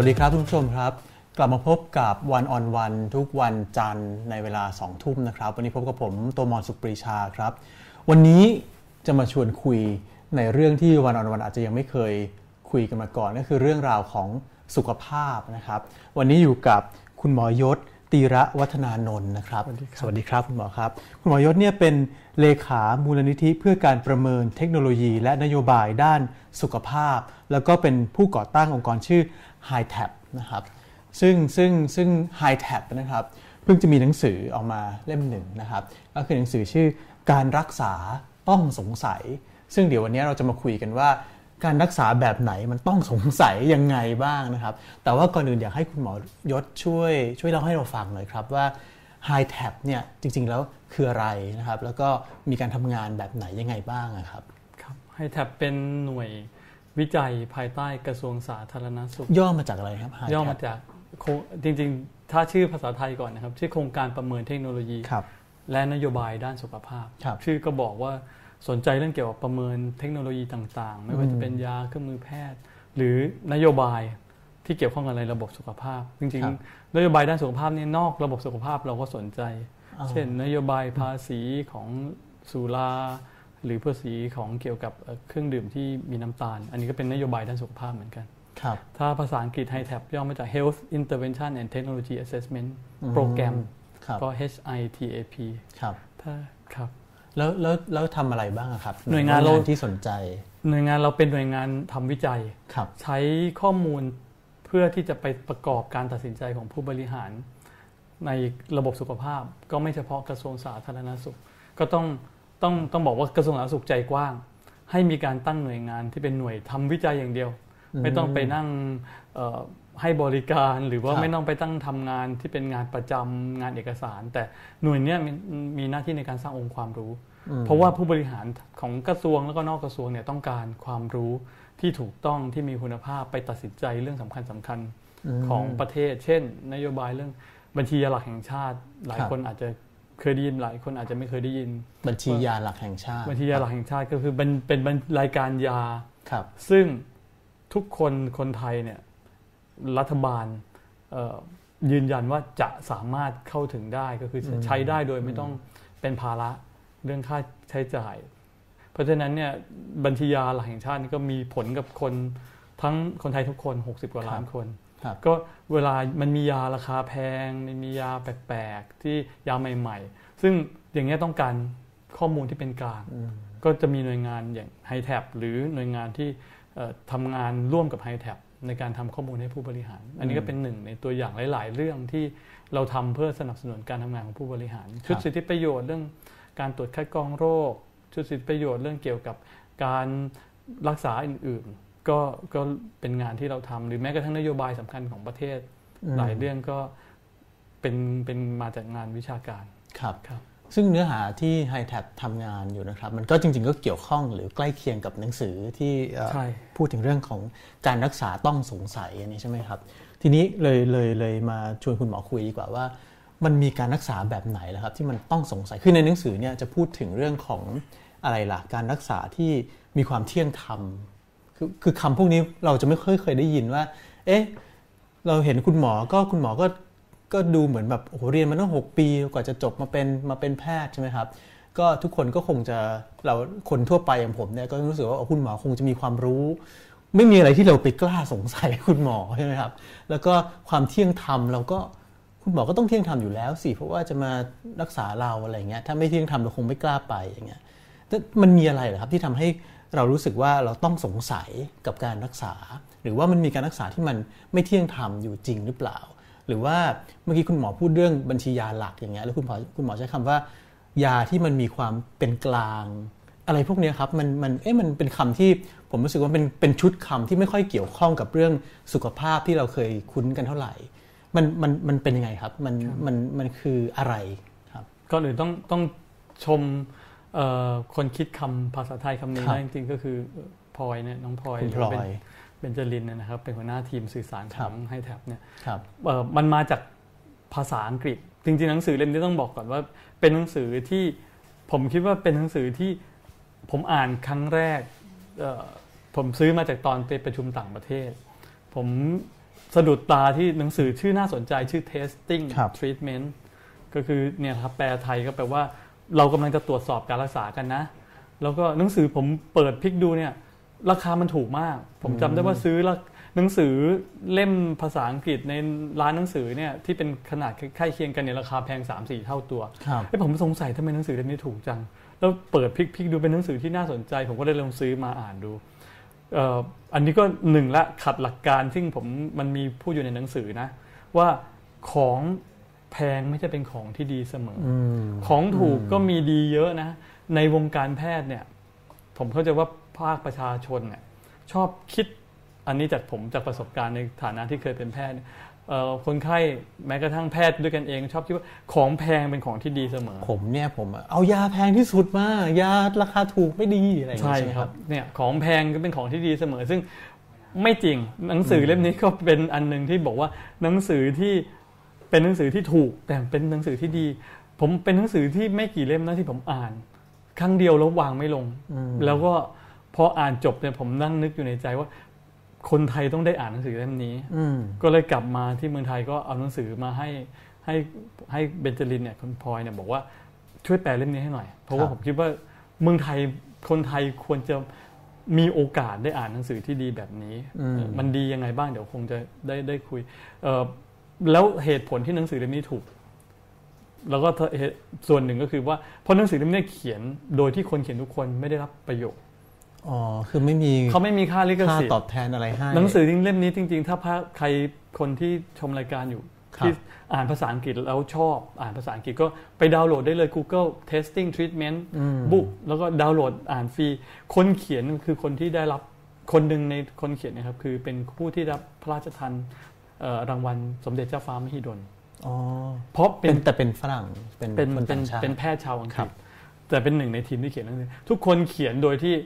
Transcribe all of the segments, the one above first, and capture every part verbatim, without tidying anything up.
วัสดีครับทุกผู้ชมครับกลับมาพบกับวันออนวันทุกวันจันทร์ในเวลาสองทุ่มนะครับวันนี้พบกับผมโตมอนสุขปรีชาครับวันนี้จะมาชวนคุยในเรื่องที่วันออนวันอาจจะยังไม่เคยคุยกันมาก่อนก็คือเรื่องราวของสุขภาพนะครับวันนี้อยู่กับคุณหมอยศตีระวัฒนานนท์นะครับสวัสดีครับคุณหมอครับคุณหมอยศเนี่ยเป็นเลขามูลนิธิเพื่อการประเมินเทคโนโลยีและนโยบายด้านสุขภาพแล้วก็เป็นผู้ก่อตั้งองค์กรชื่อ ไฮ แท็บ นะครับซึ่งซึ่งซึ่ง ไฮ แท็บ นะครับเพิ่งจะมีหนังสือออกมาเล่มหนึ่งนะครับก็คือหนังสือชื่อการรักษาต้องสงสัยซึ่งเดี๋ยววันนี้เราจะมาคุยกันว่าการรักษาแบบไหนมันต้องสงสัยยังไงบ้างนะครับแต่ว่าก่อนอื่นอยากให้คุณหมอยศช่วยช่วยเล่าให้เราฟังหน่อยครับว่า ไฮ แท็บ เนี่ยจริงๆแล้วคืออะไรนะครับแล้วก็มีการทำงานแบบไหนยังไงบ้างครับครับ ไฮ แท็บ เป็นหน่วยวิจัยภายใต้กระทรวงสาธารณสุขย่อมาจากอะไรครับย่อมาจากจริงๆถ้าชื่อภาษาไทยก่อนนะครับชื่อโครงการประเมินเทคโนโลยีและนโยบายด้านสุขภาพชื่อก็บอกว่าสนใจเรื่องเกี่ยวกับประเมินเทคโนโลยีต่างๆไม่ว่าจะเป็นยาเครื่องมือแพทย์หรือนโยบายที่เกี่ยวข้องกับในระบบสุขภาพจริงๆนโยบายด้านสุขภาพนี่นอกระบบสุขภาพเราก็สนใจเช่นนโยบายภาษีของสุราหรือภาษีของเกี่ยวกับเครื่องดื่มที่มีน้ำตาลอันนี้ก็เป็นนโยบายด้านสุขภาพเหมือนกันถ้าภาษาอังกฤษ ไฮ แท็บ ย่อมาจาก Health Intervention and Technology Assessment Program ก็ เอช ไอ ที เอ พีครับถ้าครับแล้วแล้วแล้วทำอะไรบ้างครับหน่วยงานเราที่สนใจหน่วยงานเราเป็นหน่วยงานทำวิจัยใช้ข้อมูลเพื่อที่จะไปประกอบการตัดสินใจของผู้บริหารในระบบสุขภาพก็ไม่เฉพาะกระทรวงสาธารณสุขก็ต้องต้องต้องบอกว่ากระทรวงสาธารณสุขใจกว้างให้มีการตั้งหน่วยงานที่เป็นหน่วยทำวิจัยอย่างเดียวไม่ต้องไปนั่งให้บริการหรือว่าไม่ต้องไปตั้งทำงานที่เป็นงานประจำงานเอกสารแต่หน่วยนี้มีหน้าที่ในการสร้างองค์ความรู้เพราะว่าผู้บริหารของกระทรวงแล้วก็นอกกระทรวงเนี่ยต้องการความรู้ที่ถูกต้องที่มีคุณภาพไปตัดสินใจเรื่องสำคัญสำคัญของประเทศเช่นนโยบายเรื่องบัญชียาหลักแห่งชาติหลายคนอาจจะเคยได้ยินหลายคนอาจจะไม่เคยได้ยินบัญชียาหลักแห่งชาติบัญชียาหลักแห่งชาติก็คือเป็นเป็นรายการยาซึ่งทุกคนคนไทยเนี่ยรัฐบาลยืนยันว่าจะสามารถเข้าถึงได้ก็คือใช้ได้โดยไม่ต้องเป็นภาระเรื่องค่าใช้จ่ายเพราะฉะนั้นเนี่ยบัญชียาหลักแห่งชาตินี่ก็มีผลกับคนทั้งคนไทยทุกคนหกสิบกว่าล้านคนก็เวลามันมียาราคาแพงมันมียาแปลกๆที่ยาใหม่ๆซึ่งอย่างนี้ต้องการข้อมูลที่เป็นกลางก็จะมีหน่วยงานอย่าง ไฮ แท็บ หรือหน่วยงานที่ทำงานร่วมกับ ไฮ แท็บ ในการทำข้อมูลให้ผู้บริหารอันนี้ก็เป็นหนึ่งในตัวอย่างหลายๆเรื่องที่เราทำเพื่อสนับสนุนการทำงานของผู้บริหารชุดสิทธิประโยชน์เรื่องการตรวจคัดกรองโรคชุดสิทธิประโยชน์เรื่องเกี่ยวกับการรักษาอื่นๆก็ก็เป็นงานที่เราทำหรือแม้กระทั่งนโยบายสำคัญของประเทศหลายเรื่องก็เป็นเป็นมาจากงานวิชาการครับซึ่งเนื้อหาที่ ไฮ แท็บ ทำงานอยู่นะครับมันก็จริงๆก็เกี่ยวข้องหรือใกล้เคียงกับหนังสือที่พูดถึงเรื่องของการรักษาต้องสงสัยอันนี้ใช่ไหมครับทีนี้เลยเลยเลยมาชวนคุณหมอคุยดีกว่าว่ามันมีการรักษาแบบไหนล่ะครับที่มันต้องสงสัยคือในหนังสือเนี่ยจะพูดถึงเรื่องของอะไรล่ะการรักษาที่มีความเที่ยงธรรมคือคือคำพวกนี้เราจะไม่เคยเคยได้ยินว่าเอ๊ะเราเห็นคุณหมอก็คุณหมอก็ก็ดูเหมือนแบบโอ้โหเรียนมาตั้งหกปีกว่าจะจบมาเป็นมาเป็นแพทย์ใช่ไหมครับก็ทุกคนก็คงจะเราคนทั่วไปอย่างผมเนี่ยก็รู้สึกว่าคุณหมอคงจะมีความรู้ไม่มีอะไรที่เราไปกล้าสงสัยคุณหมอใช่ไหมครับแล้วก็ความเที่ยงธรรมเราก็คุณหมอก็ต้องเที่ยงธรรมอยู่แล้วสิเพราะว่าจะมารักษาเราอะไรเงี้ยถ้าไม่เที่ยงธรรมเราคงไม่กล้าไปอย่างเงี้ยแต่มันมีอะไรเหรอครับที่ทำให้เรารู้สึกว่าเราต้องสงสัยกับการรักษาหรือว่ามันมีการรักษาที่มันไม่เที่ยงธรรมอยู่จริงหรือเปล่าหรือว่าเมื่อกี้คุณหมอพูดเรื่องบัญชียาหลักอย่างเงี้ยแล้วคุณหมอคุณหมอใช้คำว่ายาที่มันมีความเป็นกลางอะไรพวกนี้ครับมันมันเอ๊ะมันเป็นคำที่ผมรู้สึกว่าเป็นเป็นชุดคำที่ไม่ค่อยเกี่ยวข้องกับเรื่องสุขภาพที่เราเคยคุ้นกันเท่าไหร่มันมันมันเป็นยังไงครับมันมันมันคืออะไรครับก่อนอื่นต้องต้องชมคนคิดคำภาษาไทยคำนี้นะจริงๆก็คือพลอยเนี่ยน้องพลอยเบญจรินนะครับเป็นหัวหน้าทีมสื่อสารของ ไฮ แท็บ เนี่ยมันมาจากภาษาอังกฤษจริงๆหนังสือเล่มนี้ต้องบอกก่อนว่าเป็นหนังสือที่ผมคิดว่าเป็นหนังสือที่ผมอ่านครั้งแรกผมซื้อมาจากตอนไปประชุมต่างประเทศผมสะดุดตาที่หนังสือชื่อน่าสนใจชื่อ testing treatment ก็คือเนี่ยครับแปลไทยก็แปลว่าเรากำลังจะตรวจสอบการรักษากันนะแล้วก็หนังสือผมเปิดพลิกดูเนี่ยราคามันถูกมากผมจำได้ว่าซื้อหนังสือเล่มภาษาอังกฤษในร้านหนังสือเนี่ยที่เป็นขนาดใกล้เคียงกันเนี่ยราคาแพง สามสี่ เท่าตัวไอ้ผมสงสัยทำไมหนังสือเล่มนี้ถูกจังแล้วเปิดพลิกๆดูเป็นหนังสือที่น่าสนใจผมก็ได้ลองซื้อมาอ่านดูเอ่ออันนี้ก็หนึ่งละขัดหลักการที่ผมมันมีพูดอยู่ในหนังสือนะว่าของแพงไม่ใช่เป็นของที่ดีเสมอของถูกก็มีดีเยอะนะในวงการแพทย์เนี่ยผมเข้าใจว่าภาคประชาชนเนี่ยชอบคิดอันนี้จากผมจากประสบการณ์ในฐานะที่เคยเป็นแพทย์คนไข้แม้กระทั่งแพทย์ด้วยกันเองชอบคิดว่าของแพงเป็นของที่ดีเสมอผมเนี่ยผมเอายาแพงที่สุดมายาราคาถูกไม่ดีอะไรอย่างเงี้ยใช่ครับเนี่ยของแพงก็เป็นของที่ดีเสมอซึ่งไม่จริงหนังสือเล่มนี้ก็เป็นอันนึงที่บอกว่าหนังสือที่เป็นหนังสือที่ถูกแต่เป็นหนังสือที่ดีผมเป็นหนังสือที่ไม่กี่เล่มนะที่ผมอ่านครั้งเดียวแล้ววางไม่ลงแล้วก็พออ่านจบเนี่ยผมนั่งนึกอยู่ในใจว่าคนไทยต้องได้อ่านหนังสือเล่มนี้ก็เลยกลับมาที่เมืองไทยก็เอาหนังสือมาให้ให้ให้เบนจารินเนี่ยคุณพลอยเนี่ยบอกว่าช่วยแปลเล่มนี้ให้หน่อยเพราะว่าผมคิดว่าเมืองไทยคนไทยควรจะมีโอกาสได้อ่านหนังสือที่ดีแบบนี้มันดียังไงบ้างเดี๋ยวคงจะได้ได้คุยแล้วเหตุผลที่หนังสือเล่มนี้ถูกแล้วก็ส่วนหนึ่งก็คือว่าเพราะหนังสือเล่มนี้เขียนโดยที่คนเขียนทุกคนไม่ได้รับประโยชน์อ๋อคือไม่มีเขาไม่มีค่าลิขสิทธิ์ค่าตอบแทนอะไรให้หนังสือเล่มนี้จริงๆถ้าใครคนที่ชมรายการอยู่ที่อ่านภาษาอังกฤษแล้วชอบอ่านภาษาอังกฤษก็ไปดาวน์โหลดได้เลย Google Testing Treatment Book แล้วก็ดาวน์โหลดอ่านฟรีคนเขียนคือคนที่ได้รับคนหนึ่งในคนเขียนนะครับคือเป็นผู้ที่รับพระราชทานรางวัลสมเด็จเจ้าฟ้ามหิดลเพราะเป็นแต่เป็นฝรั่งเป็นเป็นเป็นเป็นแพทย์ชาวอังกฤษแต่เป็นหนึ่งในทีมที่เขียนหนังสือทุกคนเขียนโดยที่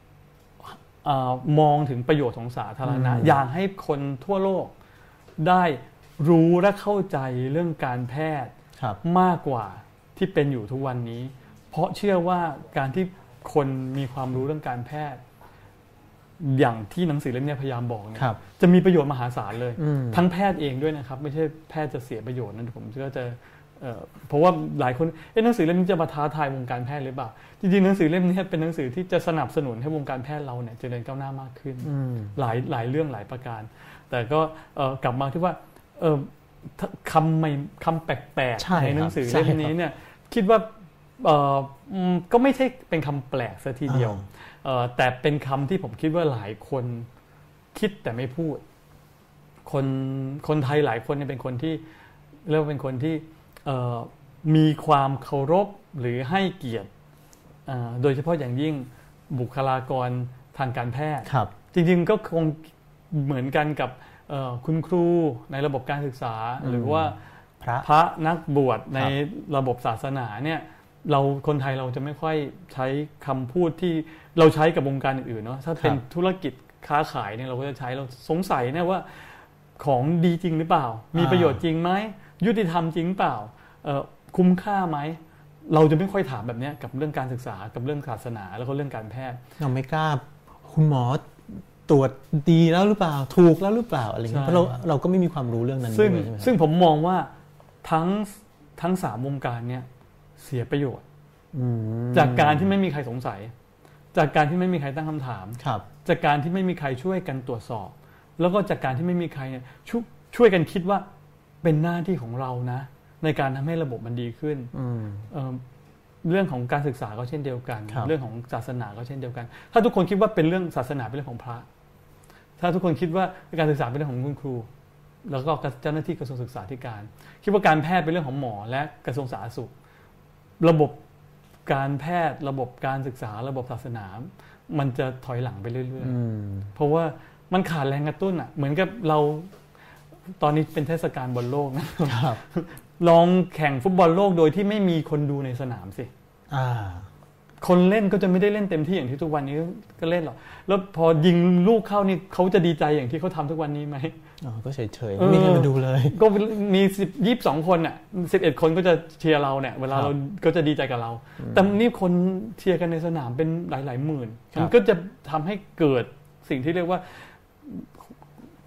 มองถึงประโยชน์ของสาธารณะอยากให้คนทั่วโลกได้รู้และเข้าใจเรื่องการแพทย์มากกว่าที่เป็นอยู่ทุกวันนี้เพราะเชื่อว่าการที่คนมีความรู้เรื่องการแพทย์อย่างที่หนังสือเล่มนี้พยายามบอกเนี่ยจะมีประโยชน์มหาศาลเลยทั้งแพทย์เองด้วยนะครับไม่ใช่แพทย์จะเสียประโยชน์นั่นผมก็จะเพราะว่าหลายคนเอ๊ะหนังสือเล่มนี้จะมาท้าทายวงการแพทย์หรือเปล่าจริงๆหนังสือเล่มนี้เป็นหนังสือที่จะสนับสนุนให้วงการแพทย์เราเนี่ยเจริญก้าวหน้ามากขึ้นหลายหลายเรื่องหลายประการแต่ก็กลับมาที่ว่าคำไม่คำแปลกๆในหนังสือเล่มนี้เนี่ยคิดว่าก็ไม่ใช่เป็นคำแปลกซะทีเดียวแต่เป็นคำที่ผมคิดว่าหลายคนคิดแต่ไม่พูดคนคนไทยหลายคนเนี่ยเป็นคนที่เรียกว่าเป็นคนที่มีความเคารพหรือให้เกียรติโดยเฉพาะอย่างยิ่งบุคลากรทางการแพทย์จริงๆก็คงเหมือนกันกับคุณครูในระบบการศึกษาหรือว่าพระพระนักบวชในระบบศาสนาเนี่ยเราคนไทยเราจะไม่ค่อยใช้คำพูดที่เราใช้กับวงการอื่นๆเนาะถ้าเป็นธุรกิจค้าขายเนี่ยเราก็จะใช้เราสงสัยเนี่ยว่าของดีจริงหรือเปล่ามีประโยชน์จริงไหมยุติธรรมจริงเปล่าคุ้มค่าไหมเราจะไม่ค่อยถามแบบนี้กับเรื่องการศึกษากับเรื่องศาสนาแล้วก็เรื่องการแพทย์เราไม่กล้าคุณหมอตรวจดีแล้วหรือเปล่าถูกแล้วหรือเปล่าอะไรเงี้ยเพราะเราเราก็ไม่มีความรู้เรื่องนั้นซึ่งด้วยใช่ไหมซึ่งผมมองว่าทั้งทั้งสามวงการเนี่ยเสียประโยชน์จากการที่ไม่มีใครสงสัยจากการที่ไม่มีใครตั้งคำถามจากการที่ไม่มีใครช่วยกันตรวจสอบแล้วก็จากการที่ไม่มีใครเนี่ยช่วยช่วยกันคิดว่าเป็นหน้าที่ของเรานะในการทำให้ระบบมันดีขึ้นเรื่องของการศึกษาก็เช่นเดียวกันเรื่องของศาสนาก็เช่นเดียวกันถ้าทุกคนคิดว่าเป็นเรื่องศาสนาเป็นเรื่องของพระถ้าทุกคนคิดว่าการศึกษาเป็นเรื่องของคุณครูแล้วก็เจ้าหน้าที่กระทรวงศึกษาธิการคิดว่าการแพทย์เป็นเรื่องของหมอและกระทรวงสาธารณสุขระบบการแพทย์ระบบการศึกษาระบบศาสนามันจะถอยหลังไปเรื่อยๆเพราะว่ามันขาดแรงกระตุ้นอ่ะเหมือนกับเราตอนนี้เป็นเทศกาลบอลโลกนะครับลองแข่งฟุตบอลโลกโดยที่ไม่มีคนดูในสนามสิคนเล่นก็จะไม่ได้เล่นเต็มที่อย่างที่ทุกวันนี้ก็เล่นหรอกแล้วพอยิงลูกเข้านี่เขาจะดีใจอย่างที่เขาทำทุกวันนี้ไหมอ๋อก็เฉยๆไม่มีใครมาดูเลยก็มีสิบ ยี่สิบสองคนอ่ะสิบเอ็ดคนก็จะเชียร์เราเนี่ยเวลาเราก็จะดีใจกับเราแต่นี่คนเชียร์กันในสนามเป็นหลายๆหมื่นมันก็จะทำให้เกิดสิ่งที่เรียกว่า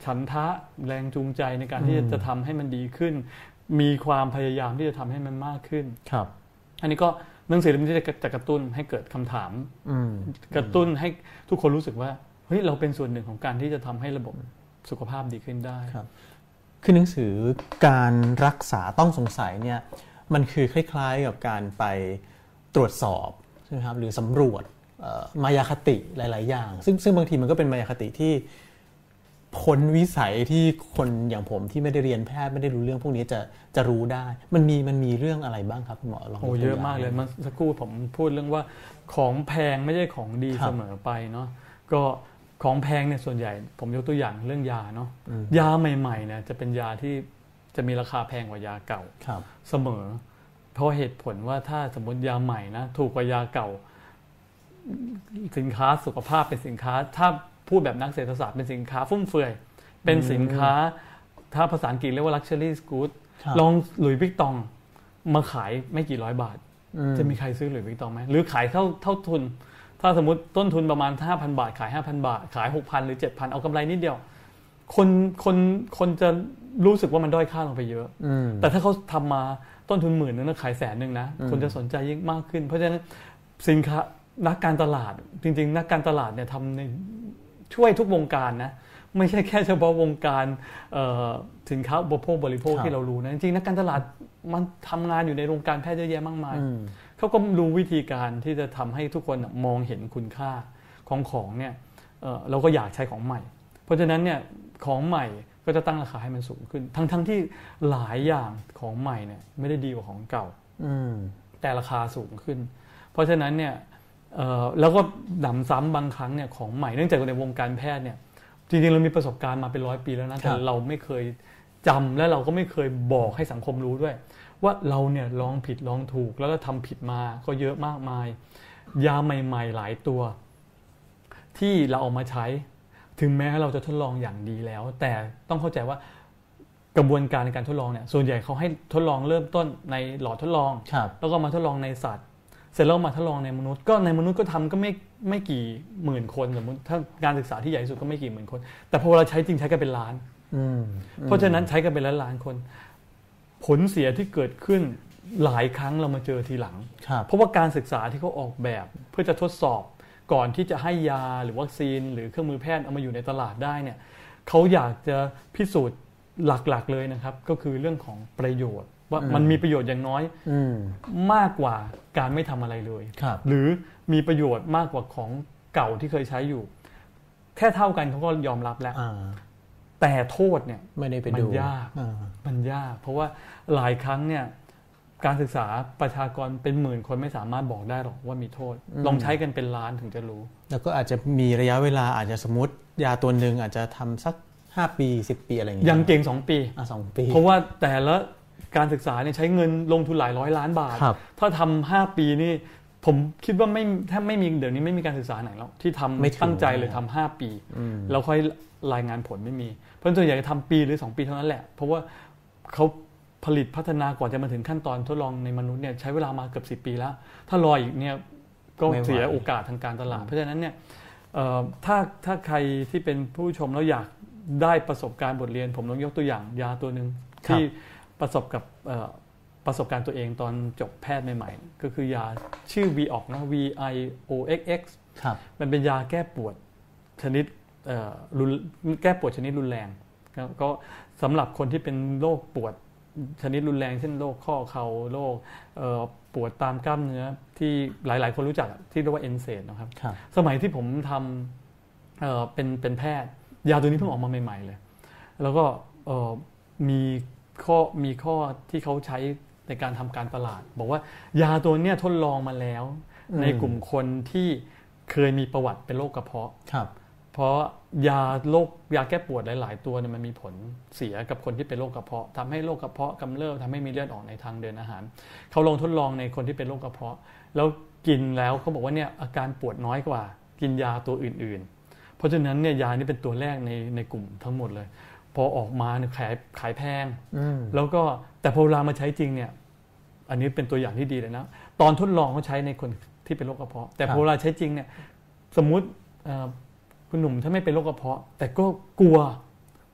ฉันทะแรงจูงใจในการที่จะทำให้มันดีขึ้นมีความพยายามที่จะทำให้มันมากขึ้นครับอันนี้ก็หนังสือเล่มนี้จะกระตุ้นให้เกิดคำถามกระตุ้นให้ทุกคนรู้สึกว่าเฮ้ยเราเป็นส่วนหนึ่งของการที่จะทำให้ระบบสุขภาพดีขึ้นได้ครับคือหนังสือการรักษาต้องสงสัยเนี่ยมันคือคล้ายๆกับการไปตรวจสอบใช่ไหมครับหรือสำรวจมายาคติหลายๆอย่างซึ่งซึ่งบางทีมันก็เป็นมายาคติที่พ้นวิสัยที่คนอย่างผมที่ไม่ได้เรียนแพทย์ไม่ได้รู้เรื่องพวกนี้จะจะรู้ได้มันมีมันมีเรื่องอะไรบ้างครับคุณหมอลองโอ้เยอะมากเลยมันสักครู่ผมพูดเรื่องว่าของแพงไม่ใช่ของดีเสมอไปเนาะก็ของแพงเนี่ยส่วนใหญ่ผมยกตัวอย่างเรื่องยาเนาะยาใหม่ๆเนี่ยจะเป็นยาที่จะมีราคาแพงกว่ายาเก่าเสมอเพราะเหตุผลว่าถ้าสมมติยาใหม่นะถูกกว่ายาเก่าสินค้าสุขภาพเป็นสินค้าถ้าพูดแบบนักเศรษฐศาสตร์เป็นสินค้าฟุ่มเฟือยเป็นสินค้าถ้าภาษาอังกฤษเรียกว่า luxury goods ลองหลุยส์วิกตองมาขายไม่กี่ร้อยบาทจะมีใครซื้อหลุยส์วิกตองไหมหรือขายเท่าเท่าทุนถ้าสมมติต้นทุนประมาณ ห้าพัน บาทขาย ห้าพัน บาทขาย หกพัน หรือ เจ็ดพัน เอากำไรนิดเดียวคนคนคนจะรู้สึกว่ามันด้อยค่าลงไปเยอะแต่ถ้าเขาทำมาต้นทุนหมื่นนึงแล้วขายแสนนึงนะคนจะสนใจยิ่งมากขึ้นเพราะฉะนั้นสินค้านักการตลาดจริงๆนักการตลาดเนี่ยทำในช่วยทุกวงการนะไม่ใช่แค่เฉพาะวงการสินค้าอุปโภคบริโภคที่เรารู้นะจริงๆนักการตลาดมันทำงานอยู่ในโรงการแพทย์เยอะแยะมากมายเขาก็รู้วิธีการที่จะทำให้ทุกคนมองเห็นคุณค่าของของเนี่ยเราก็อยากใช้ของใหม่เพราะฉะนั้นเนี่ยของใหม่ก็จะตั้งราคาให้มันสูงขึ้นทั้งทั้งที่หลายอย่างของใหม่เนี่ยไม่ได้ดีกว่าของเก่าแต่ราคาสูงขึ้นเพราะฉะนั้นเนี่ยแล้วก็หนำซ้ำบางครั้งเนี่ยของใหม่เนื่องจากในวงการแพทย์เนี่ยจริงๆเรามีประสบการณ์มาเป็นร้อยปีแล้วนะแต่เราไม่เคยจำและเราก็ไม่เคยบอกให้สังคมรู้ด้วยว่าเราเนี่ยลองผิดลองถูกแล้วก็ทำผิดมาก็เยอะมากมายยาใหม่ๆหลายตัวที่เราเอามาใช้ถึงแม้เราจะทดลองอย่างดีแล้วแต่ต้องเข้าใจว่ากระบวนการในการทดลองเนี่ยส่วนใหญ่เขาให้ทดลองเริ่มต้นในหลอดทดลองแล้วก็มาทดลองในสัตว์เสร็จแล้วมาทดลองในมนุษย์ก็ในมนุษย์ก็ทำก็ไม่ไม่กี่หมื่นคนสมมติถ้าการศึกษาที่ใหญ่ที่สุดก็ไม่กี่หมื่นคนแต่พอเราใช้จริงใช้กันเป็นล้านเพราะฉะนั้นใช้กันเป็นล้านล้านคนผลเสียที่เกิดขึ้นหลายครั้งเรามาเจอทีหลังเพราะว่าการศึกษาที่เขาออกแบบเพื่อจะทดสอบก่อนที่จะให้ยาหรือวัคซีนหรือเครื่องมือแพทย์เอามาอยู่ในตลาดได้เนี่ยเขาอยากจะพิสูจน์หลักๆเลยนะครับก็คือเรื่องของประโยชน์ว่ามันมีประโยชน์อย่างน้อยมากกว่าการไม่ทำอะไรเลยหรือมีประโยชน์มากกว่าของเก่าที่เคยใช้อยู่แค่เท่ากันเขาก็ยอมรับแล้วแต่โทษเนี่ยไม่ได้ไปดูมันยากมันยากเพราะว่าหลายครั้งเนี่ยการศึกษาประชากรเป็นหมื่นคนไม่สามารถบอกได้หรอกว่ามีโทษลองใช้กันเป็นล้านถึงจะรู้แล้วก็อาจจะมีระยะเวลาอาจจะสมมติยาตัวหนึ่งอาจจะทำสักห้าปีสิบปีอะไรอย่างเงี้ยยังเก่งสองปีอ่ะสองปีเพราะว่าแต่ละการศึกษาเนี่ยใช้เงินลงทุนหลายร้อยล้านบาทถ้าทำห้าปีนี่ผมคิดว่าไม่ถ้าไม่มีเดี๋ยวนี้ไม่มีการศึกษาไหนแล้วที่ทำตั้งใจเลยทำห้าปีแล้วค่อยรายงานผลไม่มีเพราะส่วนใหญ่จะทำปีหรือสองปีเท่านั้นแหละเพราะว่าเขาผลิตพัฒนาก่อนจะมาถึงขั้นตอนทดลองในมนุษย์เนี่ยใช้เวลามาเกือบสิบปีแล้วถ้ารออีกเนี่ยก็เสียโอกาสทางการตลาดเพราะฉะนั้นเนี่ยถ้าถ้าใครที่เป็นผู้ชมแล้วอยากได้ประสบการณ์บทเรียนผมลองยกตัวอย่างยาตัวนึงที่ประสบกับประสบการณ์ตัวเองตอนจบแพทย์ใหม่ๆก็คือยาชื่อ วี โอ เอ็กซ์ นะ วี ไอ โอ เอ็กซ์ เอ็กซ์ มันเป็นยาแก้ปวดชนิดแก้ปวดชนิดรุนแรงก็สำหรับคนที่เป็นโรคปวดชนิดรุนแรงเช่นโรคข้อเข่าโรคปวดตามกล้ามเนื้อที่หลายๆคนรู้จักที่เรียกว่าเอนเซดนะครับสมัยที่ผมทำเป็นเป็นแพทย์ยาตัวนี้เพิ่งออกมาใหม่ๆเลยแล้วก็มีข้อมีข้อที่เขาใช้ในการทำการตลาดบอกว่ายาตัวนี้ทดลองมาแล้วในกลุ่มคนที่เคยมีประวัติเป็นโรคกระเพาะเพราะยาโรคยาแก้ปวดหลายๆตัวเนี่ยมันมีผลเสียกับคนที่เป็นโรคกระเพาะทำให้โรคกระเพาะกำเริบทำให้มีเลือดออกในทางเดินอาหารเขาลองทดลองในคนที่เป็นโรคกระเพาะแล้วกินแล้วเขาบอกว่าเนี่ยอาการปวดน้อยกว่ากินยาตัวอื่นๆเพราะฉะนั้นเนี่ยยานี่เป็นตัวแรกในในกลุ่มทั้งหมดเลยพอออกมาเนี่ยขายขายแพงแล้วก็แต่พอเวลามาใช้จริงเนี่ยอันนี้เป็นตัวอย่างที่ดีเลยนะตอนทดลองเขาใช้ในคนที่เป็นโรคกระเพาะแต่พอเวลาใช้จริงเนี่ยสมมุติคุณหนุ่มถ้าไม่เป็นโรคกระเพาะแต่ก็กลัว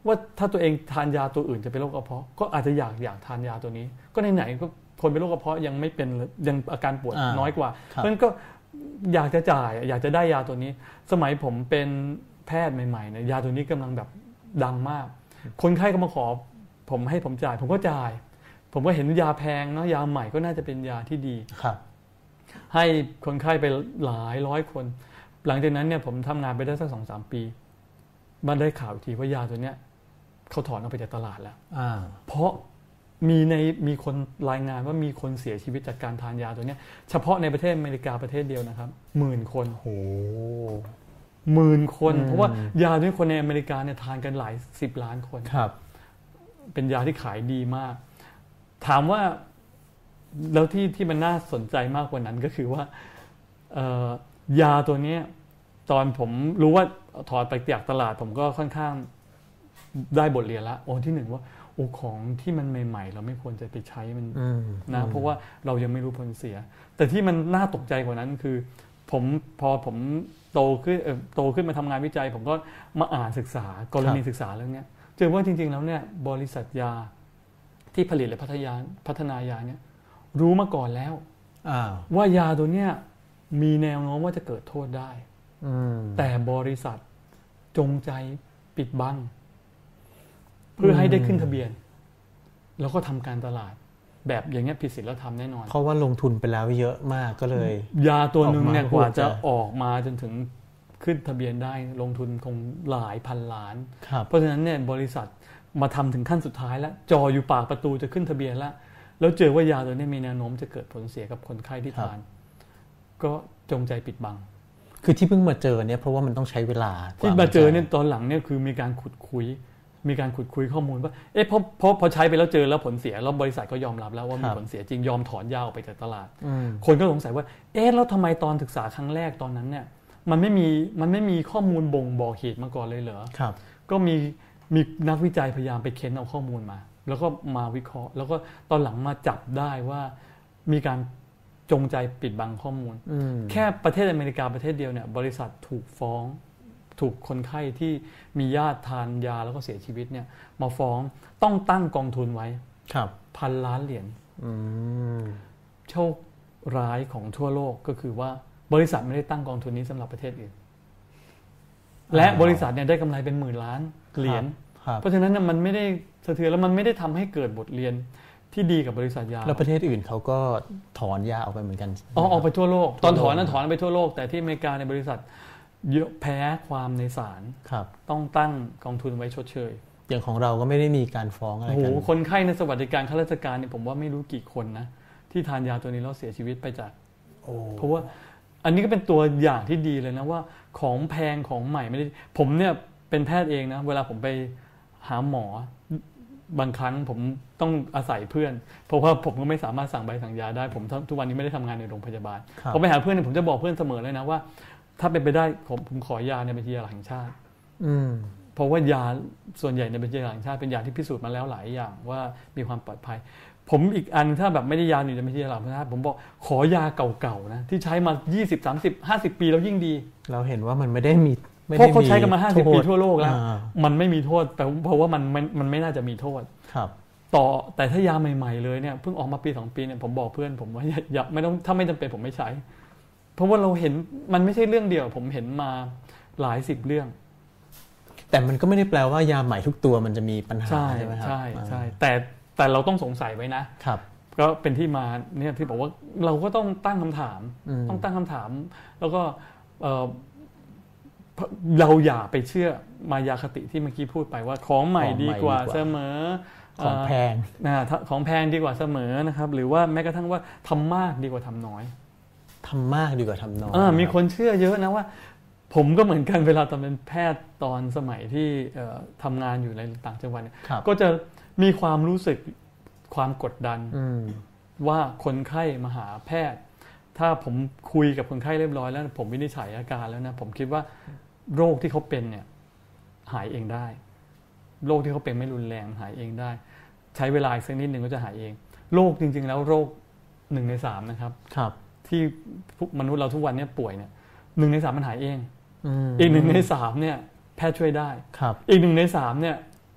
ว่าถ้าตัวเองทานยาตัวอื่นจะเป็นโรคกระเพาะก็อาจจะอยากอยากทานยาตัวนี้ก็ไหนๆก็คนเป็นโรคกระเพาะยังไม่เป็นยังอาการปวดน้อยกว่าเพราะฉะนั้นก็อยากจะจ่ายอยากจะได้ยาตัวนี้สมัยผมเป็นแพทย์ใหม่ๆเนี่ยยาตัวนี้กำลังแบบดังมากคนไข้ก็มาขอผมให้ผมจ่ายผมก็จ่ายผมก็เห็นยาแพงเนาะยาใหม่ก็น่าจะเป็นยาที่ดีครับให้คนไข้ไปหลายร้อยคนหลังจากนั้นเนี่ยผมทำงานไปได้สักสองสามปีมาได้ข่าวทีว่ายาตัวเนี้ยเขาถอนออกไปจากตลาดแล้วเพราะมีในมีคนรายงานว่ามีคนเสียชีวิตจากการทานยาตัวนี้เฉพาะในประเทศอเมริกาประเทศเดียวนะครับหมื่นคนโอ้โหหมื่นคนเพราะว่ายาที่คนในอเมริกาเนี่ยทานกันหลายสิบล้านคนครับเป็นยาที่ขายดีมากถามว่าแล้วที่ที่มันน่าสนใจมากกว่านั้นก็คือว่ายาตัวนี้ตอนผมรู้ว่าถอดไปจากตลาดผมก็ค่อนข้างได้บทเรียนละโอ้ที่หนึ่งว่าโอ้ของที่มันใหม่ๆเราไม่ควรจะไปใช้มันนะเพราะว่าเรายังไม่รู้ผลเสียแต่ที่มันน่าตกใจกว่านั้นคือผมพอผมโตขึ้นโตขึ้นมาทำงานวิจัยผมก็มาอ่านศึกษากรณีศึกษาเรื่องนี้เจอว่าจริงๆแล้วเนี่ยบริษัทยาที่ผลิตและพัฒนาพัฒนายาเนี่ยรู้มาก่อนแล้วว่ายาตัวเนี้ยมีแนวโน้มว่าจะเกิดโทษได้แต่บริษัทจงใจปิดบังเพื่อให้ได้ขึ้นทะเบียนแล้วก็ทำการตลาดแบบอย่างเงี้ยผิดศีลธรรมแน่นอนเพราะว่าลงทุนไปแล้วเยอะมากก็เลยยาตัวนึงเนี่ยกว่าจะออกมาจนถึงขึ้นทะเบียนได้ลงทุนคงหลายพันล้านเพราะฉะนั้นเนี่ยบริษัทมาทำถึงขั้นสุดท้ายแล้วจออยู่ปากประตูจะขึ้นทะเบียนแล้วแล้วเจอว่ายาตัวนี้มีแนวโน้มจะเกิดผลเสียกับคนไข้ที่ทานก็จงใจปิดบังคือที่เพิ่งมาเจอเนี่ยเพราะว่ามันต้องใช้เวลาที่มาเจอเนี่ยตอนหลังเนี่ยคือมีการขุดคุยมีการขุดคุยข้อมูลว่าเอ๊ะพอพอพอใช้ไปแล้วเจอแล้วผลเสียแล้วบริษัทก็ยอมรับแล้วว่ามีผลเสียจริงยอมถอนยาออกไปจากตลาดคนก็สงสัยว่าเอ๊ะแล้วทำไมตอนศึกษาครั้งแรกตอนนั้นเนี่ยมันไม่มีมันไม่มีข้อมูลบ่งบอกเหตุมาก่อนเลยเหรอก็มีมีนักวิจัยพยายามไปเค้นเอาข้อมูลมาแล้วก็มาวิเคราะห์แล้วก็ตอนหลังมาจับได้ว่ามีการจงใจปิดบังข้อมูลแค่ประเทศอเมริกาประเทศเดียวเนี่ยบริษัทถูกฟ้องถูกคนไข้ที่มีญาติทานยาแล้วก็เสียชีวิตเนี่ยมาฟ้องต้องตั้งกองทุนไว้พันล้านเหรียญโชคร้ายของทั่วโลกก็คือว่าบริษัทไม่ได้ตั้งกองทุนนี้สำหรับประเทศอื่นและบริษัทเนี่ยได้กำไรเป็นหมื่นล้านเหรียญเพราะฉะนั้นมันไม่ได้สะเทือนแล้วมันไม่ได้ทำให้เกิดบทเรียนที่ดีกับบริษัทยาแล้วประเทศอื่นเขาก็ถอนยาออกไปเหมือนกันอ๋อออกไปทั่วโลกตอนถอนนั้นถอนไปทั่วโลกแต่ที่อเมริกาในบริษัทเยอะแพ้ความในศาลต้องตั้งกองทุนไว้ชดเชยอย่างของเราก็ไม่ได้มีการฟ้องอะไรกันโอ้โหคนไข้ในสวัสดิการข้าราชการเนี่ยผมว่าไม่รู้กี่คนนะที่ทานยาตัวนี้แล้วเสียชีวิตไปจากเพราะว่าอันนี้ก็เป็นตัวอย่างที่ดีเลยนะว่าของแพงของใหม่ไม่ได้ผมเนี่ยเป็นแพทย์เองนะเวลาผมไปหาหมอบางครั้งผมต้องอาศัยเพื่อนเพราะว่าผมก็ไม่สามารถสั่งใบสั่งยาได้ผมทุกวันนี้ไม่ได้ทำงานในโรงพยาบาลพอไปหาเพื่อนผมจะบอกเพื่อนเสมอเลยนะว่าถ้าเป็นไปได้ผมผมขอยาในบัญชียาแห่งชาติเพราะว่ายาส่วนใหญ่ในบัญชียาแห่งชาติเป็นยาที่พิสูจน์มาแล้วหลายอย่างว่ามีความปลอดภัยผมอีกอันถ้าแบบไม่ได้ยาอยู่ในบัญชียาแห่งชาติผมบอกขอยาเก่าๆนะที่ใช้มายี่สิบ สามสิบ ห้าสิบปีแล้วยิ่งดีเราเห็นว่ามันไม่ได้มีเพราะเขาใช้กันมาห้าสิบปีทั่วโลกแล้วมันไม่มีโทษแต่เพราะว่ามันมันไม่น่าจะมีโทษต่อแต่ถ้ายาใหม่ๆเลยเนี่ยเพิ่งออกมาปีสองปีเนี่ยผมบอกเพื่อนผมว่าอย่าไม่ต้องถ้าไม่จำเป็นผมไม่ใช้เพราะว่าเราเห็นมันไม่ใช่เรื่องเดียวผมเห็นมาหลายสิบเรื่องแต่มันก็ไม่ได้แปลว่ายาใหม่ทุกตัวมันจะมีปัญหาใช่ไหมครับใช่ใช่แต่แต่เราต้องสงสัยไว้นะครับก็เป็นที่มาเนี่ยที่บอกว่าเราก็ต้องตั้งคำถามต้องตั้งคำถามแล้วก็เราอย่าไปเชื่อมายาคติที่เมื่อกี้พูดไปว่าของใหม่ดีกว่าเสมอของแพงนะของแพงดีกว่าเสมอนะครับหรือว่าแม้กระทั่งว่าทำมากดีกว่าทำน้อยทำมากดีกว่าทำน้อยมีคนเชื่อเยอะนะว่าผมก็เหมือนกันเวลาตอนเป็นแพทย์ตอนสมัยที่ทำงานอยู่ในต่างจังหวัดก็จะมีความรู้สึกความกดดันว่าคนไข้มาหาแพทย์ถ้าผมคุยกับคนไข้เรียบร้อยแล้วผมวินิจฉัยอาการแล้วนะผมคิดว่าโรคที่เขาเป็นเนี่ยหายเองได้โรคที่เขาเป็นไม่รุนแรงหายเองได้ใช้เวลาอีกสักนิดนึงก็จะหายเองโรคจริงๆแล้วโรคหนึ่งในสามนะครับครับที่มนุษย์เราทุกวันนี้ป่วยเนี่ยหนึ่งในสามมันหายเองอีกหนึ่งในสามเนี่ยแพทย์ช่วยได้อีกหนึ่งในสามเนี่ย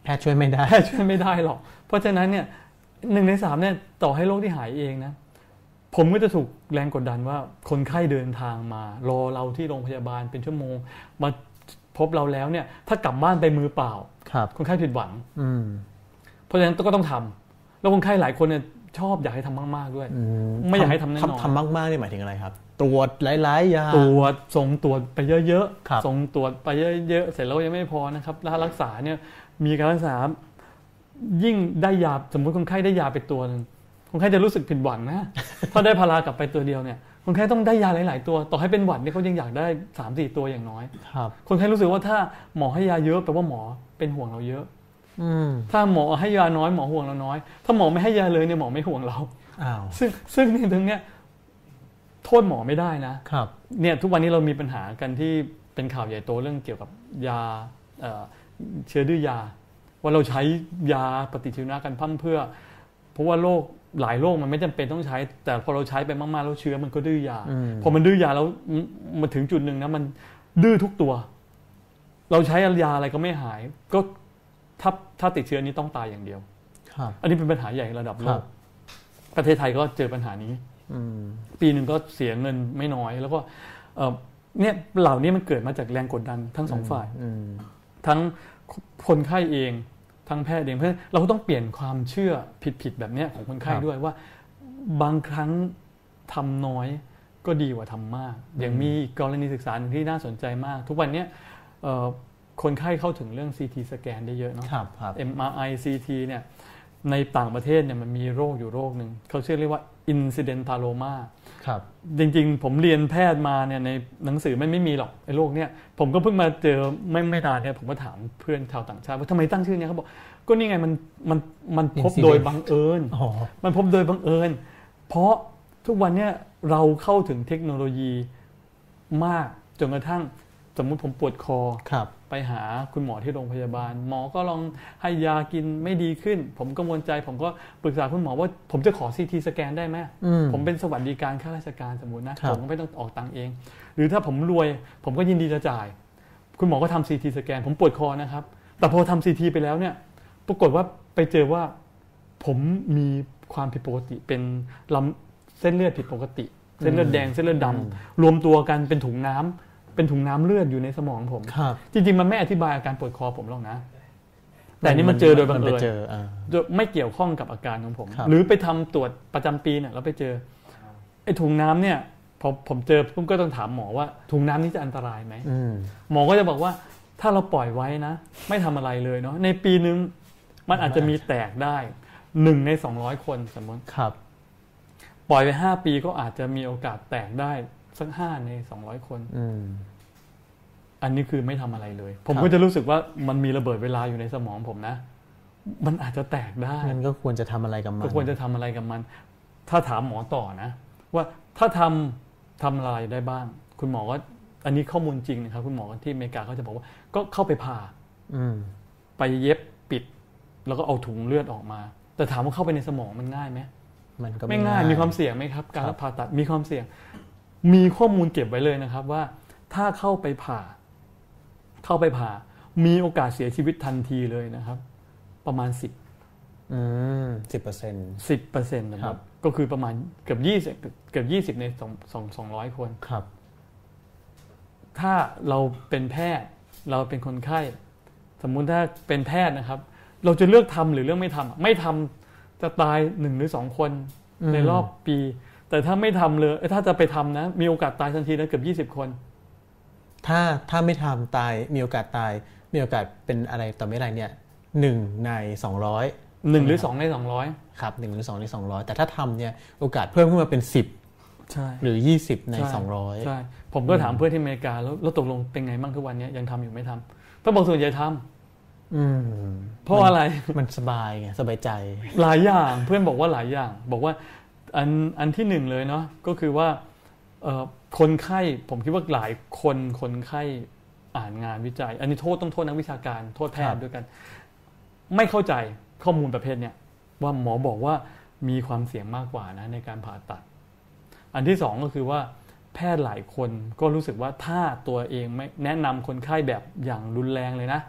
แพทย์ช่วยไม่ได้แพทย์ช่วยไม่ได้หรอกเพราะฉะนั้นเนี่ยหนึ่งในสามเนี่ยต่อให้โรคที่หายเองนะผมก็จะถูกแรงกดดันว่าคนไข้เดินทางมารอเราที่โรงพยาบาลเป็นชั่วโมงมาพบเราแล้วเนี่ยถ้ากลับบ้านไปมือเปล่าคนไข้ผิดหวังเพราะฉะนั้นก็ต้องทำแล้วคนไข้หลายคนเนี่ยชอบอยากให้ทำมากๆด้วยไม่อยากให้ทำน้อยๆทำมากๆนี่หมายถึงอะไรครับตรวจหลายๆอย่างตรวจส่งตรวจไปเยอะๆส่งตรวจไปเยอะๆเสร็จแล้วยังไม่พอนะครับถ้ารักษาเนี่ยมีการรักษายิ่งได้ยาสมมติคนไข้ได้ยาไปตัวนึงคนไข้จะรู้สึกผิดหวังนะถ้าได้พารากลับไปตัวเดียวเนี่ยคนไข้ต้องได้ยาหลายๆตัวต่อให้เป็นหวัดเนี่ยเขายังอยากได้ สามสี่ ตัวอย่างน้อยคนไข้รู้สึกว่าถ้าหมอให้ยาเยอะแปลว่าหมอเป็นห่วงเราเยอะถ้าหมอให้ยาน้อยหมอห่วงเราน้อยถ้าหมอไม่ให้ยาเลยเนี่ยหมอไม่ห่วงเราซึ่งซึ่งนี่ตรงเนี้ยโทษหมอไม่ได้นะครับเนี่ยทุกวันนี้เรามีปัญหากันที่เป็นข่าวใหญ่โตเรื่องเกี่ยวกับยาเอ่อเชื้อดื้อยาว่าเราใช้ยาปฏิชีวนะกันพั่มเพื่อเพราะว่าโรคหลายโรคมันไม่จำเป็นต้องใช้แต่พอเราใช้ไปมากๆแล้วเชื้อมันก็ดื้อยาพอมันดื้อยาแล้วมาถึงจุดหนึ่งนะมันดื้อทุกตัวเราใช้ยาอะไรก็ไม่หายก็ถ้าถ้าติดเชื้อนี้ต้องตายอย่างเดียวอันนี้เป็นปัญหาใหญ่ระดับโลกประเทศไทยก็เจอปัญหานี้ปีหนึ่งก็เสียเงินไม่น้อยแล้วก็เนี่ยเหล่านี้มันเกิดมาจากแรงกดดันทั้งสองฝ่ายทั้งคนไข้เองทั้งแพทย์เองเพราะเราก็ต้องเปลี่ยนความเชื่อผิดๆแบบนี้ของคนไข้ด้วยว่าบางครั้งทำน้อยก็ดีกว่าทำมากอย่างมีกรณีศึกษาหนึ่งที่น่าสนใจมากทุกวันนี้คนไข้เข้าถึงเรื่อง ซี ที สแกนได้เยอะเนาะ เอ็ม อาร์ ไอ ซี ที เนี่ยในต่างประเทศเนี่ยมันมีโรคอยู่โรคหนึ่งเขาชื่อเรียกว่า incidentaloma ครับจริงๆผมเรียนแพทย์มาเนี่ยในหนังสือไม่ไม่มีหรอกไอ้โรคเนี้ยผมก็เพิ่งมาเจอไม่ไม่นานเนี่ยผมก็ถามเพื่อนชาวต่างชาติว่าทำไมตั้งชื่อเนี้ยเขาบอกก็นี่ไงมันมันมันพบโดยบังเอิญมันพบโดยบังเอิญเพราะทุกวันเนี้ยเราเข้าถึงเทคโนโลยีมากจนกระทั่งสมมุติผมปวดคอไปหาคุณหมอที่โรงพยาบาลหมอก็ลองให้ยากินไม่ดีขึ้นผมกังวลใจผมก็ปรึกษาคุณหมอว่าผมจะขอ ซี ที สแกนได้ไหมผมเป็นสวัสดิการข้าราชการสมมุตินะผมก็ไม่ต้องออกตังค์เองหรือถ้าผมรวยผมก็ยินดีจะจ่ายคุณหมอก็ทำ ซี ที สแกนผมปวดคอนะครับแต่พอทำ ซี ที ไปแล้วเนี่ยปรากฏว่าไปเจอว่าผมมีความผิดปกติเป็นลำเส้นเลือดผิดปกติเส้นเลือดแดงเส้นเลือดดำรวมตัวกันเป็นถุงน้ำเป็นถุงน้ำเลือดอยู่ในสมองผมจริงๆมันไม่อธิบายอาการปวดคอผมหรอกนะแต่นี่มันเจอโดยบังเอิญไม่เกี่ยวข้องกับอาการของผมหรือไปทำตรวจประจำปีเนี่ยแล้วไปเจอไอ้ถุงน้ำเนี่ยพอผมเจอผมก็ต้องถามหมอว่าถุงน้ำนี้จะอันตรายไหมหมอก็จะบอกว่าถ้าเราปล่อยไว้นะไม่ทำอะไรเลยเนาะในปีนึงมันอาจจะมีแตกได้หนึ่งในสองร้อยคนสมมติปล่อยไปห้าปีก็อาจจะมีโอกาสแตกได้สักห้าในสองร้อยคนอันนี้คือไม่ทำอะไรเลยผมก็จะรู้สึกว่ามันมีระเบิดเวลาอยู่ในสมองผมนะมันอาจจะแตกได้งั้นก็ควรจะทำอะไรกับมันก็ควรจะทำอะไรกับมันถ้าถามหมอต่อนะว่าถ้าทำทำอะไรได้บ้างคุณหมอก็อันนี้ข้อมูลจริงนะครับคุณหมอที่อเมริกาเขาจะบอกว่าก็เข้าไปผ่าไปเย็บปิดแล้วก็เอาถุงเลือดออกมาแต่ถามว่าเข้าไปในสมองมันง่ายไหมมันก็ไม่ง่ายมีความเสี่ยงไหมครับการผ่าตัดมีความเสี่ยงมีข้อมูลเก็บไว้เลยนะครับว่าถ้าเข้าไปผ่าเข้าไปผ่ามีโอกาสเสียชีวิตทันทีเลยนะครับประมาณสิบอืมสิบเปอร์เซ็นต์สิบเปอร์เซ็นต์นะครับก็คือประมาณเกือบยี่สิบเกือบยี่สิบในสองสองสองร้อยคนครับถ้าเราเป็นแพทย์เราเป็นคนไข้สมมุติถ้าเป็นแพทย์นะครับเราจะเลือกทำหรือเลือกไม่ทำไม่ทำจะตายหนึ่งหรือสองคนในรอบปีแต่ถ้าไม่ทำเลยถ้าจะไปทำนะมีโอกาสตายทันทีนะเกือบยี่สิบคนถ้าถ้าไม่ทำตายมีโอกาสตายมีโอกาสเป็นอะไรต่อไม่ไรเนี่ยหนึ่งในสองร้อยหนึ่งหรือสองในสองร้อยครับหนึ่งหรือสองในสองร้อยแต่ถ้าทำเนี่ยโอกาสเพิ่มขึ้นมาเป็นสิบใช่หรือยี่สิบในสองร้อยใช่ผมก็ถามเพื่อนที่อเมริกาแล้วแล้วตกลงเป็นไงบ้างทุกวันนี้ยังทำอยู่ไม่ทำต้องบอกส่วนใหญ่ทำอืมเพราะอะไรมันสบายไงสบายใจหลายอย่างเพื่อนบอกว่าหลายอย่างบอกว่าอันอันที่หนึ่งเลยเนาะก็คือว่าคนไข้ผมคิดว่าหลายคนคนไข้อ่านงานวิจัยอันนี้โทษต้องโทษนักวิชาการโทษแพทย์ด้วยกันไม่เข้าใจข้อมูลประเภทเนี้ยว่าหมอบอกว่ามีความเสี่ยงมากกว่านะในการผ่าตัดอันที่สองก็คือว่าแพทย์หลายคนก็รู้สึกว่าถ้าตัวเองไม่แนะนำคนไข้แบบอย่างรุนแรงเลยนะ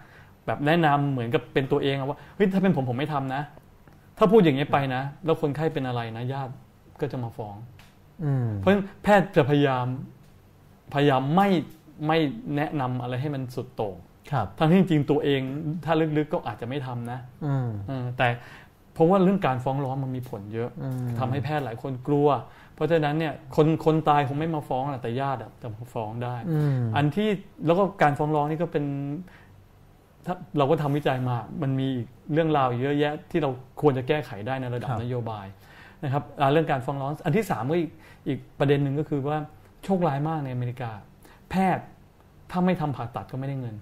แบบแนะนำเหมือนกับเป็นตัวเองว่าเฮ้ยถ้าเป็นผมผมไม่ทำนะถ้าพูดอย่างนี้ไปนะแล้วคนไข้เป็นอะไรนะญาติก็จะมาฟ้องเพราะฉะนั้นแพทย์จะพยายามพยายามไม่ไม่แนะนำอะไรให้มันสุดโต่งทั้งที่จริงๆตัวเองถ้าลึกๆก็อาจจะไม่ทำนะแต่เพราะว่าเรื่องการฟ้องร้องมันมีผลเยอะทำให้แพทย์หลายคนกลัวเพราะฉะนั้นเนี่ยคนคนตายคงไม่มาฟ้องแต่ญาติจะมาฟ้องได้อันที่แล้วก็การฟ้องร้องนี่ก็เป็นเราก็ทำวิจัยมามันมีเรื่องราวเยอะแยะที่เราควรจะแก้ไขได้ในระดับนโยบายนะครับเรื่องการฟ้องร้องอันที่สามก็อีกอีกประเด็นหนึ่งก็คือว่าโชคร้ายมากในอเมริกาแพทย์ถ้าไม่ทำผ่าตัดก็ไม่ได้เงิน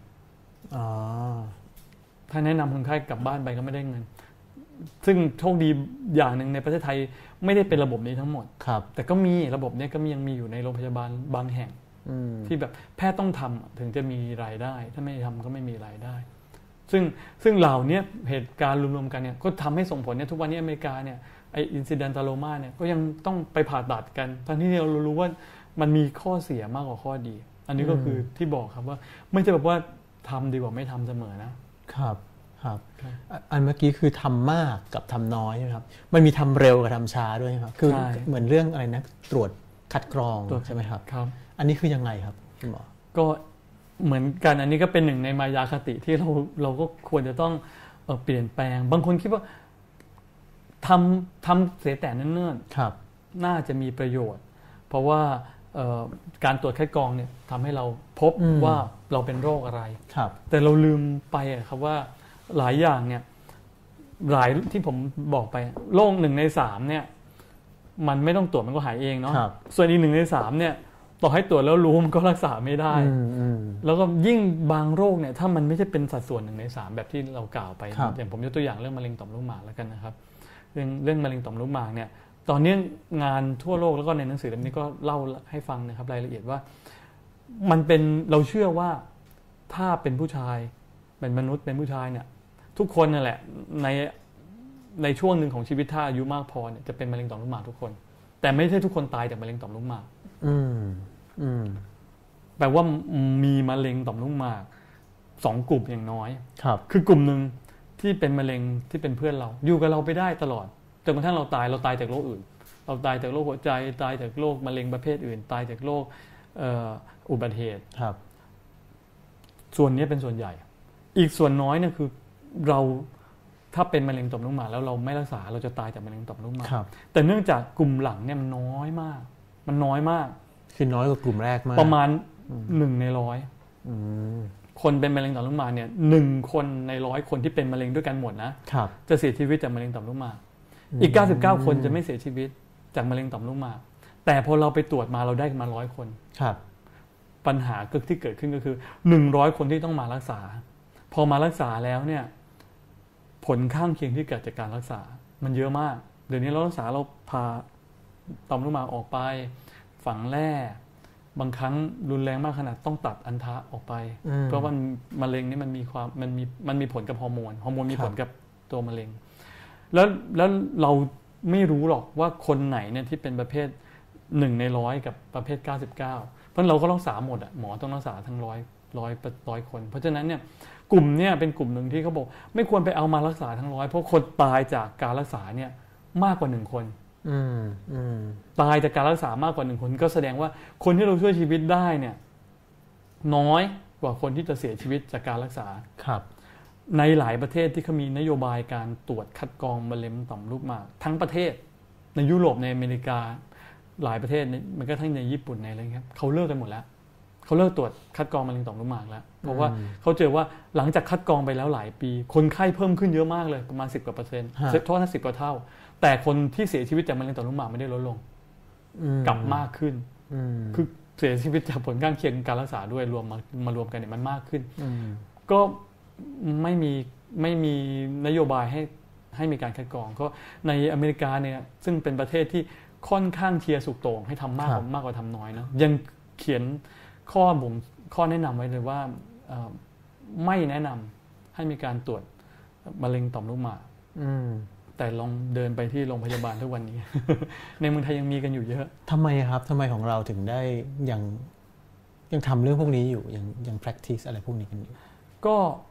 ถ้าแนะนำคนไข้กลับบ้านไปก็ไม่ได้เงินซึ่งโชคดีอย่างหนึ่งในประเทศไทยไม่ได้เป็นระบบนี้ทั้งหมดแต่ก็มีระบบนี้ก็ยังมีอยู่ในโรงพยาบาลบางแห่งที่แบบแพทย์ต้องทำถึงจะมีรายได้ถ้าไม่ทำก็ไม่มีรายได้ซึ่งซึ่งเหล่านี้เหตุการณ์รวมๆกันเนี่ยก็ทำให้ส่งผลเนี่ยทุกวันนี้อเมริกาเนี่ยไออินซิเดนตาโลมาเนี่ยก็ยังต้องไปผ่าตัดกันทั้งที่เรารู้ว่ามันมีข้อเสียมากกว่าข้อดีอันนี้ก็คือที่บอกครับว่าไม่ใช่แบบว่าทำดีกว่าไม่ทำเสมอนะครับครับอันเมื่อกี้คือทำมากกับทำน้อยใช่ไหมครับมันมีทำเร็วกับทำช้าด้วยครับคือเหมือนเรื่องอะไรนะตรวจคัดกรองใช่ไหมครับครับอันนี้คือยังไงครับคุณหมอก็เหมือนกันอันนี้ก็เป็นหนึ่งในมายาคติที่เราเราก็ควรจะต้องเอ่อเปลี่ยนแปลงบางคนคิดว่าทำทำเสียแต่เนิ่นๆน่าจะมีประโยชน์เพราะว่าการตรวจคัดกรองเนี่ยทำให้เราพบว่าเราเป็นโรคอะไรแต่เราลืมไปครับว่าหลายอย่างเนี่ยหลายที่ผมบอกไปโรคหนึ่งในสามเนี่ยมันไม่ต้องตรวจมันก็หายเองเนาะส่วนอีกหนึ่งในสามเนี่ยต่อให้ตรวจแล้วรู้มันก็รักษาไม่ได้แล้วก็ยิ่งบางโรคเนี่ยถ้ามันไม่ใช่เป็นสัดส่วนหนึ่งในสามแบบที่เรากล่าวไปอย่างผมยกตัวอย่างเรื่องมะเร็งต่อมลูกหมากแล้วกันนะครับเรื่องเรื่องมะเร็งต่อมลูกหมากเนี่ยตอนนี้งานทั่วโลกแล้วก็ในหนังสือเล่มนี้ก็เล่าให้ฟังนะครับรายละเอียดว่ามันเป็นเราเชื่อว่าถ้าเป็นผู้ชายเป็นมนุษย์เป็นผู้ชายเนี่ยทุกคนนั่นแหละในในช่วงหนึ่งของชีวิตถ้าอายุมากพอเนี่ยจะเป็นมะเร็งต่อมลูกหมากทุกคนแต่ไม่ใช่ทุกคนตายจากมะเร็งต่อมลูกหมากอืมอืมแปลว่ามีมะเร็งต่อมลูกหมากสองกลุ่มอย่างน้อยครับคือกลุ่มหนึ่งที่เป็นมะเร็งที่เป็นเพื่อนเราอยู่กับเราไปได้ตลอดจนกระทั่งเราตายเราตายจากโรคอื่นเราตายจากโรคหัวใจตายจากโรคมะเร็งประเภทอื่นตายจากโรคอุบัติเหตุครับส่วนนี้เป็นส่วนใหญ่อีกส่วนน้อยเนี่ยคือเราถ้าเป็นมะเร็งต่อมลูกหมากแล้วเราไม่รักษาเราจะตายจากมะเร็งต่อมลูกหมากแต่เนื่องจากกลุ่มหลังเนี่ยมันน้อยมากมันน้อยมากคือน้อยกว่ากลุ่มแรกมากประมาณหนึ่งในร้อยคนเป็นมะเร็งต่อมลูกหมากเนี่ยหนึ่งคนในร้อยคนที่เป็นมะเร็งด้วยกันหมดนะจะเสียชีวิตจากมะเร็งต่อมลูกหมากอีกเก้าสิบเก้าคนจะไม่เสียชีวิตจากมะเร็งต่อมลูกหมากแต่พอเราไปตรวจมาเราได้มาร้อยคนครับปัญหาที่เกิดขึ้นก็คือหนึ่งร้อยคนที่ต้องมารักษาพอมารักษาแล้วเนี่ยผลข้างเคียงที่เกิดจากการรักษามันเยอะมากเดี๋ยวนี้เรารักษาเราพาต่อมลูกหมากออกไปฝังแร่บางครั้งรุนแรงมากขนาดต้องตัดอัณฑะออกไปเพราะว่ามะเร็งนี่มันมีความมันมีมันมีผลกับฮอร์โมนฮอร์โมนมีผลกับตัวมะเร็งแล้วแล้วเราไม่รู้หรอกว่าคนไหนเนี่ยที่เป็นประเภทหนึ่งในร้อยกับประเภทเก้าสิบเก้าเพราะเราก็รักษาหมดอ่ะหมอต้องรักษาทั้งร้อยร้อยร้อยคนเพราะฉะนั้นเนี่ยกลุ่มเนี่ยเป็นกลุ่มหนึ่งที่เขาบอกไม่ควรไปเอามารักษาทั้งร้อยเพราะคนตายจากการรักษาเนี่ยมากกว่าหนึ่งคนตายจากการรักษามากกว่าหนึ่งคนก็แสดงว่าคนที่เราช่วยชีวิตได้เนี่ยน้อยกว่าคนที่จะเสียชีวิตจากการรักษาครับในหลายประเทศที่เขามีนโยบายการตรวจคัดกรองมะเร็งต่อมลูกหมากทั้งประเทศในยุโรปในอเมริกาหลายประเทศมันก็ทั้งในญี่ปุ่นในอะไรเงี้ยเขาเลิกกันหมดแล้วเขาเลิกตรวจคัดกรองมะเร็งต่อมลูกหมากแล้วเพราะว่าเขาเจอว่าหลังจากคัดกรองไปแล้วหลายปีคนไข้เพิ่มขึ้นเยอะมากเลยประมาณสิบกว่าเปอร์เซ็นต์โทษนะสิบกว่าเท่าแต่คนที่เสียชีวิตจากมะเร็งต่อมลูกหมากไม่ได้ลดลงกลับมากขึ้นคือเสียชีวิตจากผลข้างเคียงการรักษาด้วยรวมมามารวมกันเนี่ยมันมากขึ้นก็ไม่มีไม่มีนโยบายให้ให้มีการคัดกรองก็ในอเมริกาเนี่ยซึ่งเป็นประเทศที่ค่อนข้างเชียร์สุกโต่งให้ทำมากกว่ามากกว่าทำน้อยนะยังเขียนข้อบ่งข้อแนะนำไว้เลยว่าไม่แนะนำให้มีการตรวจมะเร็งต่อมลูกหมากแต่ลองเดินไปที่โรงพยาบาลทุกวันนี้ ในเมืองไทยยังมีกันอยู่เยอะทำไมครับทำไมของเราถึงได้ยังยังทำเรื่องพวกนี้อยู่ยังยัง practice อะไรพวกนี้กันอยู่ก็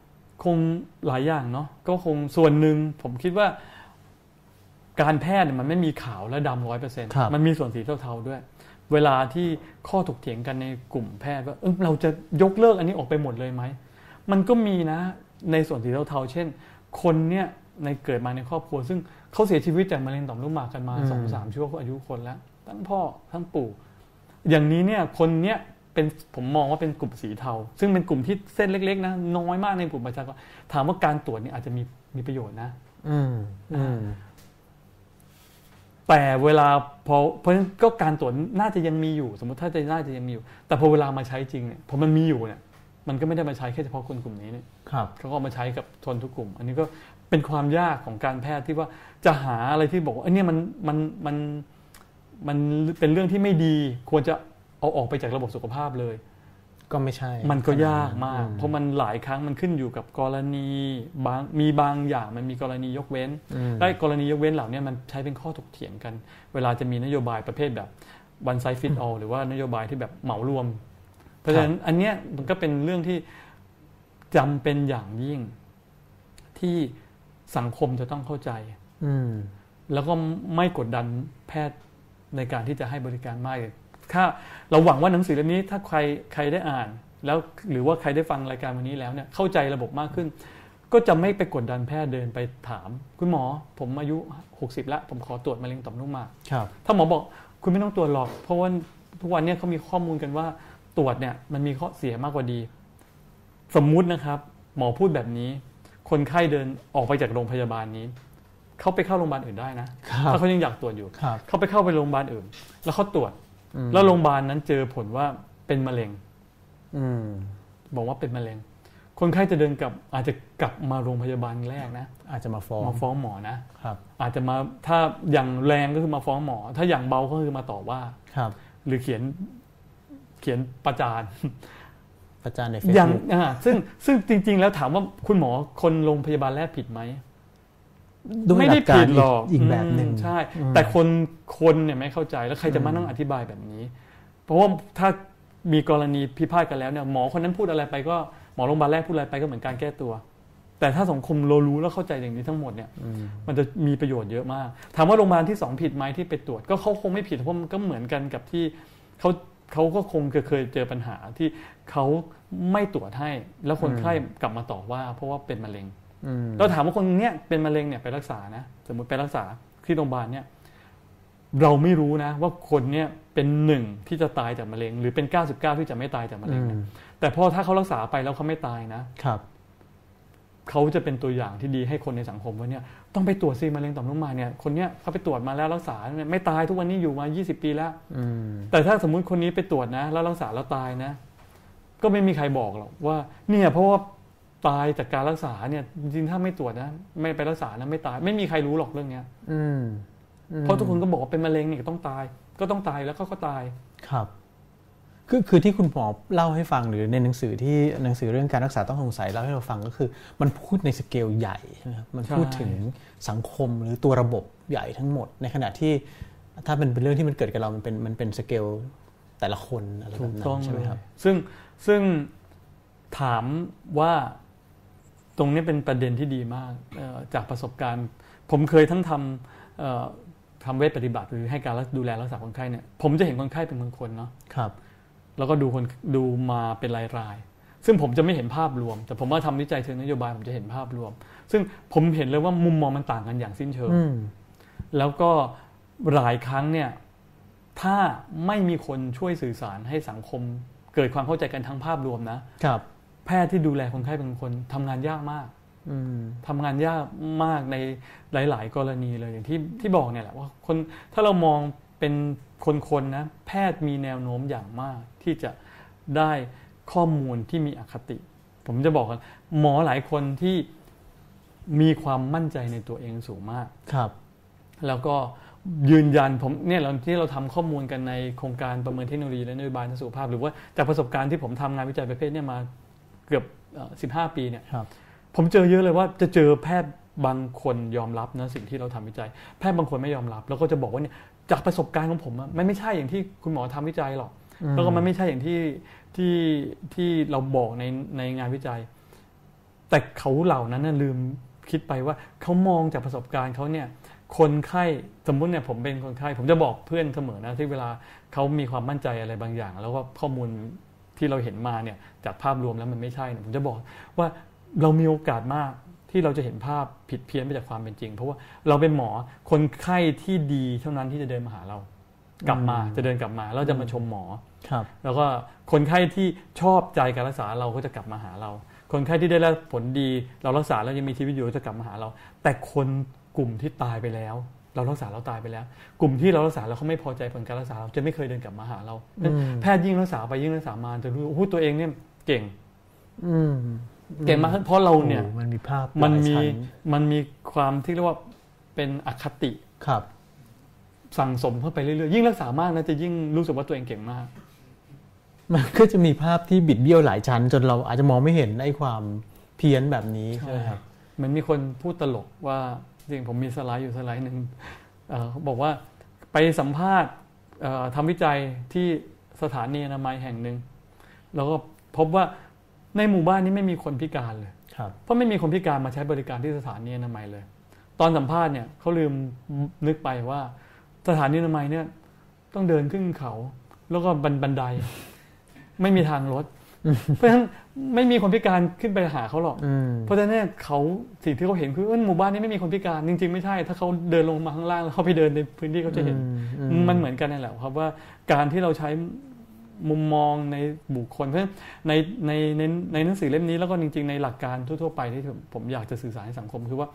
คงหลายอย่างเนาะก็คงส่วนหนึ่งผมคิดว่าการแพทย์มันไม่มีขาวและดำร้อยเปอร์เซ็นต์มันมีส่วนสีเทาๆด้วยเวลาที่ข้อถกเถียงกันในกลุ่มแพทย์ว่าเออเราจะยกเลิกอันนี้ออกไปหมดเลยไหมมันก็มีนะในส่วนสีเทาๆเช่นคนเนี่ยในเกิดมาในครอบครัวซึ่งเขาเสียชีวิตจากมะเร็งต่อมลูกหมากกันมาสองสามชั่วอายุคนแล้วทั้งพ่อทั้งปู่อย่างนี้เนี่ยคนเนี้ยเป็นผมมองว่าเป็นกลุ่มสีเทาซึ่งเป็นกลุ่มที่เส้นเล็กๆนะน้อยมากในกลุ่มประชากรถามว่าการตรวจนี่อาจจะมีมีประโยชน์นะอืมอืมแต่เวลาพอเพราะฉะนั้นก็การตรวจน่าจะยังมีอยู่สมมติถ้าจะน่าจะยังมีอยู่แต่พอเวลามาใช้จริงเนี่ยพอมันมีอยู่เนี่ยมันก็ไม่ได้มาใช้แค่เฉพาะคนกลุ่มนี้เนี่ยเขาก็มาใช้กับชนทุกกลุ่มอันนี้ก็เป็นความยากของการแพทย์ที่ว่าจะหาอะไรที่บอกว่าอันนี้มันมันมันมันเป็นเรื่องที่ไม่ดีควรจะเอาออกไปจากระบบสุขภาพเลยก็ไม่ใช่มันก็ยากมากเพราะมันหลายครั้งมันขึ้นอยู่กับกรณีบางมีบางอย่างมันมีกรณียกเว้นและกรณียกเว้นเหล่านี้มันใช้เป็นข้อถกเถียงกันเวลาจะมีนโยบายประเภทแบบ one size fit all หรือว่านโยบายที่แบบเหมารวมเพราะฉะนั้นอันเนี้ยมันก็เป็นเรื่องที่จำเป็นอย่างยิ่งที่สังคมจะต้องเข้าใจแล้วก็ไม่กดดันแพทย์ในการที่จะให้บริการมากถ้าเราหวังว่าหนังสือเล่มนี้ถ้าใครใครได้อ่านแล้วหรือว่าใครได้ฟังรายการวันนี้แล้วเนี่ยเข้าใจระบบมากขึ้นก็จะไม่ไปกดดันแพทย์เดินไปถามคุณหมอผมอายุหกสิบแล้วผมขอตรวจมะเร็งต่อมลูกหมากถ้าหมอบอกคุณไม่ต้องตรวจหรอกเพราะว่าทุกวันนี้เขามีข้อมูลกันว่าตรวจเนี่ยมันมีข้อเสียมากกว่าดีสมมุตินะครับหมอพูดแบบนี้คนไข้เดินออกไปจากโรงพยาบาลนี้เขาไปเข้าโรงพยาบาลอื่นได้นะถ้าเขายังอยากตรวจอยู่เขาไปเข้าไปโรงพยาบาลอื่นแล้วเขาตรวจแล้วโรงพยาบาลนั้นเจอผลว่าเป็นมะเร็งบอกว่าเป็นมะเร็งคนไข้จะเดินกลับอาจจะกลับมาโรงพยาบาลแรกนะอาจจะมาฟ้องมาฟ้องหมอนะครับอาจจะมาถ้าอย่างแรงก็คือมาฟ้องหมอถ้าอย่างเบาก็คือมาต่อว่าครับหรือเขียนเขียนประจานประจานใน Facebook อย่างอ่าซึ่งซึ่งจริงๆแล้วถามว่าคุณหมอคนโรงพยาบาลแรกผิดไหมไม่ได้ผิดหรอกอีกแบบหนึ่งใช่แต่คนคนเนี่ยไม่เข้าใจแล้วใครจะมานั่งอธิบายแบบนี้เพราะว่าถ้ามีกรณีพิพาทกันแล้วเนี่ยหมอคนนั้นพูดอะไรไปก็หมอโรงพยาบาลแรกพูดอะไรไปก็เหมือนการแก้ตัวแต่ถ้าสังคมเรารู้แล้วเข้าใจอย่างนี้ทั้งหมดเนี่ยมันจะมีประโยชน์เยอะมากถามว่าโรงพยาบาลที่สองผิดไหมที่ไปตรวจก็เขาคงไม่ผิดเพราะมันก็เหมือนกันกับที่เขาเขาก็คงเคยเจอปัญหาที่เขาไม่ตรวจให้แล้วคนไข้กลับมาต่อว่าเพราะว่าเป็นมะเร็งเราถามว่าคนเนี้ยเป็นมะเร็งเนี่ยไปรักษานะสมมติไปรักษาที่โรงพยาบาลเนี่ยเราไม่รู้นะว่าคนเนี้ยเป็นหนึ่งที่จะตายจากมะเร็งหรือเป็นเก้าสิบเก้าที่จะไม่ตายจากมะเร็งแต่พอถ้าเขารักษาไปแล้วเขาไม่ตายนะครับเขาจะเป็นตัวอย่างที่ดีให้คนในสังคมว่าเนี่ยต้องไปตรวจซิมะเร็งต่อมลูกหมากเนี่ยคนเนี้ยเขาไปตรวจมาแล้วรักษาไม่ตายทุกวันนี้อยู่มายี่สิบปีแล้วแต่ถ้าสมมุติคนนี้ไปตรวจนะแล้วรักษาแล้วตายนะก็ไม่มีใครบอกหรอกว่าเนี่ยเพราะว่าตายจากการรักษาเนี่ยจริงๆถ้าไม่ตรวจนะไม่ไปรักษานะไม่ตายไม่มีใครรู้หรอกเรื่องนี้เพราะทุกคนก็บอกว่าเป็นมะเร็งเนี่ยต้องตายก็ต้องตายแล้วก็ก็ตายครับคือคือที่คุณหมอเล่าให้ฟังหรือในหนังสือที่หนังสือเรื่องการรักษาต้องสงสัยเล่าให้เราฟังก็คือมันพูดในสเกลใหญ่นะครับมันพูดถึงสังคมหรือตัวระบบใหญ่ทั้งหมดในขณะที่ถ้าเป็นเป็นเรื่องที่มันเกิดกับเรามันเป็นมันเป็นสเกลแต่ละคนอะไรแบบนั้นใช่ไหมครับซึ่งซึ่งถามว่าตรงนี้เป็นประเด็นที่ดีมากจากประสบการณ์ผมเคยทั้งทำทำเวชปฏิบัติหรือให้การดูแลรักษาคนไข้เนี่ยผมจะเห็นคนไข้เป็นคนๆเนาะครับแล้วก็ดูคนดูมาเป็นรายๆซึ่งผมจะไม่เห็นภาพรวมแต่ผมว่าทำวิจัยเชิงนโยบายผมจะเห็นภาพรวมซึ่งผมเห็นเลยว่ามุมมองมันต่างกันอย่างสิ้นเชิงแล้วก็หลายครั้งเนี่ยถ้าไม่มีคนช่วยสื่อสารให้สังคมเกิดความเข้าใจกันทั้งภาพรวมนะครับแพทย์ที่ดูแลคนไข้เป็นคนทำงานยากมากทำงานยากมากในหลายๆกรณีเลยอย่างที่ที่บอกเนี่ยแหละว่าคนถ้าเรามองเป็นคนๆนะแพทย์มีแนวโน้มอย่างมากที่จะได้ข้อมูลที่มีอคติผมจะบอกกันหมอหลายคนที่มีความมั่นใจในตัวเองสูงมากครับแล้วก็ยืนยันผมเนี่ยเราที่เราทำข้อมูลกันในโครงการประเมินเทคโนโลยีและนโยบายทางสุขภาพหรือว่าจากประสบการณ์ที่ผมทำงานวิจัยประเภทเนี่ยมาเกือบสิบห้าปีเนี่ยผมเจอเยอะเลยว่าจะเจอแพทย์บางคนยอมรับนะสิ่งที่เราทำวิจัยแพทย์บางคนไม่ยอมรับแล้วก็จะบอกว่าเนี่ยจากประสบการณ์ของผมมันไม่ใช่อย่างที่คุณหมอทำวิจัยหรอกแล้วก็มันไม่ใช่อย่างที่ที่ที่เราบอกในในงานวิจัยแต่เขาเหล่านั้นนะลืมคิดไปว่าเขามองจากประสบการณ์เขาเนี่ยคนไข้สมมุติเนี่ยผมเป็นคนไข้ผมจะบอกเพื่อนเสมอนะที่เวลาเขามีความมั่นใจอะไรบางอย่างแล้วก็ข้อมูลที่เราเห็นมาเนี่ยจากภาพรวมแล้วมันไม่ใช่ผมจะบอกว่าเรามีโอกาสมากที่เราจะเห็นภาพผิดเพี้ยนไปจากความเป็นจริงเพราะว่าเราเป็นหมอคนไข้ที่ดีเท่านั้นที่จะเดินมาหาเรากลับมาจะเดินกลับมาแล้วจะมาชมหมอแล้วก็คนไข้ที่ชอบใจการรักษาเราก็จะกลับมาหาเราคนไข้ที่ได้รับผลดีเรารักษาแล้วยังมีชีวิตอยู่จะกลับมาหาเราแต่คนกลุ่มที่ตายไปแล้วเรารักษาเราตายไปแล้วกลุ่มที่เรารักษาแล้วเขาไม่พอใจผลการรักษาเราจะไม่เคยเดินกลับมาหาเราแพทย์ยิ่งรักษาไปยิ่งรักษามาจะรู้ว่าตัวเองเนี่ยเก่งเก่งมากเพราะเราเนี่ยมันมีภาพมันมีมันมีความที่เรียกว่าเป็นอคติครับสั่งสมเข้าไปเรื่อยๆยิ่งรักษามากนะจะยิ่งรู้สึกว่าตัวเองเก่งมากมันก็จะมีภาพที่บิดเบี้ยวหลายชั้นจนเราอาจจะมองไม่เห็นไอ้ความเพี้ยนแบบนี้ใช่ไหมครับมันมีคนพูดตลกว่าจริงผมมีสไลด์อยู่สไลด์หนึ่งเขาบอกว่าไปสัมภาษณ์ทำวิจัยที่สถานีอนามัยแห่งหนึ่งแล้วก็พบว่าในหมู่บ้านนี้ไม่มีคนพิการเลยเพราะไม่มีคนพิการมาใช้บริการที่สถานีอนามัยเลยตอนสัมภาษณ์เนี่ยเขาลืมนึกไปว่าสถานีอนามัยเนี่ยต้องเดินขึ้นเขาแล้วก็บันไดไม่มีทางรถเพราะฉะนั้นไม่มีคนพิการขึ้นไปหาเขาหรอกเพราะฉะนั้นเขาสิ่งที่เขาเห็นคือหมู่บ้านนี้ไม่มีคนพิการจริงๆไม่ใช่ถ้าเขาเดินลงมาข้างล่างแล้วเขาไปเดินในพื้นที่เขาจะเห็นมันเหมือนกันนั่นแหละครับว่าการที่เราใช้มุมมองในบุคคลเพราะในในในในหนังสือเล่มนี้แล้วก็จริงๆในหลักการทั่วๆไปที่ผมอยากจะสื่อสารให้สังคมคือว่า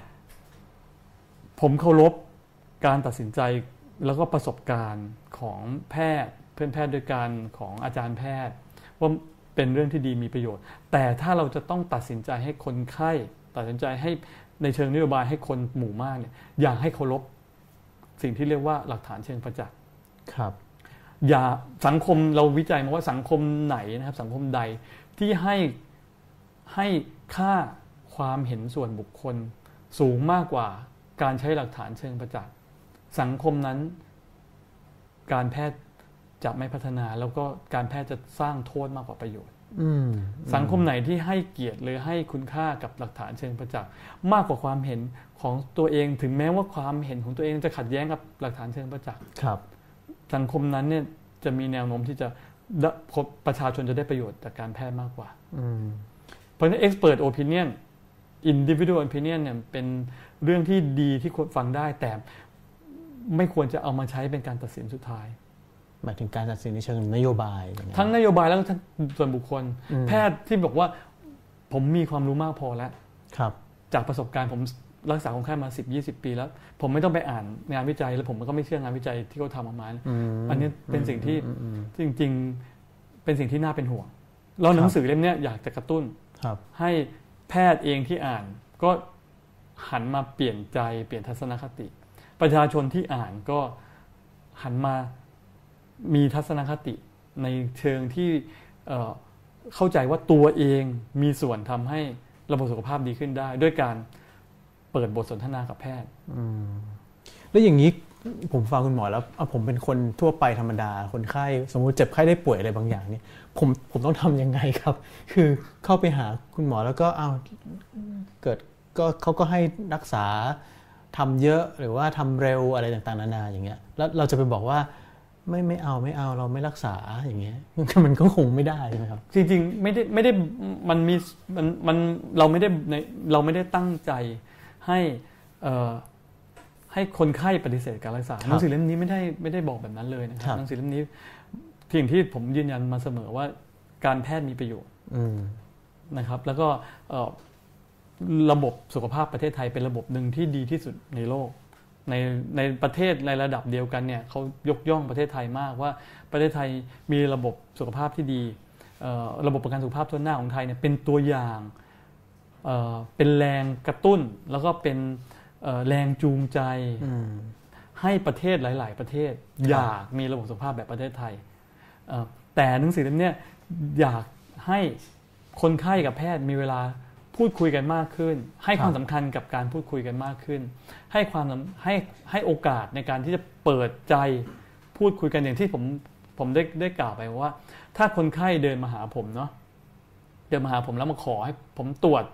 ผมเคารพการตัดสินใจแล้วก็ประสบการณ์ของแพทย์เพื่อนแพทย์ด้วยกันของอาจารย์แพทย์ว่าเป็นเรื่องที่ดีมีประโยชน์แต่ถ้าเราจะต้องตัดสินใจให้คนไข้ตัดสินใจให้ในเชิงนโยบายให้คนหมู่มากเนี่ยอยากให้เคารพสิ่งที่เรียกว่าหลักฐานเชิงประจักษ์ครับอย่าสังคมเราวิจัยมาว่าสังคมไหนนะครับสังคมใดที่ให้ให้ค่าความเห็นส่วนบุคคลสูงมากกว่าการใช้หลักฐานเชิงประจักษ์สังคมนั้นการแพทย์จะไม่พัฒนาแล้วก็การแพทย์จะสร้างโทษมากกว่าประโยชน์สังคมไหนที่ให้เกียรติหรือให้คุณค่ากับหลักฐานเชิงประจักษ์มากกว่าความเห็นของตัวเองถึงแม้ว่าความเห็นของตัวเองจะขัดแย้งกับหลักฐานเชิงประจักษ์สังคมนั้นเนี่ยจะมีแนวโน้มที่จะประชาชนจะได้ประโยชน์จากการแพทย์มากกว่าเพราะฉะนั้น expert opinion individual opinion เนี่ยเป็นเรื่องที่ดีที่ควรฟังได้แต่ไม่ควรจะเอามาใช้เป็นการตัดสินสุดท้ายหมายถึงการตัดสินในเชิงนโยบายทั้งนโยบายแล้วทั้งส่วนบุคคลแพทย์ที่บอกว่าผมมีความรู้มากพอแล้วจากประสบการณ์ผมรักษาคนไข้มา สิบ ยี่สิบ ปีแล้วผมไม่ต้องไปอ่านงานวิจัยแล้วผมก็ไม่เชื่องานวิจัยที่เขาทำออกมาอันนี้เป็นสิ่งที่จริงๆเป็นสิ่งที่น่าเป็นห่วงแล้วหนังสือเล่มนี้อยากจะกระตุ้นให้แพทย์เองที่อ่านก็หันมาเปลี่ยนใจเปลี่ยนทัศนคติประชาชนที่อ่านก็หันมามีทัศนคติในเชิงที่เอ่อเข้าใจว่าตัวเองมีส่วนทำให้ระบบสุขภาพดีขึ้นได้ด้วยการเปิดบทสนทนากับแพทย์แล้วอย่างนี้ผมฟังคุณหมอแล้วผมเป็นคนทั่วไปธรรมดาคนไข้สมมุติเจ็บไข้ได้ป่วยอะไรบางอย่างนี่ผมผมต้องทำยังไงครับคือเข้าไปหาคุณหมอแล้วก็เอาเกิดก็เขาก็ให้รักษาทำเยอะหรือว่าทำเร็วอะไรต่างๆนานาอย่างเงี้ยแล้วเราจะไปบอกว่าไม่ไม่เอาไม่เอาเราไม่รักษาอย่างเงี้ยมันก็คงไม่ได้ใช่ไหมครับจริงๆไม่ได้ไม่ได้มันมีมันมันเราไม่ได้เราไม่ได้ตั้งใจให้เอ่อให้คนไข้ปฏิเสธการรักษาหนังสือเล่มนี้ไม่ได้ไม่ได้บอกแบบนั้นเลยนะครับหนังสือเล่มนี้สิ่งที่ผมยืนยันมาเสมอว่าการแพทย์มีประโยชน์นะครับแล้วก็ระบบสุขภาพประเทศไทยเป็นระบบหนึ่งที่ดีที่สุดในโลกในในประเทศในระดับเดียวกันเนี่ยเขายกย่องประเทศไทยมากว่าประเทศไทยมีระบบสุขภาพที่ดีระบบประกันสุขภาพทั่วหน้าของไทยเนี่ยเป็นตัวอย่างเป็นแรงกระตุ้นแล้วก็เป็นแรงจูงใจให้ประเทศหลายๆประเทศอยากมีระบบสุขภาพแบบประเทศไทยแต่หนังสือเล่มนี้อยากให้คนไข้กับแพทย์มีเวลาพูดคุยกันมากขึ้นให้ความสำคัญกับการพูดคุยกันมากขึ้นให้ความให้ให้โอกาสในการที่จะเปิดใจพูดคุยกันอย่างที่ผมผมได้ได้กล่าวไปว่าถ้าคนไข้เดินมาหาผมเนาะเดินมาหาผมแล้วมาขอให้ผมตรวจ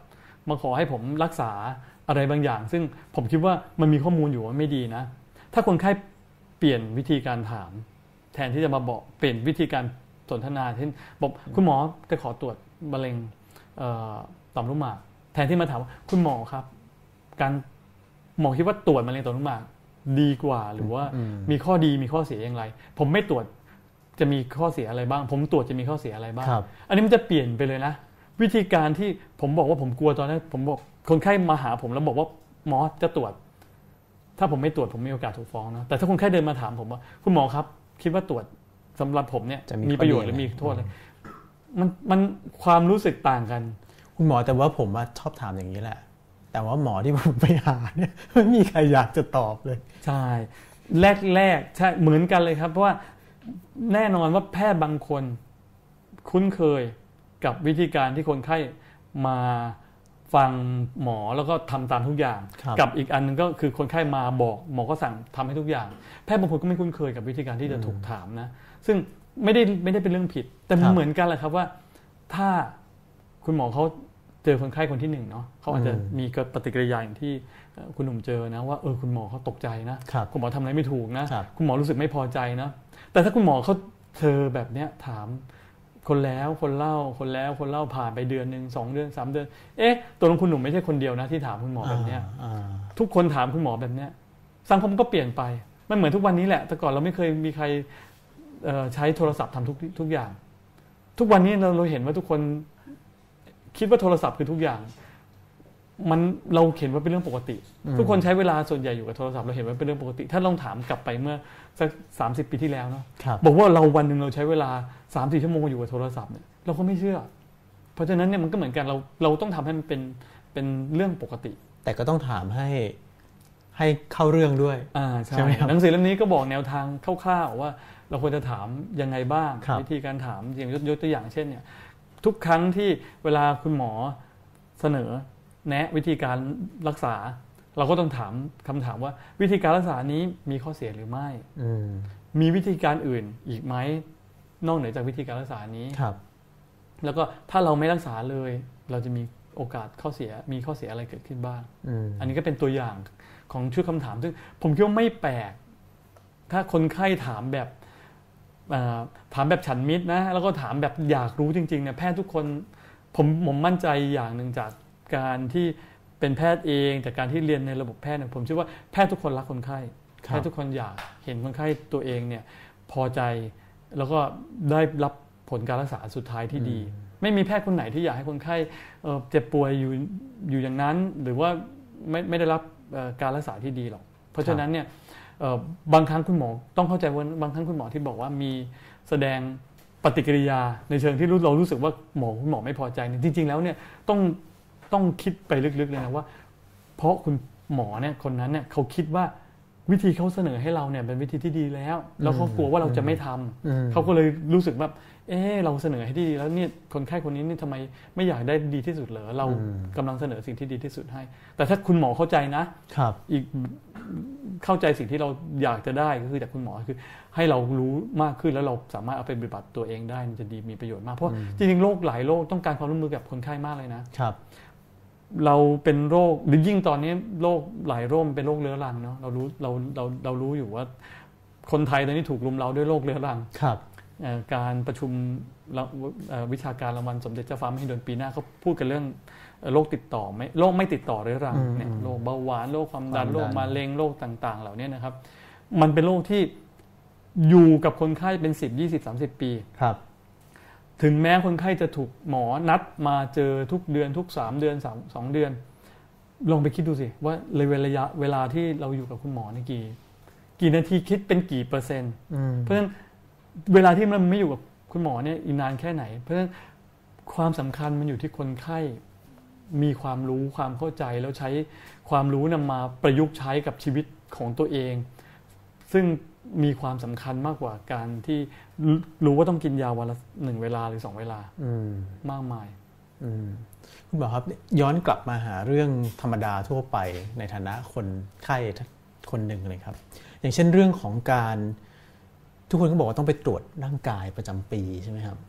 มาขอให้ผมรักษาอะไรบางอย่างซึ่งผมคิดว่ามันมีข้อมูลอยู่ว่าไม่ดีนะถ้าคนไข้เปลี่ยนวิธีการถามแทนที่จะมาบอกเปลี่ยนวิธีการสนทนาเช่นบอกคุณหมอจะขอตรวจมะเร็งต่อมลูกหมากแทนที่มาถามว่าคุณหมอครับการหมอคิดว่าตรวจมะเร็งต่อมลูกหมากดีกว่าหรือว่ามีข้อดีมีข้อเสียอย่างไรผมไม่ตรวจจะมีข้อเสียอะไรบ้างผมตรวจจะมีข้อเสียอะไรบ้างอันนี้มันจะเปลี่ยนไปเลยนะวิธีการที่ผมบอกว่าผมกลัวตอนนั้นผมบอกคนไข้มาหาผมแล้วบอกว่าหมอจะตรวจถ้าผมไม่ตรวจผมมีโอกาสถูกฟ้องนะแต่ถ้าคนไข้เดินมาถามผมว่าคุณหมอครับคิดว่าตรวจสำหรับผมเนี่ยมีประโยชน์หรือมีโทษอะไรมันมันความรู้สึกต่างกันคุณหมอแต่ว่าผมชอบถามอย่างนี้แหละแต่ว่าหมอที่ผมไปหาเนี่ยไม่มีใครอยากจะตอบเลยใช่แรกๆใช่เหมือนกันเลยครับเพราะว่าแน่นอนว่าแพทย์บางคนคุ้นเคยกับวิธีการที่คนไข้มาฟังหมอแล้วก็ทำตามทุกอย่างกับอีกอันนึงก็คือคนไข้มาบอกหมอก็สั่งทำให้ทุกอย่างแพทย์บางคนก็ไม่คุ้นเคยกับวิธีการที่จะถูกถามนะซึ่งไม่ได้ไม่ได้เป็นเรื่องผิดแต่เหมือนกันแหละครับว่าถ้าคุณหมอเขาเจอคนไข้คนที่หนึ่งเนาะเขาอาจจะมีปฏิกิริยาอย่างที่คุณหนุ่มเจอนะว่าเออคุณหมอเขาตกใจนะคุณหมอทำอะไรไม่ถูกนะคุณหมอรู้สึกไม่พอใจนะแต่ถ้าคุณหมอเขาเจอแบบเนี้ยถามคนแล้วคนเล่าคนแล้วคนเล่าผ่านไปเดือนหนึ่งสองเดือนสามเดือนเอ๊ะตัวคุณหนุ่มไม่ใช่คนเดียวนะที่ถามคุณหมอแบบเนี้ยทุกคนถามคุณหมอแบบเนี้ยสังคมก็เปลี่ยนไปมันเหมือนทุกวันนี้แหละแต่ก่อนเราไม่เคยมีใครใช้โทรศัพท์ทำทุกทุกอย่างทุกวันนี้เราเราเห็นว่าทุกคนคิดว่าโทรศัพท์คือทุกอย่างมันเราเห็นว่าเป็นเรื่องปกติทุกคนใช้เวลาส่วนใหญ่อยู่กับโทรศัพท์เราเห็นว่าเป็นเรื่องปกติถ้าลองถามกลับไปเมื่อสักสามสิบปีที่แล้วเนาะบอกว่าเราวันนึงเราใช้เวลา สามถึงสี่ ชั่วโมงอยู่กับโทรศัพท์เนี่ยเราก็ไม่เชื่อเพราะฉะนั้นเนี่ยมันก็เหมือนกันเราเราต้องทำให้มันเป็นเป็นเรื่องปกติแต่ก็ต้องถามให้ให้เข้าเรื่องด้วยอ่าใช่หนังสือเล่มนี้ก็บอกแนวทางคร่าวๆว่าเราควรจะถามยังไงบ้างวิธีการถามอย่างยกตัวอย่างเช่นเนี่ยทุกครั้งที่เวลาคุณหมอเสนอแนะวิธีการรักษาเราก็ต้องถามคำถามว่าวิธีการรักษานี้มีข้อเสียหรือไม่มีวิธีการอื่นอีกไหมนอกเหนือจากวิธีการรักษานี้แล้วก็ถ้าเราไม่รักษาเลยเราจะมีโอกาสข้อเสียมีข้อเสียอะไรเกิดขึ้นบ้าง อ, อันนี้ก็เป็นตัวอย่างของชุดคำถามซึ่งผมคิดว่าไม่แปลกถ้าคนไข้ถามแบบถามแบบฉันมิตรนะแล้วก็ถามแบบอยากรู้จริงๆเนี่ยแพทย์ทุกคนผมผมมั่นใจอย่างหนึ่งจากการที่เป็นแพทย์เองจากการที่เรียนในระบบแพทย์เนี่ยผมเชื่อว่าแพทย์ทุกคนรักคนไข้แพทย์ทุกคนอยากเห็นคนไข้ตัวเองเนี่ยพอใจแล้วก็ได้รับผลการรักษาสุดท้ายที่ดีไม่มีแพทย์คนไหนที่อยากให้คนไข้เจ็บป่วยอยู่อยู่อย่างนั้นหรือว่าไม่ไม่ได้รับการรักษาที่ดีหรอกเพราะฉะนั้นเนี่ยบางครั้งคุณหมอต้องเข้าใจว่าบางครั้งคุณหมอที่บอกว่ามีแสดงปฏิกิริยาในเชิงที่เรารู้สึกว่าหมอคุณหมอไม่พอใจจริงๆแล้วเนี่ยต้องต้องคิดไปลึกๆเลยนะว่าเพราะคุณหมอเนี่ยคนนั้นเนี่ยเขาคิดว่าวิธีเขาเสนอให้เราเนี่ยเป็นวิธีที่ดีแล้วแล้วเขากลัวว่าเราจะไม่ทำเขาก็เลยรู้สึกแบบเออเราเสนอให้ดีแล้วเนี่ยคนไข้คนนี้นี่ทำไมไม่อยากได้ดีที่สุดเหรอเรากำลังเสนอสิ่งที่ดีที่สุดให้แต่ถ้าคุณหมอเข้าใจนะครับอีกเข้าใจสิ่งที่เราอยากจะได้ก็คือจากคุณหมอคือให้เรารู้มากขึ้นแล้วเราสามารถเอาไปปฏิบัติตัวเองได้มันจะดีมีประโยชน์มากเพราะจริงๆโรคหลายโรคต้องการความร่วมมือกับคนไข้มากเลยนะครับเราเป็นโรคหรือยิ่งตอนนี้โรคหลายโรคเป็นโรคเรื้อรังเนาะเรารู้เราเราเรารู้อยู่ว่าคนไทยตอนนี้ถูกรุมเร้าด้วยโรคเรื้อรังครับการประชุมวิชาการรางวัลสมเด็จเจ้าฟ้ามหิดลปีหน้าเขาพูดกันเรื่องโรคติดต่อไม่โรคไม่ติดต่อเรื้อรังเนี่ยโรคเบาหวานโรคความดันโรคมะเร็งโรคต่างๆเหล่านี้นะครับมันเป็นโรคที่อยู่กับคนไข้เป็นสิบ ยี่สิบ สามสิบปีครับถึงแม้คนไข้จะถูกหมอนัดมาเจอทุกเดือนทุกสามเดือนสาม สองเดือนลองไปคิดดูสิว่าระยะเวลาที่เราอยู่กับคุณหมอนี่กี่กี่นาทีคิดเป็นกี่เปอร์เซ็นต์เพราะฉะนั้นเวลาที่มันไม่อยู่กับคุณหมอเนี่ยอีกนานแค่ไหนเพราะฉะนั้นความสำคัญมันอยู่ที่คนไข้มีความรู้ความเข้าใจแล้วใช้ความรู้นำมาประยุกต์ใช้กับชีวิตของตัวเองซึ่งมีความสำคัญมากกว่าการที่รู้ว่าต้องกินยาวันละหนึ่งเวลาหรือสองเวลามากมายคุณหมอครับย้อนกลับมาหาเรื่องธรรมดาทั่วไปในฐานะคนไข้คนหนึ่งเลยครับอย่างเช่นเรื่องของการทุกคนก็บอกว่าต้องไปตรวจร่างกายประจำปีใช่ไหมครับ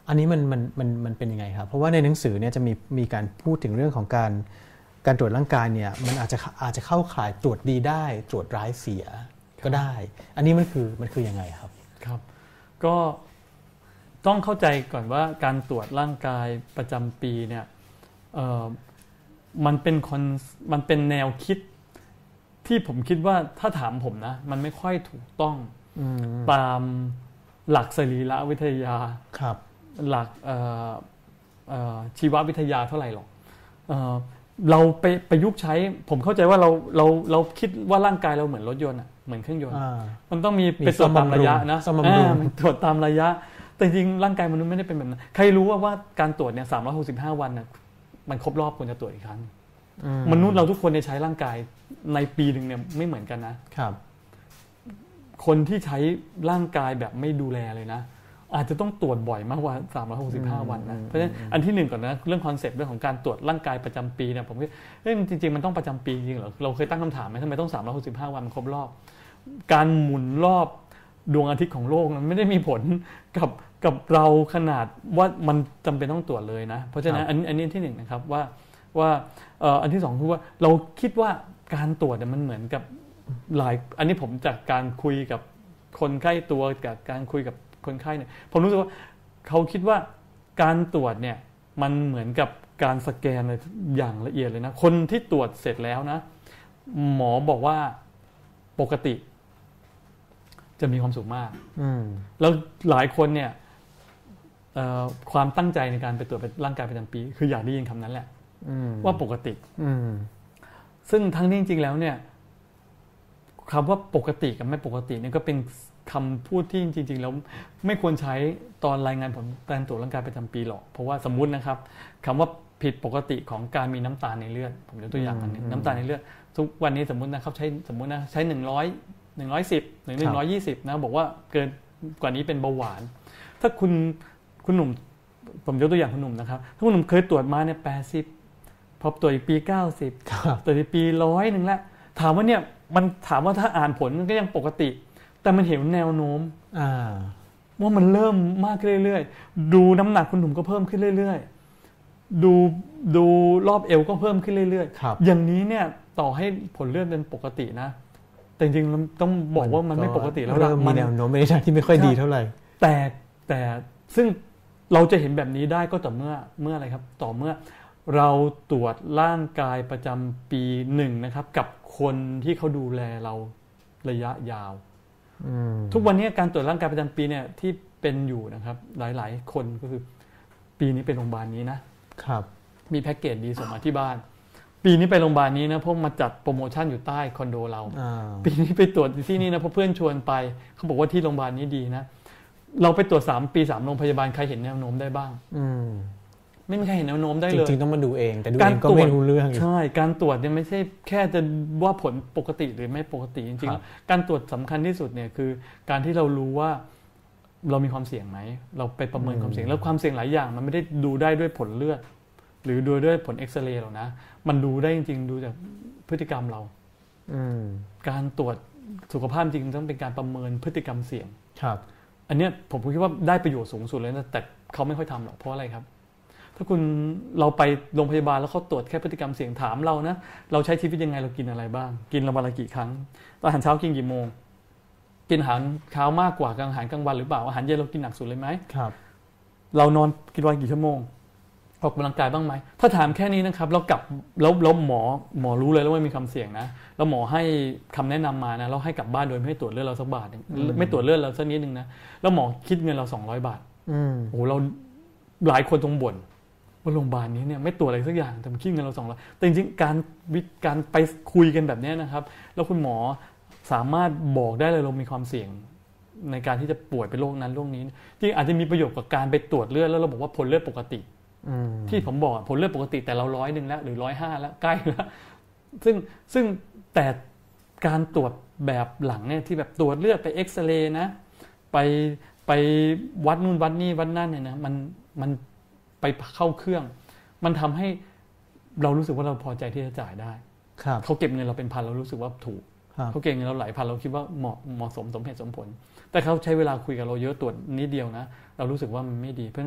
อันนี้มันมันมันมันเป็นยังไงครับเพราะว่าในหนังสือเนี่ยจะมีมีการพูดถึงเรื่องของการการตรวจร่างกายเนี่ยมันอาจจะอาจจะเข้าข่ายตรวจดีได้ตรวจร้ายเสียก็ได้อันนี้มันคือมันคือยังไงครับครับก็ต้องเข้าใจก่อนว่าการตรวจร่างกายประจำปีเนี่ยเอ่อมันเป็นคนมันเป็นแนวคิดที่ผมคิดว่าถ้าถามผมนะมันไม่ค่อยถูกต้องตามหลักสรีรวิทยาหลักชีววิทยาเท่าไหร่หรอกเอ่อเราไปประยุกต์ใช้ผมเข้าใจว่าเราเราเราคิดว่าร่างกายเราเหมือนรถยนต์อ่ะเหมือนเครื่องยนต์มันต้องมีไปตรวจตามระยะนะตรวจตามระยะแต่จริงร่างกายมนุษย์ไม่ได้เป็นแบบนั้นใครรู้ว่าว่าการตรวจเนี่ยสามร้อยหกสิบห้าวันน่ะมันครบรอบควรจะตรวจอีกครั้งมนุษย์เราทุกคนเนี่ยใช้ร่างกายในปีนึงเนี่ยไม่เหมือนกันนะครับคนที่ใช้ร่างกายแบบไม่ดูแลเลยนะอาจจะต้องตรวจบ่อยมากกว่าสามร้อยหกสิบห้าวันนะเพราะฉะนั้นอันที่หนึ่งก่อนนะเรื่องคอนเซปต์เรื่องของการตรวจร่างกายประจำปีเนี่ยผมว่าเฮ้ยจริงๆมันต้องประจำปีจริงเหรอเราเคยตั้งคำถามไหมทำไมต้องสามร้อยหกสิบห้าวันมันครบรอบการหมุนรอบดวงอาทิตย์ของโลกมันไม่ได้มีผลกับกับเราขนาดว่ามันจำเป็นต้องตรวจเลยนะเพราะฉะนั้นอันอันนี้ที่หนึ่งนะครับว่าว่าอันที่สองคือว่าเราคิดว่าการตรวจเนี่ยมันเหมือนกับหลายอันนี้ผมจากการคุยกับคนใกล้ตัวกับการคุยกับคนไข้เนี่ยผมรู้สึกว่าเขาคิดว่าการตรวจเนี่ยมันเหมือนกับการสแกนเลยอย่างละเอียดเลยนะคนที่ตรวจเสร็จแล้วนะหมอบอกว่าปกติจะมีความสุขมากแล้วหลายคนเนี่ยความตั้งใจในการไปตรวจร่างกายประจำปีคืออยากได้ยินคำนั้นแหละว่าปกติซึ่งทั้งนี้จริงๆแล้วเนี่ยคำว่าปกติกับไม่ปกติเนี่ยก็เป็นคำพูดที่จริงๆแล้วไม่ควรใช้ตอนรายงานผลการตรวจร่างกายประจำปีหรอกเพราะว่าสมมุตินะครับคำว่าผิดปกติของการมีน้ำตาลในเลือดผมยกตัวอย่างอันนึงน้ำตาลในเลือดทุกวันนี้สมมุตินะครับใช้สมมุตินะใช้หนึ่งร้อย หนึ่งร้อยสิบหรือหนึ่งร้อยยี่สิบนะบอกว่าเกินกว่านี้เป็นเบาหวานถ้าคุณคุณหนุ่มผมยกตัวอย่างคุณหนุ่มนะครับถ้าคุณหนุ่มเคยตรวจมาเนี่ยแปดสิบพอตรวจอีกปีเก้าสิบตรวจอีกปีหนึ่งร้อยนึงแล้วถามว่าเนี่ยมันถามว่าถ้าอ่านผลมันก็ยังปกติแต่มันเห็นแนวโน้มว่ามันเริ่มมากขึ้นเรื่อยๆดูน้ำหนักคุณหนุ่มก็เพิ่มขึ้นเรื่อยๆดูดูรอบเอวก็เพิ่มขึ้นเรื่อยๆอย่างนี้เนี่ยต่อให้ผลเลือดเป็นปกตินะแต่จริงๆต้องบอกว่ามันไม่ปกติแล้วเริ่มมีแนวโน้มในทางที่ไม่ค่อยดีเท่าไหร่แต่แต่ซึ่งเราจะเห็นแบบนี้ได้ก็ต่อเมื่อเมื่ออะไรครับต่อเมื่อเราตรวจร่างกายประจำปีหนึ่งนะครับกับคนที่เขาดูแลเราระยะยาวทุกวันนี้การตรวจร่างกายประจำปีเนี่ยที่เป็นอยู่นะครับหลายๆคนก็คือปีนี้ไปโรงพยาบาลนี้นะครับมีแพ็กเกจดีส่งมาที่บ้านปีนี้ไปโรงพยาบาลนี้นะเพราะมาจัดโปรโมชั่นอยู่ใต้คอนโดเราปีนี้ไปตรวจที่นี่นะเพราะเพื่อนชวนไปเขาบอกว่าที่โรงพยาบาลนี้ดีนะเราไปตรวจสามปีสามโรงพยาบาลใครเห็นแนวโน้มได้บ้างไม่มีใครเห็นแนวโน้มได้เลยจริงๆต้องมาดูเองแต่ดูเองก็ไม่รู้เรื่องใช่การตรวจเนี่ยไม่ใช่แค่จะว่าผลปกติหรือไม่ปกติจริงๆการตรวจสำคัญที่สุดเนี่ยคือการที่เรารู้ว่าเรามีความเสี่ยงไหมเราไปประเมินความเสี่ยงแล้วความเสี่ยงหลายอย่างมันไม่ได้ดูได้ด้วยผลเลือดหรือดูด้วยผลเอ็กซเรย์หรอกนะมันดูได้จริงๆดูจากพฤติกรรมเราการตรวจสุขภาพจริงต้องเป็นการประเมินพฤติกรรมเสี่ยงครับอันนี้ผมคิดว่าได้ประโยชน์สูงสุดเลยนะแต่เขาไม่ค่อยทำหรอกเพราะอะไรครับถ้าคุณเราไปโรงพยาบาลแล้วเขาตรวจแค่พฤติกรรมเสี่ยงถามเรานะเราใช้ชีวิตยังไงเรากินอะไรบ้างกินวันละกี่ครั้งอาหารเช้ากินกี่โมงกินอาหารเช้ามากกว่าอาหารกลางวันหรือเปล่าอาหารเย็นเรากินหนักสุดเลยไหมครับเรานอนกินวันกี่ชั่วโมงออกกำลังกายบ้างไหมถ้าถามแค่นี้นะครับเรากลับแล้วแล้วหมอหมอรู้เลยแล้วว่ามีความเสี่ยงนะแล้วหมอให้คำแนะนำมานะเราให้กลับบ้านโดยไม่ตรวจเลือดเราสักบาทไม่ตรวจเลือดเราสักนิดนึงนะแล้วหมอคิดเงินเราสองร้อยบาทโอ้เราหลายคนตรงบ่นว่าโรงพยาบาลนี้เนี่ยไม่ตรวจอะไรสักอย่างแต่มันคิดเงินเราสองร้อยแต่จริงๆการวิการไปคุยกันแบบนี้นะครับแล้วคุณหมอสามารถบอกได้เลยเรามีความเสี่ยงในการที่จะป่วยเป็นโรคนั้นโรคนี้จริงอาจจะมีประโยชน์กับการไปตรวจเลือดแล้วเราบอกว่าผลเลือดปกติที่ผมบอกผลเลือดปกติแต่เราร้อยหนึ่งแล้วหรือร้อยห้าแล้วใกล้แล้วซึ่งซึ่งแต่การตรวจแบบหลังเนี่ยที่แบบตรวจเลือดไปเอ็กซเรย์นะไปไปวัดนู่นวัดนี่วัดนั่นเนี่ยนะมันมันไปเข้าเครื่องมันทำให้เรารู้สึกว่าเราพอใจที่จะจ่ายได้เขาเก็บเงินเราเป็นพันเรารู้สึกว่าถูกเขาเก็บเงินเราหลายพันเราคิดว่าเหมาะเหมาะสมสมเหตุสมผลแต่เขาใช้เวลาคุยกับเราเยอะตรวจนิดเดียวนะเรารู้สึกว่ามันไม่ดีเพราะฉะนั้น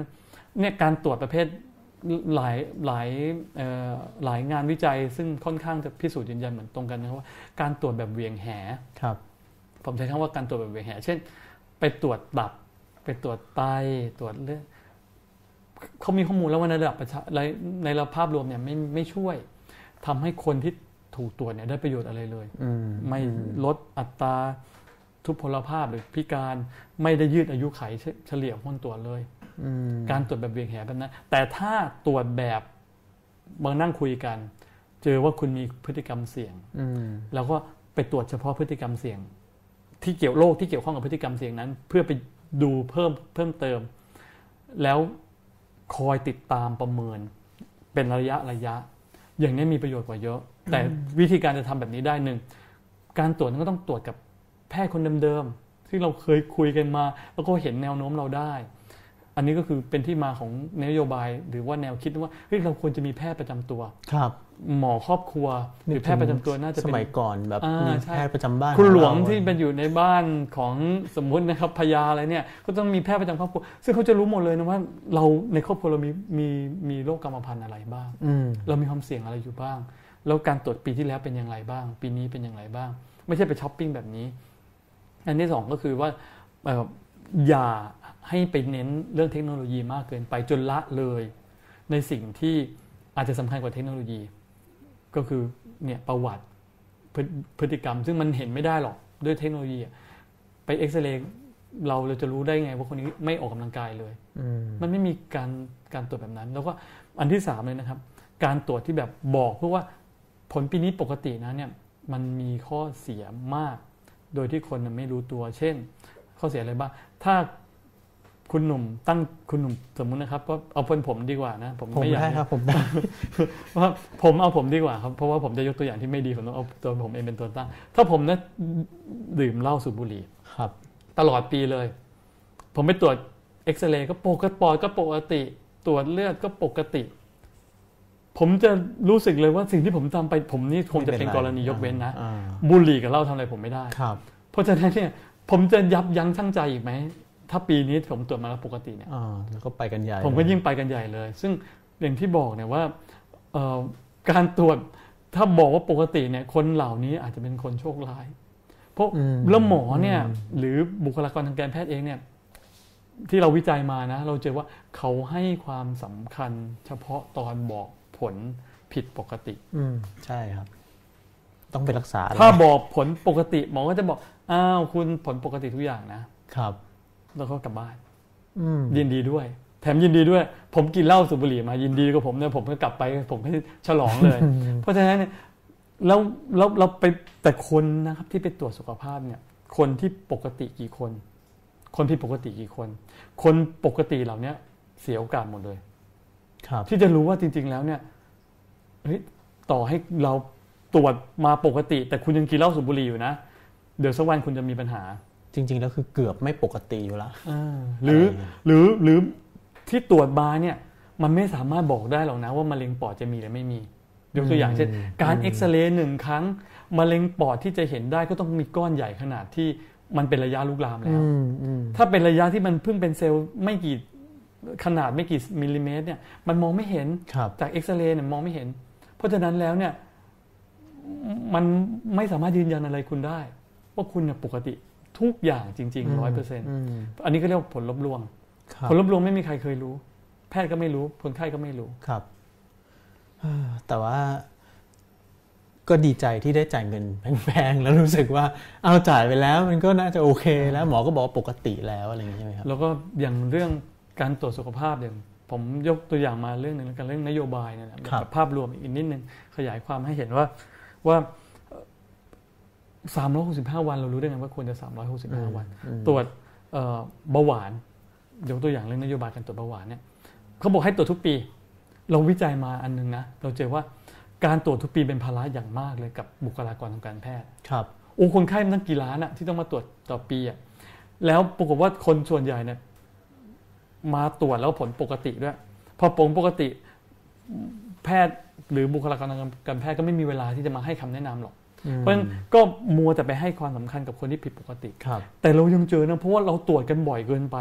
เนี่ยการตรวจประเภทหลายหลายหลายงานวิจัยซึ่งค่อนข้างจะพิสูจน์ยืนยันเหมือนตรงกันนะว่าการตรวจแบบเวียงแหครับผมใช้คำว่าการตรวจแบบเวียงแหเช่นไปตรวจตับไปตรวจไตตรวจเลือดเขามีข้อมูลแล้วว่าในระดับประชาในระดับภาพรวมเนี่ยไม่ไม่ช่วยทำให้คนที่ถูกตรวจเนี่ยได้ประโยชน์อะไรเลยไม่ลดอัตราทุพพลภาพหรือพิการไม่ได้ยืดอายุไขเฉลี่ยคนตรวจเลยการตรวจแบบเวียงแหแบบนั้นแต่ถ้าตรวจแบบมานั่งคุยกันเจอว่าคุณมีพฤติกรรมเสี่ยงแล้วก็ไปตรวจเฉพาะพฤติกรรมเสี่ยงที่เกี่ยวโรคที่เกี่ยวข้องกับพฤติกรรมเสี่ยงนั้นเพื่อไปดูเพิ่มเพิ่มเติมแล้วคอยติดตามประเมินเป็นระยะระยะอย่างนี้มีประโยชน์กว่าเยอะแต่วิธีการจะทำแบบนี้ได้หนึ่งการตรวจก็ต้องตรวจกับแพทย์คนเดิมๆที่เราเคยคุยกันมาแล้วก็เห็นแนวโน้มเราได้อันนี้ก็คือเป็นที่มาของนโยบายหรือว่าแนวคิดว่าเฮ้ยเราควรจะมีแพทย์ประจำตัวครับหมอครอบครัวหรือแพทย์ประจำตัวน่าจะเป็นสมัยก่อนแบบมีแพทย์ประจำบ้านคุณหลวงที่เป็นอยู่ในบ้านของสมมุตินะครับพญาอะไรเนี่ยก็ต้องมีแพทย์ประจำครอบครัวซึ่งเขาจะรู้หมดเลยนะว่าเราในครอบครัวเรามีมีมีโรคกรรมพันธุ์อะไรบ้างเรามีความเสี่ยงอะไรอยู่บ้างแล้วการตรวจปีที่แล้วเป็นอย่างไรบ้างปีนี้เป็นอย่างไรบ้างไม่ใช่ไปช้อปปิ้งแบบนี้อันที่สองก็คือว่าอย่าให้ไปเน้นเรื่องเทคโนโลยีมากเกินไปจนละเลยในสิ่งที่อาจจะสำคัญกว่าเทคโนโลยีก็คือเนี่ยประวัติพฤติกรรมซึ่งมันเห็นไม่ได้หรอกด้วยเทคโนโลยีไปเอ็กซเรย์เราเราจะรู้ได้ไงว่าคนนี้ไม่ออกกำลังกายเลยมันไม่มีการการตรวจแบบนั้นแล้วก็อันที่สามเลยนะครับการตรวจที่แบบบอกเพราะว่าผลปีนี้ปกตินะเนี่ยมันมีข้อเสียมากโดยที่คนไม่รู้ตัวเช่นข้อเสียอะไรบ้างถ้าคุณหนุ่มตั้งคุณหนุ่มสมมุตินะครับก็เอาเป็นผมดีกว่านะผมไม่อยากครับผมได้ว่าผมเอาผมดีกว่าครับเพราะว่าผมจะยกตัวอย่างที่ไม่ดีผมต้องเอาตัวผมเองเป็นตัวตั้งถ้าผมนะดื่มเหล้าสูบบุหรี่ครับตลอดปีเลยผมไปตรวจเอ็กซเรย์ก็ปกติปอดก็ปกติตรวจเลือดก็ปกติผมจะรู้สึกเลยว่าสิ่งที่ผมทำไปผมนี่คงจะเป็นกรณียกเว้นนะบุหรี่กับเหล้าทำอะไรผมไม่ได้เพราะฉะนั้นเนี่ยผมจะยับยั้งชั่งใจอีกไหมถ้าปีนี้ผมตรวจมาแล้วปกติเนี่ยแล้วก็ไปกันใหญ่ผมก็ยิ่งไปกันใหญ่เลยซึ่งอย่างที่บอกเนี่ยว่าการตรวจถ้าบอกว่าปกติเนี่ยคนเหล่านี้อาจจะเป็นคนโชคร้ายเพราะแล้วหมอเนี่ยหรือบุคลากรทางการแพทย์เองเนี่ยที่เราวิจัยมานะเราเจอว่าเขาให้ความสำคัญเฉพาะตอนบอกผลผิดปกติอืมใช่ครับต้องไปรักษาถ้าบอกผลปกติหมอก็จะบอกอ้าวคุณผลปกติทุกอย่างนะครับแล้วก็กลับบ้านยินดีด้วยแถมยินดีด้วยผมกินเหล้าสูบบุหรี่มายินดีกับผมเนี่ยผมก็กลับไปผมก็ฉลองเลย เพราะฉะนั้นเนี่ยแล้วเราเราไปแต่คนนะครับที่ไปตรวจสุขภาพเนี่ยคนที่ปกติกี่คนคนผิดปกติกี่คนคนปกติเหล่านี้เสียโอกาสหมดเลยที่จะรู้ว่าจริงๆแล้วเนี่ยเฮ้ยต่อให้เราตรวจมาปกติแต่คุณยังกินเหล้าสูบบุหรี่อยู่นะเดี๋ยวสักวันคุณจะมีปัญหาจริงๆแล้วคือเกือบไม่ปกติอยู่แล้วหรือหรือหรือที่ตรวจมาเนี่ยมันไม่สามารถบอกได้หรอกนะว่ามะเร็งปอดจะมีหรือไม่มียกตัวอย่างเช่นการเอ็กซเรย์หนึ่งครั้งมะเร็งปอดที่จะเห็นได้ก็ต้องมีก้อนใหญ่ขนาดที่มันเป็นระยะลุกลามแล้วถ้าเป็นระยะที่มันเพิ่งเป็นเซลล์ไม่กี่ขนาดไม่กี่มิลลิเมตรเนี่ยมันมองไม่เห็นจากเอ็กซเรย์เนี่ยมองไม่เห็นเพราะฉะนั้นแล้วเนี่ยมันไม่สามารถยืนยันอะไรคุณได้ว่าคุณเนี่ยปกติทุกอย่างจริงๆ ร้อยเปอร์เซ็นต์ อันนี้ก็เรียกว่าผลลบลวงผลลบลวงไม่มีใครเคยรู้แพทย์ก็ไม่รู้คนไข้ก็ไม่รู้ครับแต่ว่าก็ดีใจที่ได้จ่ายเงินแพงๆแล้วรู้สึกว่าเอาจ่ายไปแล้วมันก็น่าจะโอเคแล้วหมอก็บอกปกติแล้วอะไรอย่างนี้ใช่ไหมครับแล้วก็อย่างเรื่องการตรวจสุขภาพเนี่ยผมยกตัวอย่างมาเรื่องนึงแล้วกันเรื่องนโยบายเนี่ยแบบภาพรวมอีกนิดนึงขยายความให้เห็นว่าว่าสามร้อยหกสิบห้าวันเรารู้ได้ไงว่าควรจะสามร้อยหกสิบห้าวันตรวจเบาหวานยกตัวอย่างเรื่องนโยบายการตรวจเบาหวานเนี่ยเขาบอกให้ตรวจทุกปีเราวิจัยมาอันนึงนะเราเจอว่าการตรวจทุกปีเป็นภาระอย่างมากเลยกับบุคลากรทางการแพทย์ครับโอ้คนไข้มันตั้งกี่ล้านอะที่ต้องมาตรวจต่อปีอะแล้วปรากฏว่าคนส่วนใหญ่เนี่ยมาตรวจแล้วผลปกติด้วยพอผลปกติแพทย์หรือบุคลากรทางการแพทย์ก็ไม่มีเวลาที่จะมาให้คำแนะนำหรอกเพราะฉะนั้นก็มัวแต่ไปให้ความสำคัญกับคนที่ผิดปกติแต่เรายังเจอนะเพราะว่าเราตรวจกันบ่อยเกินไปอ่ะ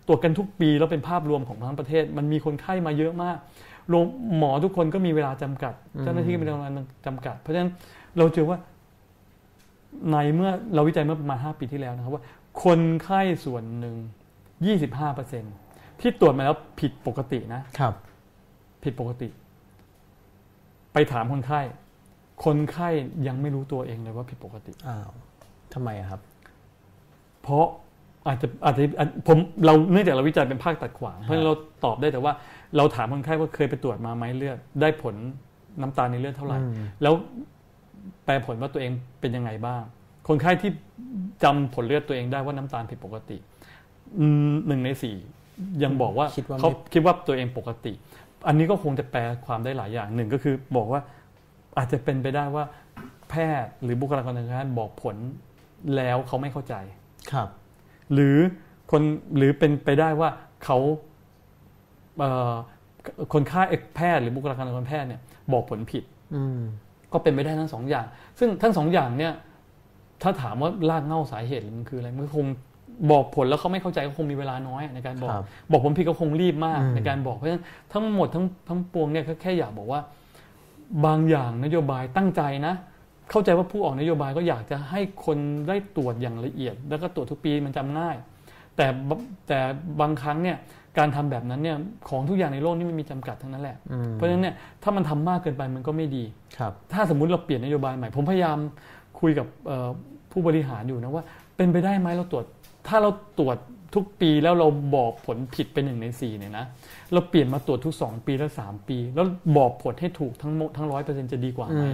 ตรวจกันทุกปีแล้วเป็นภาพรวมของทั้งประเทศมันมีคนไข้มาเยอะมากโรงหมอทุกคนก็มีเวลาจำกัดเจ้าหน้าที่ก็มีเวลาจำกัดเพราะฉะนั้นเราเจอว่าในเมื่อเราวิจัยเมื่อประมาณห้าปีที่แล้วนะครับว่าคนไข้ส่วนหนึ่ง ยี่สิบห้าเปอร์เซ็นต์ ที่ตรวจมาแล้วผิดปกตินะครับผิดปกติไปถามคนไข้คนไข้ยังไม่รู้ตัวเองเลยว่าผิดปกติอ้าวทำไมครับเพราะอาจจะอาจจะผมเราเนื่องจากเราวิจัยเป็นภาคตัดขวางเพราะฉะนั้นเราตอบได้แต่ว่าเราถามคนไข้ว่าเคยไปตรวจมาไหมเลือดได้ผลน้ำตาลในเลือดเท่าไหร่แล้วแปลผลว่าตัวเองเป็นยังไงบ้างคนไข้ที่จำผลเลือดตัวเองได้ว่าน้ำตาลผิดปกติหนึ่งในสี่ยังบอกว่าเขาคิดว่าตัวเองปกติอันนี้ก็คงจะแปลความได้หลายอย่างหนึ่งก็คือบอกว่าอาจจะเป็นไปได้ว่าแพทย์หรือบุคลากรทางการแพทย์บอกผลแล้วเขาไม่เข้าใจครับหรือคนหรือเป็นไปได้ว่าเขาเอ่อคนไข้แพทย์หรือบุคลากรทางการแพทย์เนี่ยบอกผลผิดก็เป็นไปได้ทั้งสองอย่างซึ่งทั้งสองอย่างเนี่ยถ้าถามว่ารากเหง้าสาเหตุมันคืออะไรมันคงบอกผลแล้วเขาไม่เข้าใจก็คงมีเวลาน้อยในการบอกบอกผลผิดก็คงรีบมากในการบอกเพราะฉะนั้นทั้งหมดทั้งทั้งปวงเนี่ยแค่อยากบอกว่าบางอย่างนโยบายตั้งใจนะเข้าใจว่าผู้ออกนโยบายก็อยากจะให้คนได้ตรวจอย่างละเอียดแล้วก็ตรวจทุกปีมันจำง่ายแต่แต่บางครั้งเนี่ยการทำแบบนั้นเนี่ยของทุกอย่างในโลกนี้มันมีจำกัดทั้งนั้นแหละเพราะฉะนั้นเนี่ยถ้ามันทำมากเกินไปมันก็ไม่ดีถ้าสมมุติเราเปลี่ยนนโยบายใหม่ผมพยายามคุยกับผู้บริหารอยู่นะว่าเป็นไปได้ไหมเราตรวจถ้าเราตรวจทุกปีแล้วเราบอกผลผิดเป็นหนึ่งในสี่เนี่ยนะเราเปลี่ยนมาตรวจทุกสองปีแล้วสามปีแล้วบอกผลให้ถูกทั้งหมดทั้งร้อยเปอร์เซ็นต์จะดีกว่าไหม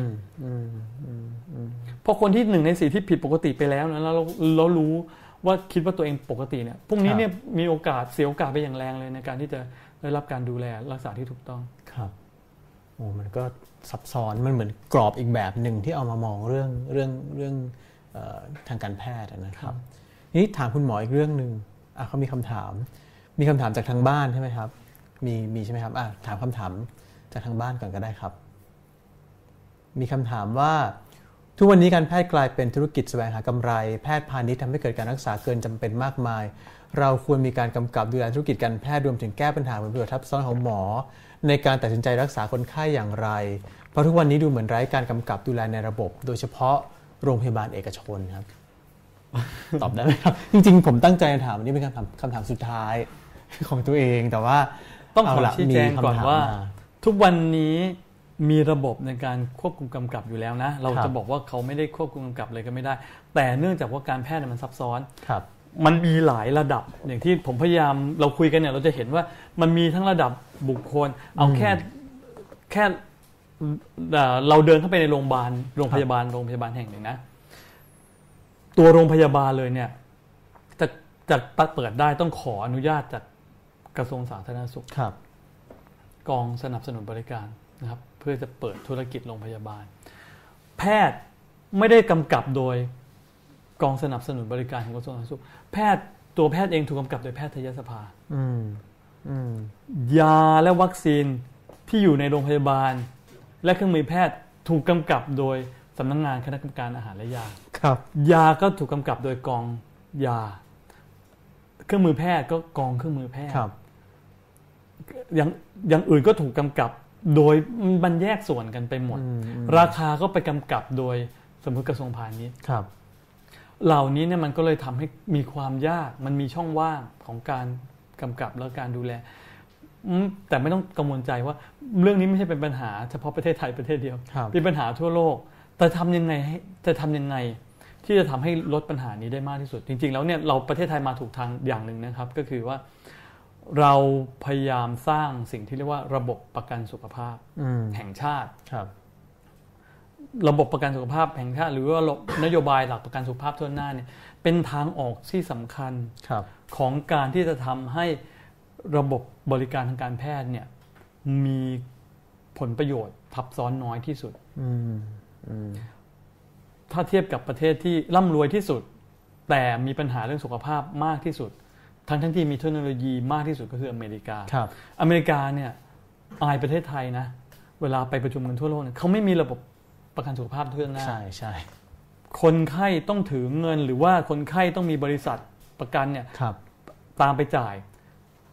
เพราะคนที่หนึ่งในสี่ที่ผิดปกติไปแล้วนะแล้วเราเรารู้ว่าคิดว่าตัวเองปกติเนี่ยพวกนี้เนี่ยมีโอกาสเสียโอกาสไปอย่างแรงเลยในการที่จะได้รับการดูแลรักษาที่ถูกต้องครับโอ้มันก็ซับซ้อนมันเหมือนกรอบอีกแบบหนึ่งที่เอามามองเรื่องเรื่องเรื่องทางการแพทย์นะครับนี่ถามคุณหมออีกเรื่องนึงอ่ะเขามีคำถามมีคำถามจากทางบ้านใช่ไหมครับมีมีใช่ไหมครับอ่ะถามคำถามจากทางบ้านก่อนก็ได้ครับมีคำถามว่าทุกวันนี้การแพทย์กลายเป็นธุรกิจแสวงหากำไรแพทย์พาณิชย์ทำให้เกิดการรักษาเกินจำเป็นมากมายเราควรมีการกำกับดูแลธุรกิจการแพทย์รวมถึงแก้ปัญหาผลประโยชน์ทับซ้อนของหมอในการตัดสินใจรักษาคนไข้อย่างไรเพราะทุกวันนี้ดูเหมือนไร้การกำกับดูแลในระบบโดยเฉพาะโรงพยาบาลเอกชนครับตอบได้ไหมครับจริงๆผมตั้งใจจะถามวันนี้เป็นคำถามคำถามสุดท้ายของตัวเองแต่ว่าต้องขอชี้แจงก่อนว่าทุกวันนี้มีระบบในการควบคุมกำกับอยู่แล้วนะเราจะบอกว่าเขาไม่ได้ควบคุมกำกับเลยก็ไม่ได้แต่เนื่องจากว่าการแพทย์มันซับซ้อนมันมีหลายระดับอย่างที่ผมพยายามเราคุยกันเนี่ยเราจะเห็นว่ามันมีทั้งระดับบุคคลเอาแค่แค่เราเดินเข้าไปในโรงพยาบาลโรงพยาบาลโรงพยาบาลแห่งหนึ่งนะตัวโรงพยาบาลเลยเนี่ยจะจะเปิดได้ต้องขออนุญาตจากกระทรวงสาธารณสุขกองสนับสนุนบริการนะครับเพื่อจะเปิดธุรกิจโรงพยาบาลแพทย์ไม่ได้กำกับโดยกองสนับสนุนบริการของกระทรวงสาธารณสุขแพทย์ตัวแพทย์เองถูกกำกับโดยแพทยสภายาและวัคซีนที่อยู่ในโรงพยาบาลและเครื่องมือแพทย์ถูกกำกับโดยสำนักงานคณะกรรมการอาหารและยาครับยาก็ถูกกำกับโดยกองยาเครื่องมือแพทย์ก็กองเครื่องมือแพทย์อย่างอย่างอื่นก็ถูกกำกับโดยมันแยกส่วนกันไปหมดราคาก็ไปกำกับโดยสมมติกระทรวงพาณิชย์ครับเหล่านี้เนี่ยมันก็เลยทำให้มีความยากมันมีช่องว่างของการกำกับและการดูแลแต่ไม่ต้องกังวลใจว่าเรื่องนี้ไม่ใช่เป็นปัญหาเฉพาะประเทศไทยประเทศเดียวเป็นปัญหาทั่วโลกแต่ทำยังไงให้จะทำยังไงที่จะทำให้ลดปัญหานี้ได้มากที่สุดจริงๆแล้วเนี่ยเราประเทศไทยมาถูกทางอย่างหนึ่งนะครับก็คือว่าเราพยายามสร้างสิ่งที่เรียกว่าระบบประกันสุขภาพแห่งชาติครับระบบประกันสุขภาพแห่งชาติหรือว่านโยบายหลักประกันสุขภาพทั่วหน้าเนี่ยเป็นทางออกที่สำคัญของการที่จะทำให้ระบบบริการทางการแพทย์เนี่ยมีผลประโยชน์ทับซ้อนน้อยที่สุดถ้าเทียบกับประเทศที่ร่ำรวยที่สุดแต่มีปัญหาเรื่องสุขภาพมากที่สุดทั้งทั้งที่มีเทคโนโลยีมากที่สุดก็คืออเมริกาอเมริกาเนี่ยอายประเทศไทยนะเวลาไปประชุมกันทั่วโลกเนี่ยเขาไม่มีระบบประกันสุขภาพทั่วหน้าใช่ใช่คนไข้ต้องถือเงินหรือว่าคนไข้ต้องมีบริษัทประกันเนี่ยตามไปจ่าย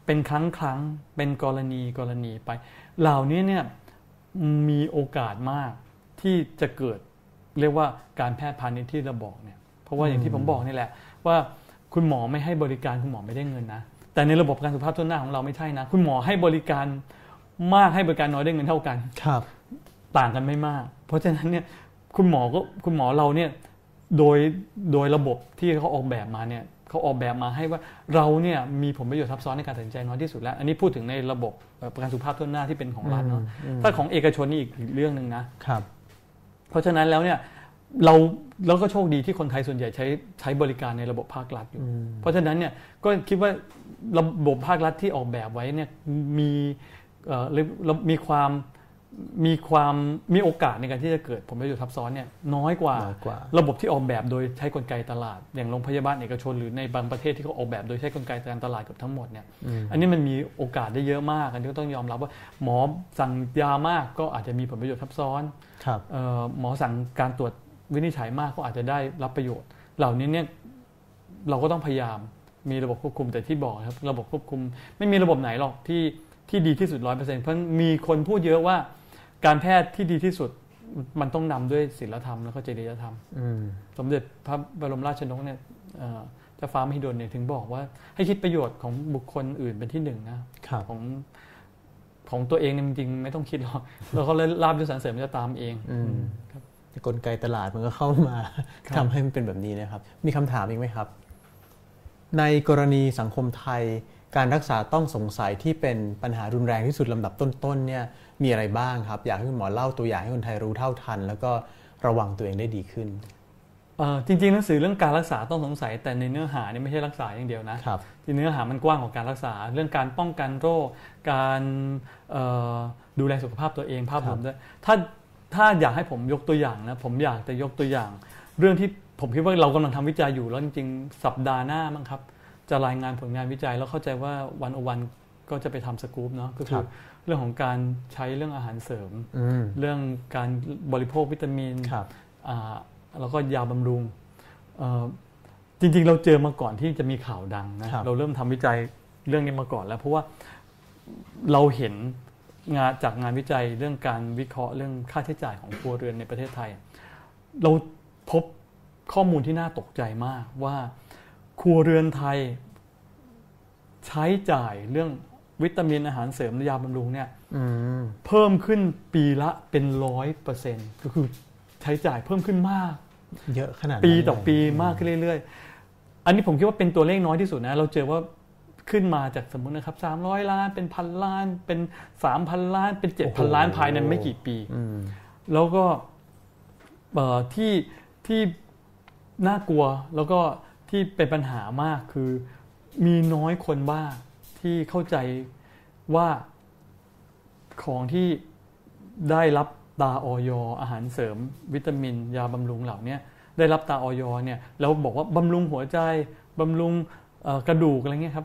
เป็นครั้งครั้งเป็นกรณีกรณีไปเหล่านี้เนี่ยมีโอกาสมากที่จะเกิดเรียกว่าการแพทย์พาณิชย์ที่เราบอกเนี่ยเพราะว่าอย่างที่ผมบอกนี่แหละว่าคุณหมอไม่ให้บริการคุณหมอไม่ได้เงินนะแต่ในระบบการสุขภาพทั่วหน้าของเราไม่ใช่นะคุณหมอให้บริการมากให้บริการน้อยได้เงินเท่ากันครับต่างกันไม่มากเพราะฉะนั้นเนี่ยคุณหมอก็คุณหมอเราเนี่ยโดยโดยระบบที่เขาออกแบบมาเนี่ยเขาออกแบบมาให้ว่าเราเนี่ยมีผลประโยชน์ซับซ้อนในการตัดสินใจน้อยที่สุดแล้วอันนี้พูดถึงในระบบประกันสุขภาพทั่วหน้าที่เป็นของรัฐเนาะถ้าของเอกชนนี่อีกเรื่องนึงนะครับเพราะฉะนั้นแล้วเนี่ยเราเราก็โชคดีที่คนไทยส่วนใหญ่ใช้ใช้บริการในระบบภาครัฐอยู่เพราะฉะนั้นเนี่ยก็คิดว่าระบบภาครัฐที่ออกแบบไว้เนี่ยมีเอ่อมีความมีความมีโอกาสในการที่จะเกิดผลประโยชน์ทับซ้อนเนี่ยน้อยกว่าระบบที่ออกแบบโดยใช้กลไกตลาดอย่างโรงพยาบาลเอกชนหรือในบางประเทศที่เขาออกแบบโดยใช้กลไกการตลาดกับทั้งหมดเนี่ย อ, อันนี้มันมีโอกาสได้เยอะมากอันนี้ก็ต้องยอมรับว่าหมอสั่งยามากก็อาจจะมีผลประโยชน์ทับซ้อนหมอสั่งการตรวจวินิจฉัยมากก็อาจจะได้รับประโยชน์เหล่านี้เนี่ยเราก็ต้องพยายามมีระบบควบคุมแต่ที่บอกครับระบบควบคุมไม่มีระบบไหนหรอกที่ที่ดีที่สุด ร้อยเปอร์เซ็นต์ เพราะมีคนพูดเยอะว่าการแพทย์ที่ดีที่สุดมันต้องนำด้วยศีลธรรมแล้วก็จริยธรรมสมเด็จพระบรมราชนกเนี่ยเจ้าฟ้ามหิดลเนี่ยถึงบอกว่าให้คิดประโยชน์ของบุคคลอื่นเป็นที่หนึ่งนะของของตัวเองเนี่ยจริงๆไม่ต้องคิดหรอกแล้วก็ลาภยศสรรเสริญมันจะตามเองกลไกตลาดมันก็เข้ามาทำให้มันเป็นแบบนี้นะครับมีคำถามอีกไหมครับในกรณีสังคมไทยการรักษาต้องสงสัยที่เป็นปัญหารุนแรงที่สุดลำดับต้นๆเนี่ยมีอะไรบ้างครับอยากให้คุณหมอเล่าตัวอย่างให้คนไทยรู้เท่าทันแล้วก็ระวังตัวเองได้ดีขึ้นจริงๆหนังสือเรื่องการรักษาต้องสงสัยแต่ในเนื้อหานี่ไม่ใช่รักษาอย่างเดียวนะที่เนื้อหามันกว้างกว่าการรักษาเรื่องการป้องกันโรคการดูแลสุขภาพตัวเองภาพรวมด้วยถ้าถ้าอยากให้ผมยกตัวอย่างนะผมอยากจะยกตัวอย่างเรื่องที่ผมคิดว่าเรากำลังทำวิจัยอยู่แล้วจริงๆสัปดาห์หน้ามั้งครับจะรายงานผลงานวิจัยแล้วเข้าใจว่าวันโอวันก็จะไปทำสกู๊ปเนาะก็คือเรื่องของการใช้เรื่องอาหารเสริมเรื่องการบริโภควิตามินแล้วก็ยาบำรุงจริงๆเราเจอมาก่อนที่จะมีข่าวดังนะเราเริ่มทำวิจัยเรื่องนี้มาก่อนแล้วเพราะว่าเราเห็นงานจากงานวิจัยเรื่องการวิเคราะห์เรื่องค่าใช้จ่ายของครัวเรือนในประเทศไทยเราพบข้อมูลที่น่าตกใจมากว่าครัวเรือนไทยใช้จ่ายเรื่องวิตามินอาหารเสริมและยาบำรุงเนี่ยเพิ่มขึ้นปีละเป็นร้อยเปอร์เซ็นต์ก็คือใช้จ่ายเพิ่มขึ้นมากเยอะขนาดปีต่อปีมากขึ้นเรื่อยๆอันนี้ผมคิดว่าเป็นตัวเลขน้อยที่สุดนะเราเจอว่าขึ้นมาจากสมมุตินะครับสามร้อยล้านเป็นพันล้านเป็น สามพัน ล้านเป็น เจ็ดพัน ล้านภายในไม่กี่ปีแล้วก็ที่ที่น่ากลัวแล้วก็ที่เป็นปัญหามากคือมีน้อยคนบ้างที่เข้าใจว่าของที่ได้รับตาอย.อาหารเสริมวิตามินยาบำรุงเหล่านี้ได้รับตาอย.เนี่ยแล้วบอกว่าบำรุงหัวใจบำรุงกระดูกอะไรเงี้ยครับ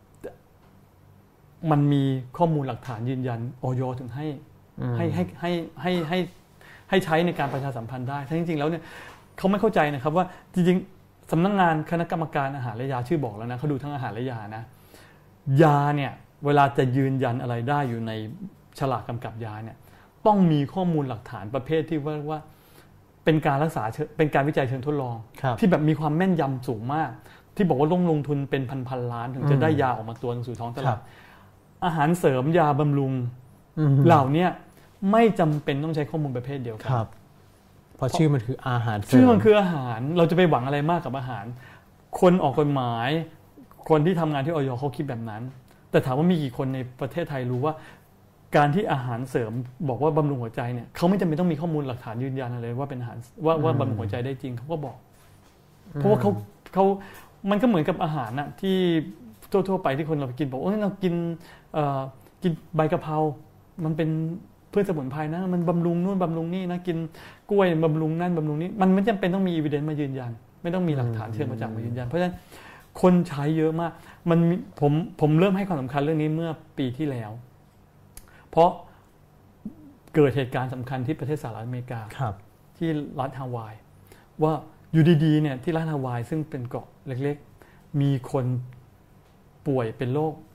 มันมีข้อมูลหลักฐานยืนยันอย.ถึงให้ให้ให้ให้ให้ให้ให้ใช้ในการประชาสัมพันธ์ได้ทั้งจริงๆแล้วเนี่ยเขาไม่เข้าใจนะครับว่าจริงๆสำนักงานคณะกรรมการอาหารและยาชื่อบอกแล้วนะเขาดูทั้งอาหารและยานะยาเนี่ยเวลาจะยืนยันอะไรได้อยู่ในฉลากกำกับยาเนี่ยต้องมีข้อมูลหลักฐานประเภทที่ว่าว่าเป็นการรักษาเป็นการวิจัยเชิงทดลองที่แบบมีความแม่นยำสูงมากที่บอกว่าลงลงทุนเป็นพันๆล้านถึงจะได้ยาออกมาตัวสู่ท้องตลาดอาหารเสริมยาบำรุงเหล่านี้ไม่จำเป็นต้องใช้ข้อมูลประเภทเดียวกันเพราะชื่อมันคืออาหารชื่อมันคืออาหารเราจะไปหวังอะไรมากกับอาหารคนออกกฎหมายคนที่ทำงานที่อย.เขาคิดแบบนั้นแต่ถามว่ามีกี่คนในประเทศไทยรู้ว่าการที่อาหารเสริมบอกว่าบำรุงหัวใจเนี่ยเขาไม่จำเป็นต้องมีข้อมูลหลักฐานยืนยันอะไรว่าเป็นอาหารว่าว่าบำรุงหัวใจได้จริงเขาก็บอกเพราะว่าเขาเขามันก็เหมือนกับอาหารน่ะที่ทั่วๆไปที่คนเราไปกินบอกโอ้ยเรากินเอ่อกินใบกะเพรามันเป็นพืชสมุนไพรนะมันบำรุงนู่นบำรุงนี่นะกินกล้วยบำรุงนั่นบำรุงนี่มันไม่จำเป็นต้องมีอีวิเดนซ์มายืนยันไม่ต้องมีหลักฐานเชิงประจักษ์มายืนยันเพราะฉะนั้นคนใช้เยอะมากมันผมผมเริ่มให้ความสำคัญเรื่องนี้เมื่อปีที่แล้วเพราะเกิดเหตุการณ์สำคัญที่ประเทศสหรัฐอเมริกาที่รัฐฮาวายว่าอยู่ดีๆเนี่ยที่รัฐฮาวายซึ่งเป็นเกาะเล็กๆมีคนป่วยเป็นโรค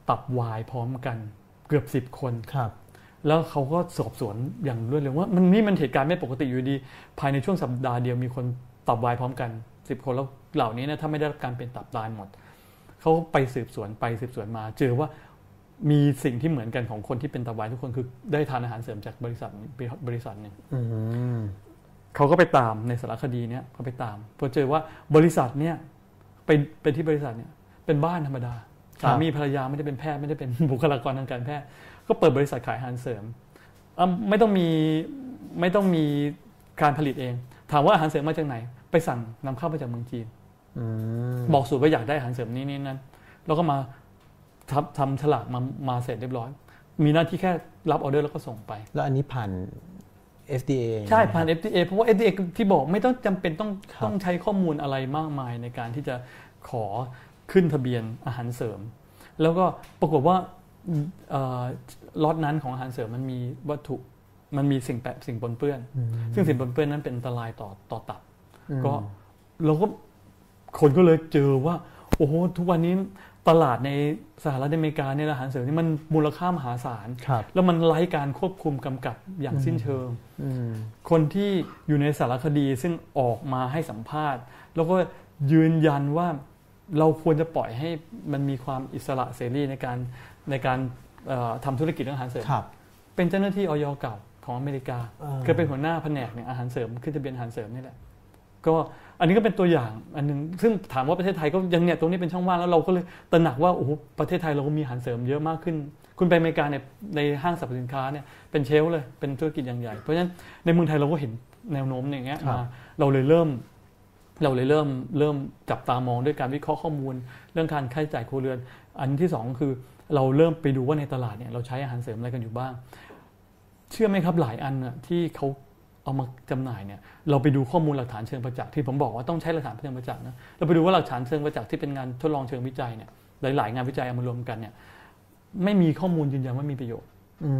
ตับวายพร้อมกันเกือบสิบคนครับแล้วเขาก็สอบสวนอย่างรวดเร็วว่ามันนี่มันเหตุการณ์ไม่ปกติอยู่ดีภายในช่วงสัปดาห์เดียวมีคนตับวายพร้อมกันสิบคนแล้วเหล่านี้นะถ้าไม่ได้รับการเป็นตับตายหมดเขาไปสืบสวนไปสืบสวนมาเจอว่ามีสิ่งที่เหมือนกันของคนที่เป็นตับวายทุกคนคือได้ทานอาหารเสริมจากบริษัทบริษัทนึงเขาก็ไปตามในสารคดีเนี้ยเขาไปตามพอเจอว่าบริษัทเนี้ยไปไปที่บริษัทเนี้ยเป็นบ้านธรรมดาสามีภรรยาไม่ได้เป็นแพทย์ไม่ได้เป็นบุคลากรทางการแพทย์ก็เปิดบริษัทขายอาหารเสริมไม่ต้องมีไม่ต้องมีการผลิตเองถามว่าอาหารเสริมมาจากไหนไปสั่งนำเข้ามาจากเมืองจีนบอกสูตรว่าอยากได้อาหารเสริมนี้นี่นั้นแล้วก็มาทำทำฉลากมามาเสร็จเรียบร้อยมีหน้าที่แค่รับออเดอร์แล้วก็ส่งไปแล้วอันนี้ผ่าน เอฟ ดี เอใช่ผ่าน เอฟ ดี เอ เพราะว่า เอฟ ดี เอ ที่บอกไม่ต้องจำเป็นต้องต้องใช้ข้อมูลอะไรมากมายในการที่จะขอขึ้นทะเบียนอาหารเสริมแล้วก็ปรากฏว่าล็อตนั้นของอาหารเสริมมันมีวัตถุมันมีสิ่งแปะสิ่งปนเปื้อนซึ่งสิ่งปนเปื้อนนั้นเป็นอันตรายต่อต่อตับก็เราก็คนก็เลยเจอว่าโอ้โหทุกวันนี้ตลาดในสหรัฐอเมริกาเนี่ยอาหารเสริมนี่มันมูลค่ามหาศาลแล้วมันไร้การควบคุมกำกับอย่างสิ้นเชิงคนที่อยู่ในสารคดีซึ่งออกมาให้สัมภาษณ์แล้วก็ยืนยันว่าเราควรจะปล่อยให้มันมีความอิสระเสรีในการในการทำธุรกิจอาหารเสริมเป็นเจ้าหน้าที่อย.เก่าของอเมริกาเคยเป็นหัวหน้าแผนกเนี่ยอาหารเสริมขึ้นทะเบียนอาหารเสริมนี่แหละก็อันนี้ก็เป็นตัวอย่างอันนึงซึ่งถามว่าประเทศไทยก็ยังเนี่ยตรงนี้เป็นช่องว่างแล้วเราก็เลยตระหนักว่าโอ้โหประเทศไทยเราก็มีอาหารเสริมเยอะมากขึ้นคุณไปอเมริกาเนี่ยในห้างสรรพสินค้าเนี่ยเป็นเชลฟ์เลยเป็นธุรกิจอย่างใหญ่เพราะฉะนั้นในเมืองไทยเราก็เห็นแนวโน้มอย่างเงี้ยมาเราเลยเริ่มเราเลยเริ่มเริ่มจับตามองด้วยการวิเคราะห์ข้อมูลเรื่องการค่าใช้จ่ายครัวเรือนอันที่สองคือเราเริ่มไปดูว่าในตลาดเนี่ยเราใช้อาหารเสริมอะไรกันอยู่บ้างเชื่อไหมครับหลายอันน่ะที่เขาเอามาจำหน่ายเนี่ยเราไปดูข้อมูลหลักฐานเชิงประจักษ์ที่ผมบอกว่าต้องใช้หลักฐานเชิงประจักษ์นะเราไปดูว่าหลักฐานเชิงประจักษ์ที่เป็นงานทดลองเชิงวิจัยเนี่ยหลายๆงานวิจัยเอามารวมกันเนี่ยไม่มีข้อมูลยืนยันว่ามีประโยชน์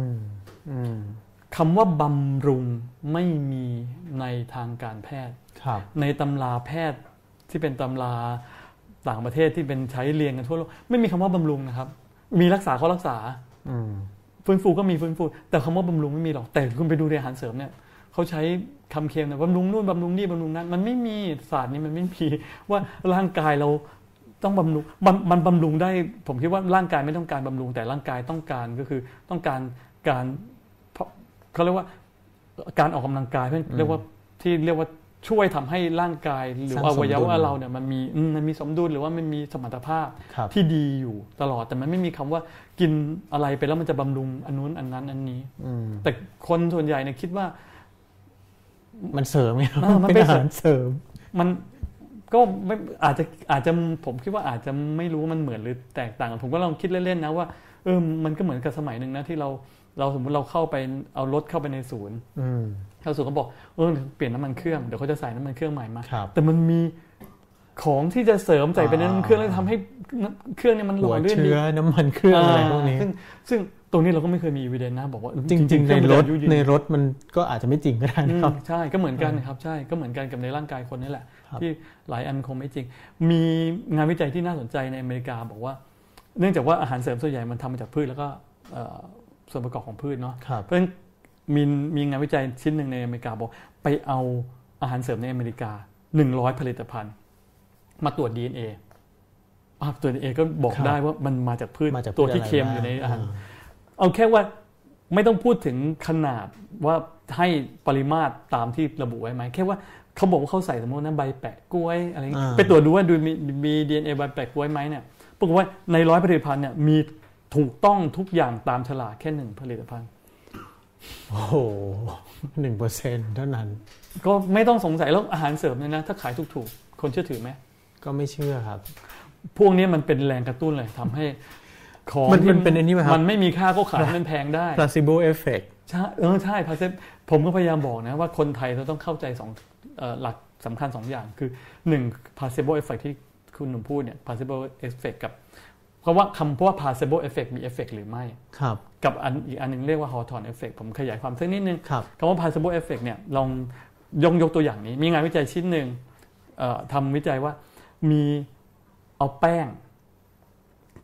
คำว่าบำรุงไม่มีในทางการแพทย์ในตำราแพทย์ที่เป็นตำราต่างประเทศที่เป็นใช้เรียนกันทั่วโลกไม่มีคำว่าบำรุงนะครับมีรักษาเขารักษาฟื้นฟูก็มีฟื้นฟูแต่คำว่าบำรุงไม่มีหรอกแต่คุณไปดูในอาหารเสริมเนี่ยเขาใช้คำเคียงนะบำรุงนู่นบำรุงนี่บำรุงนั้นมันไม่มีศาสตร์นี้มันไม่มีว่าร่างกายเราต้องบำรุงมันบำรุงได้ผมคิดว่าร่างกายไม่ต้องการบำรุงแต่ร่างกายต้องการก็คือต้องการการเขาเรียกว่าการออกกำลังกายเพื่อเรียกว่าที่เรียกว่าช่วยทำให้ร่างกายหรืออวัยวะเราเนี่ยมันมีมันมีสมดุลหรือว่ามันมีสมรรถภาพที่ดีอยู่ตลอดแต่มันไม่มีคำว่ากินอะไรไปแล้วมันจะบำรุงอันนู้นอันนั้นอันนี้แต่คนส่วนใหญ่เนี่ยคิดว่ามันเสริมไงมันเป็นอาหารเสริมมันก็ไม่อาจจะอาจจะผมคิดว่าอาจจะไม่รู้มันเหมือนหรือแตกต่างผมก็ลองคิดเล่นๆนะว่าเออมันก็เหมือนกับสมัยนึงนะที่เราเราสมมติเราเข้าไปเอารถเข้าไปในศูนย์เขาศูนย์ก็บอกเออเปลี่ยนน้ำมันเครื่องเดี๋ยวเขาจะใส่น้ำมันเครื่องใหม่มาแต่มันมีของที่จะเสริมใส่ไปในน้ำมันเครื่องแล้วทำให้เครื่องเนี่ยมันหล่อลื่นดีเชื้อน้ำมันเครื่องอะไรพวกนี้ซึ่งซึ่งตรงนี้เราก็ไม่เคยมีอีวิเดนซ์นะบอกว่าจริงๆในรถในรถมันก็อาจจะไม่จริงก็ได้นะครับใช่ก็เหมือนกันครับใช่ก็เหมือนกันกับในร่างกายคนนี่แหละที่หลายอันคงไม่จริงมีงานวิจัยที่น่าสนใจในอเมริกาบอกว่าเนื่องจากว่าอาหารเสริมส่วนใหญ่มันทำมาจากพืชแล้วก็ส่วนประกอบของพืชเนาะเพราะฉะนั้นมีมีงานวิจัยชิ้นหนึ่งในอเมริกาบอกไปเอาอาหารเสริมในอเมริกาหนึ่งร้อยผลิตภัณฑ์มาตรวจ ดี เอ็น เอ อ่ะตรวจ ดี เอ็น เอ ก็บอกได้ว่ามันมาจากพืชตัวที่เค็มอยู่ในอาหารเอาแค่ว่าไม่ต้องพูดถึงขนาดว่าให้ปริมาตรตามที่ระบุไว้ไหมแค่ว่าเขาบอกว่าเขาใส่สมมตินะใบแปะกล้วยอะไรไปตรวจดูว่าดูมีมี ดี เอ็น เอ ใบแปะกล้วยไหมเนี่ยปรากฏว่าในร้อยผลิตภัณฑ์เนี่ยมีถูกต้องทุกอย่างตามฉลากแค่หนึ่งผลิตภัณฑ์โอ้โหหนึ่งเปอร์เซ็นต์เท่านั้นก็ไม่ต้องสงสัยแล้วอาหารเสริมเนี่ยนะถ้าขายถูกๆคนเชื่อถือไหมก็ไม่เชื่อครับพวกนี้มันเป็นแรงกระตุ้นเลยทำให้ของมันเป็นอันนี้ไหมครับมันไม่มีค่าก็ขายมันแพงได้ placebo effect ใช่เออใช่ placebo ผมก็พยายามบอกนะว่าคนไทยเราต้องเข้าใจสองหลักสำคัญสองอย่างคือหนึ่ง placebo effect ที่คุณหนุ่มพูดเนี่ย placebo effect กับเพราะว่าคำว่า placebo effect มี effect หรือไม่ครับกับอันอีกอันนึงเรียกว่า Hawthorne effect ผมขยายความสักนิดนึงคำว่า placebo effect เนี่ยลองยกยกตัวอย่างนี้มีงานวิจัยชิ้นหนึ่งทำวิจัยว่ามีเอาแป้ง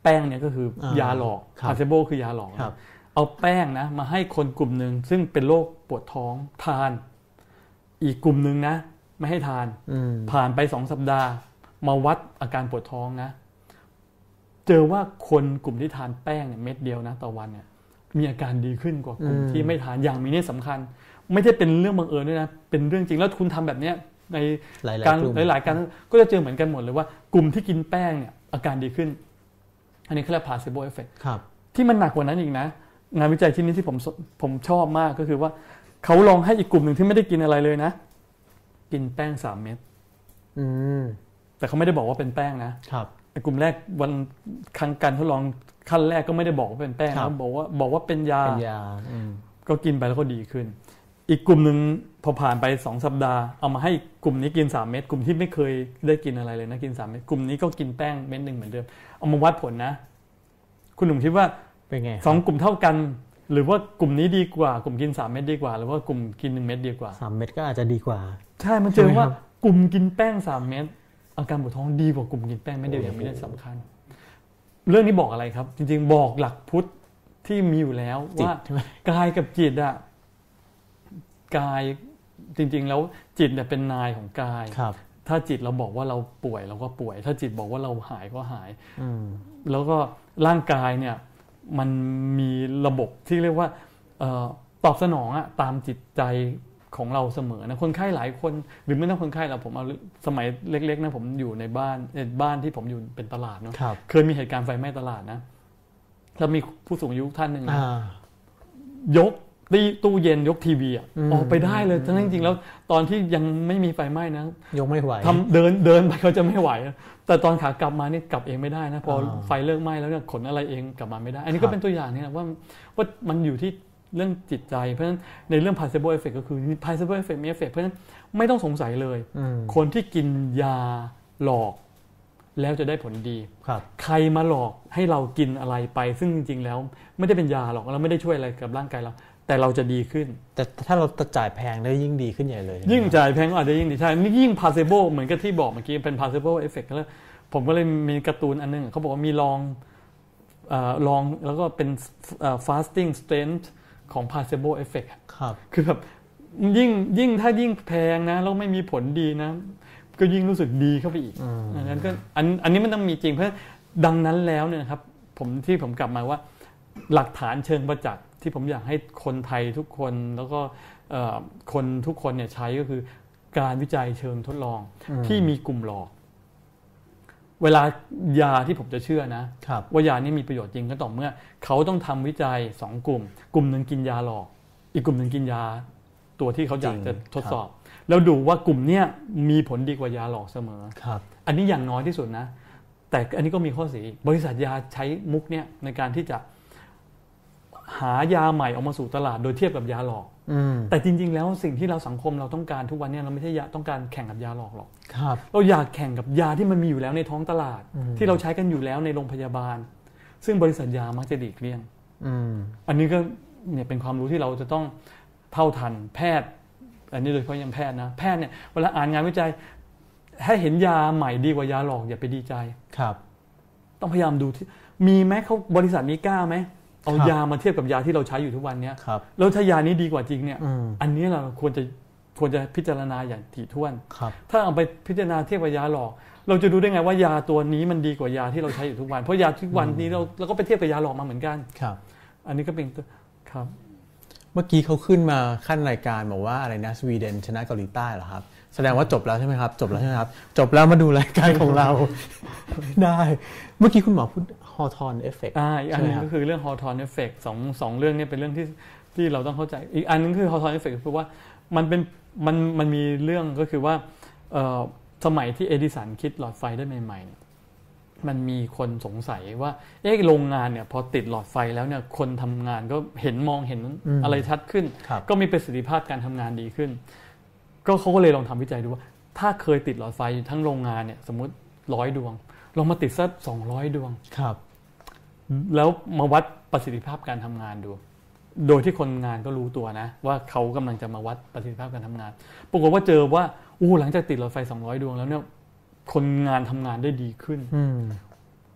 แป้งเนี่ยก็คือยาหลอกพลาสโบคือยาหลอกเอาแป้งนะมาให้คนกลุ่มหนึ่งซึ่งเป็นโรคปวดท้องทานอีกกลุ่มหนึ่งนะไม่ให้ทานผ่านไปสองสัปดาห์มาวัดอาการปวดท้องนะเจอว่าคนกลุ่มที่ทานแป้งเนี่ยเม็ดเดียวนะต่อวันเนี่ยมีอาการดีขึ้นกว่ากลุ่มที่ไม่ทานอย่างมีนี่สำคัญไม่ใช่เป็นเรื่องบังเอิญด้วยนะเป็นเรื่องจริงแล้วคุณทำแบบนี้ในการหลายๆการก็จะเจอเหมือนกันหมดเลยว่ากลุ่มที่กินแป้งเนี่ยอาการดีขึ้นอันนี้เขาเรียก placebo effect ที่มันหนักกว่านั้นอีกนะงานวิจัยชิ้นนี้ที่ผมผมชอบมากก็คือว่าเขาลองให้อีกกลุ่มหนึ่งที่ไม่ได้กินอะไรเลยนะกินแป้งสามเม็ดแต่เขาไม่ได้บอกว่าเป็นแป้งนะครับกลุ่มแรกวันครั้งการทดลองขั้นแรกก็ไม่ได้บอกว่าเป็นแป้งนะบอกว่าบอกว่าเป็นยาเป็นยาก็กินไปแล้วก็ดีขึ้นอีกกลุ่มหนึ่งพอผ่านไปสองสัปดาห์เอามาให้กลุ่มนี้กินสามเม็ดกลุ่มที่ไม่เคยได้กินอะไรเลยนะกินสามเม็ดกลุ่มนี้ก็กินแป้งเม็ดนึงเหมือนเดิมเอามาวัดผลนะคุณหนุ่มคิดว่าเป็นไงสองกลุ่มเท่ากันหรือว่ากลุ่มนี้ดีกว่ากลุ่มกินสามเม็ดดีกว่าหรือว่ากลุ่มกินหนึ่งเม็ดดีกว่าสามเม็ดก็อาจจะดีกว่าใช่มันเจอว่ากลุ่มกินแป้งสามเม็ดอาการปวดท้องดีกว่ากลุ่มกินแป้งเม็ดเดียวอย่างมีนัยสำคัญเรื่องนี้บอกอะไรครับจริงๆบอกหลักพุทธที่มีอยู่แล้วว่ากายกับจิตอะกายจริงๆแล้วจิตเนี่ยเป็นนายของกายถ้าจิตเราบอกว่าเราป่วยเราก็ป่วยถ้าจิตบอกว่าเราหายก็หายแล้วก็ร่างกายเนี่ยมันมีระบบที่เรียกว่าตอบสนองอะตามจิตใจของเราเสมอนะคนไข้หลายคนหรือไม่ต้องคนไข้เราผมเอาสมัยเล็กๆนะผมอยู่ในบ้านบ้านที่ผมอยู่เป็นตลาดเนาะเคยมีเหตุการณ์ไฟไหม้ตลาดนะแล้วมีผู้สูงอายุท่านหนึ่งยกตู้เย็นยกทีวีออกไปได้เลยทั้งจริงๆแล้วตอนที่ยังไม่มีไฟไหม้นะยกไม่ไหวทำเดินเดินไปเขาจะไม่ไหวแต่ตอนขากลับมานี่กลับเองไม่ได้นะพอไฟเลิกไหม้แล้วเนี่ยขนอะไรเองกลับมาไม่ได้อันนี้ก็เป็นตัวอย่างนี่นะว่าว่ามันอยู่ที่เรื่องจิตใจเพราะฉะนั้นในเรื่อง placebo effect ก็คือ placebo effect มี effect เพราะฉะนั้นไม่ต้องสงสัยเลยคนที่กินยาหลอกแล้วจะได้ผลดีใครมาหลอกให้เรากินอะไรไปซึ่งจริงๆแล้วไม่ได้เป็นยาหรอกเราไม่ได้ช่วยอะไรกับร่างกายเราแต่เราจะดีขึ้นแต่ถ้าเราจ่ายแพงได้ยิ่งดีขึ้นใหญ่เลยยิ่งจ่ายแพงก็อาจจะยิ่งดีใช่นี่ยิ่ง placebo เหมือนกับที่บอกเมื่อกี้เป็น placebo effect แล้วผมก็เลยมีการ์ตูนอันนึงเขาบอกว่ามีลองลองแล้วก็เป็น fasting strengthของ placebo effect ครับคือแบบยิ่งยิ่งถ้ายิ่งแพงนะแล้วไม่มีผลดีนะก็ยิ่งรู้สึกดีเข้าไปอีกอันนั้นก็อันอันนี้มันต้องมีจริงเพราะดังนั้นแล้วเนี่ยครับผมที่ผมกลับมาว่าหลักฐานเชิงประจักษ์ที่ผมอยากให้คนไทยทุกคนแล้วก็คนทุกคนเนี่ยใช้ก็คือการวิจัยเชิงทดลองที่มีกลุ่มหลอกเวลายาที่ผมจะเชื่อนะว่ายานี้มีประโยชน์จริงก็ต่อเมื่อเขาต้องทำวิจัยสองกลุ่มกลุ่มหนึ่งกินยาหลอกอีกกลุ่มหนึ่งกินยาตัวที่เขาอยากจะทดสอบแล้วดูว่ากลุ่มเนี้ยมีผลดีกว่ายาหลอกเสมออันนี้อย่างน้อยที่สุดนะแต่อันนี้ก็มีข้อเสียบริษัทยาใช้มุกเนี้ยในการที่จะหายาใหม่ออกมาสู่ตลาดโดยเทียบกับยาหลอกแต่จริงๆแล้วสิ่งที่เราสังคมเราต้องการทุกวันนี้เราไม่ใช่ต้องการแข่งกับยาหลอกหรอกเราอยากแข่งกับยาที่มันมีอยู่แล้วในท้องตลาดที่เราใช้กันอยู่แล้วในโรงพยาบาลซึ่งบริษัทยามักจะหลีกเลี่ยงอันนี้ก็เนี่ยเป็นความรู้ที่เราจะต้องเท่าทันแพทย์อันนี้โดยเฉพาะยังแพทย์นะแพทย์เนี่ยเวลาอ่านงานวิจัยให้เห็นยาใหม่ดีกว่ายาหลอกอย่าไปดีใจครับต้องพยายามดูที่มีไหมเขาบริษัทนี้กล้าไหมเอายามาเทียบกับยาที่เราใช้อยู่ทุกวันนี้แล้วถ้ายานี้ดีกว่าจริงเนี่ยอันนี้เราควรจะควรจะพิจารณาอย่างถี่ถ้วนถ้าเอาไปพิจารณาเทียบกับยาหลอกเราจะดูได้ไงว่ายาตัวนี้มันดีกว่ายาที่เราใช้อยู่ทุกวันเพราะยาทุกวันนี้เราเราก็ไปเทียบกับยาหลอกมาเหมือนกันครับอันนี้ก็เป็นครับเมื่อกี้เขาขึ้นมาขั้นรายการบอกว่าอะไรนะสวีเดนชนะเกาหลีใต้เหรอครับแสดงว่าจบแล้วใช่ไหมครับจบแล้วใช่ไหมครับจบแล้วมาดูรายการของเราได้เมื่อกี้คุณหมอพูดฮอร์โทนเอฟเฟกต์อ่าอีกอันนึงก็คือเรื่องฮอร์โทนเอฟเฟกต์สองสองเรื่องนี้เป็นเรื่องที่ที่เราต้องเข้าใจอีกอันนึงคือฮอร์โทนเอฟเฟกต์คือว่ามันเป็นมันมันมีเรื่องก็คือว่าเอ่อสมัยที่เอดิสันคิดหลอดไฟได้ใหม่ๆเนี่ยมันมีคนสงสัยว่าเอ๊ะโรงงานเนี่ยพอติดหลอดไฟแล้วเนี่ยคนทำงานก็เห็นมองเห็นอะไรชัดขึ้นก็มีประสิทธิภาพการทำงานดีขึ้นก็เขาก็เลยลองทำวิจัยดูว่าถ้าเคยติดหลอดไฟทั้งโรงงานเนี่ยสมมติร้อยดวงลองมาติดสักสองร้อยดวงครับแล้วมาวัดประสิทธิภาพการทำงานดูโดยที่คนงานก็รู้ตัวนะว่าเขากำลังจะมาวัดประสิทธิภาพการทำงานปรากฏว่าเจอว่าอู้หลังจากติดหลอดไฟสองร้อยดวงแล้วเนี่ยคนงานทำงานได้ดีขึ้น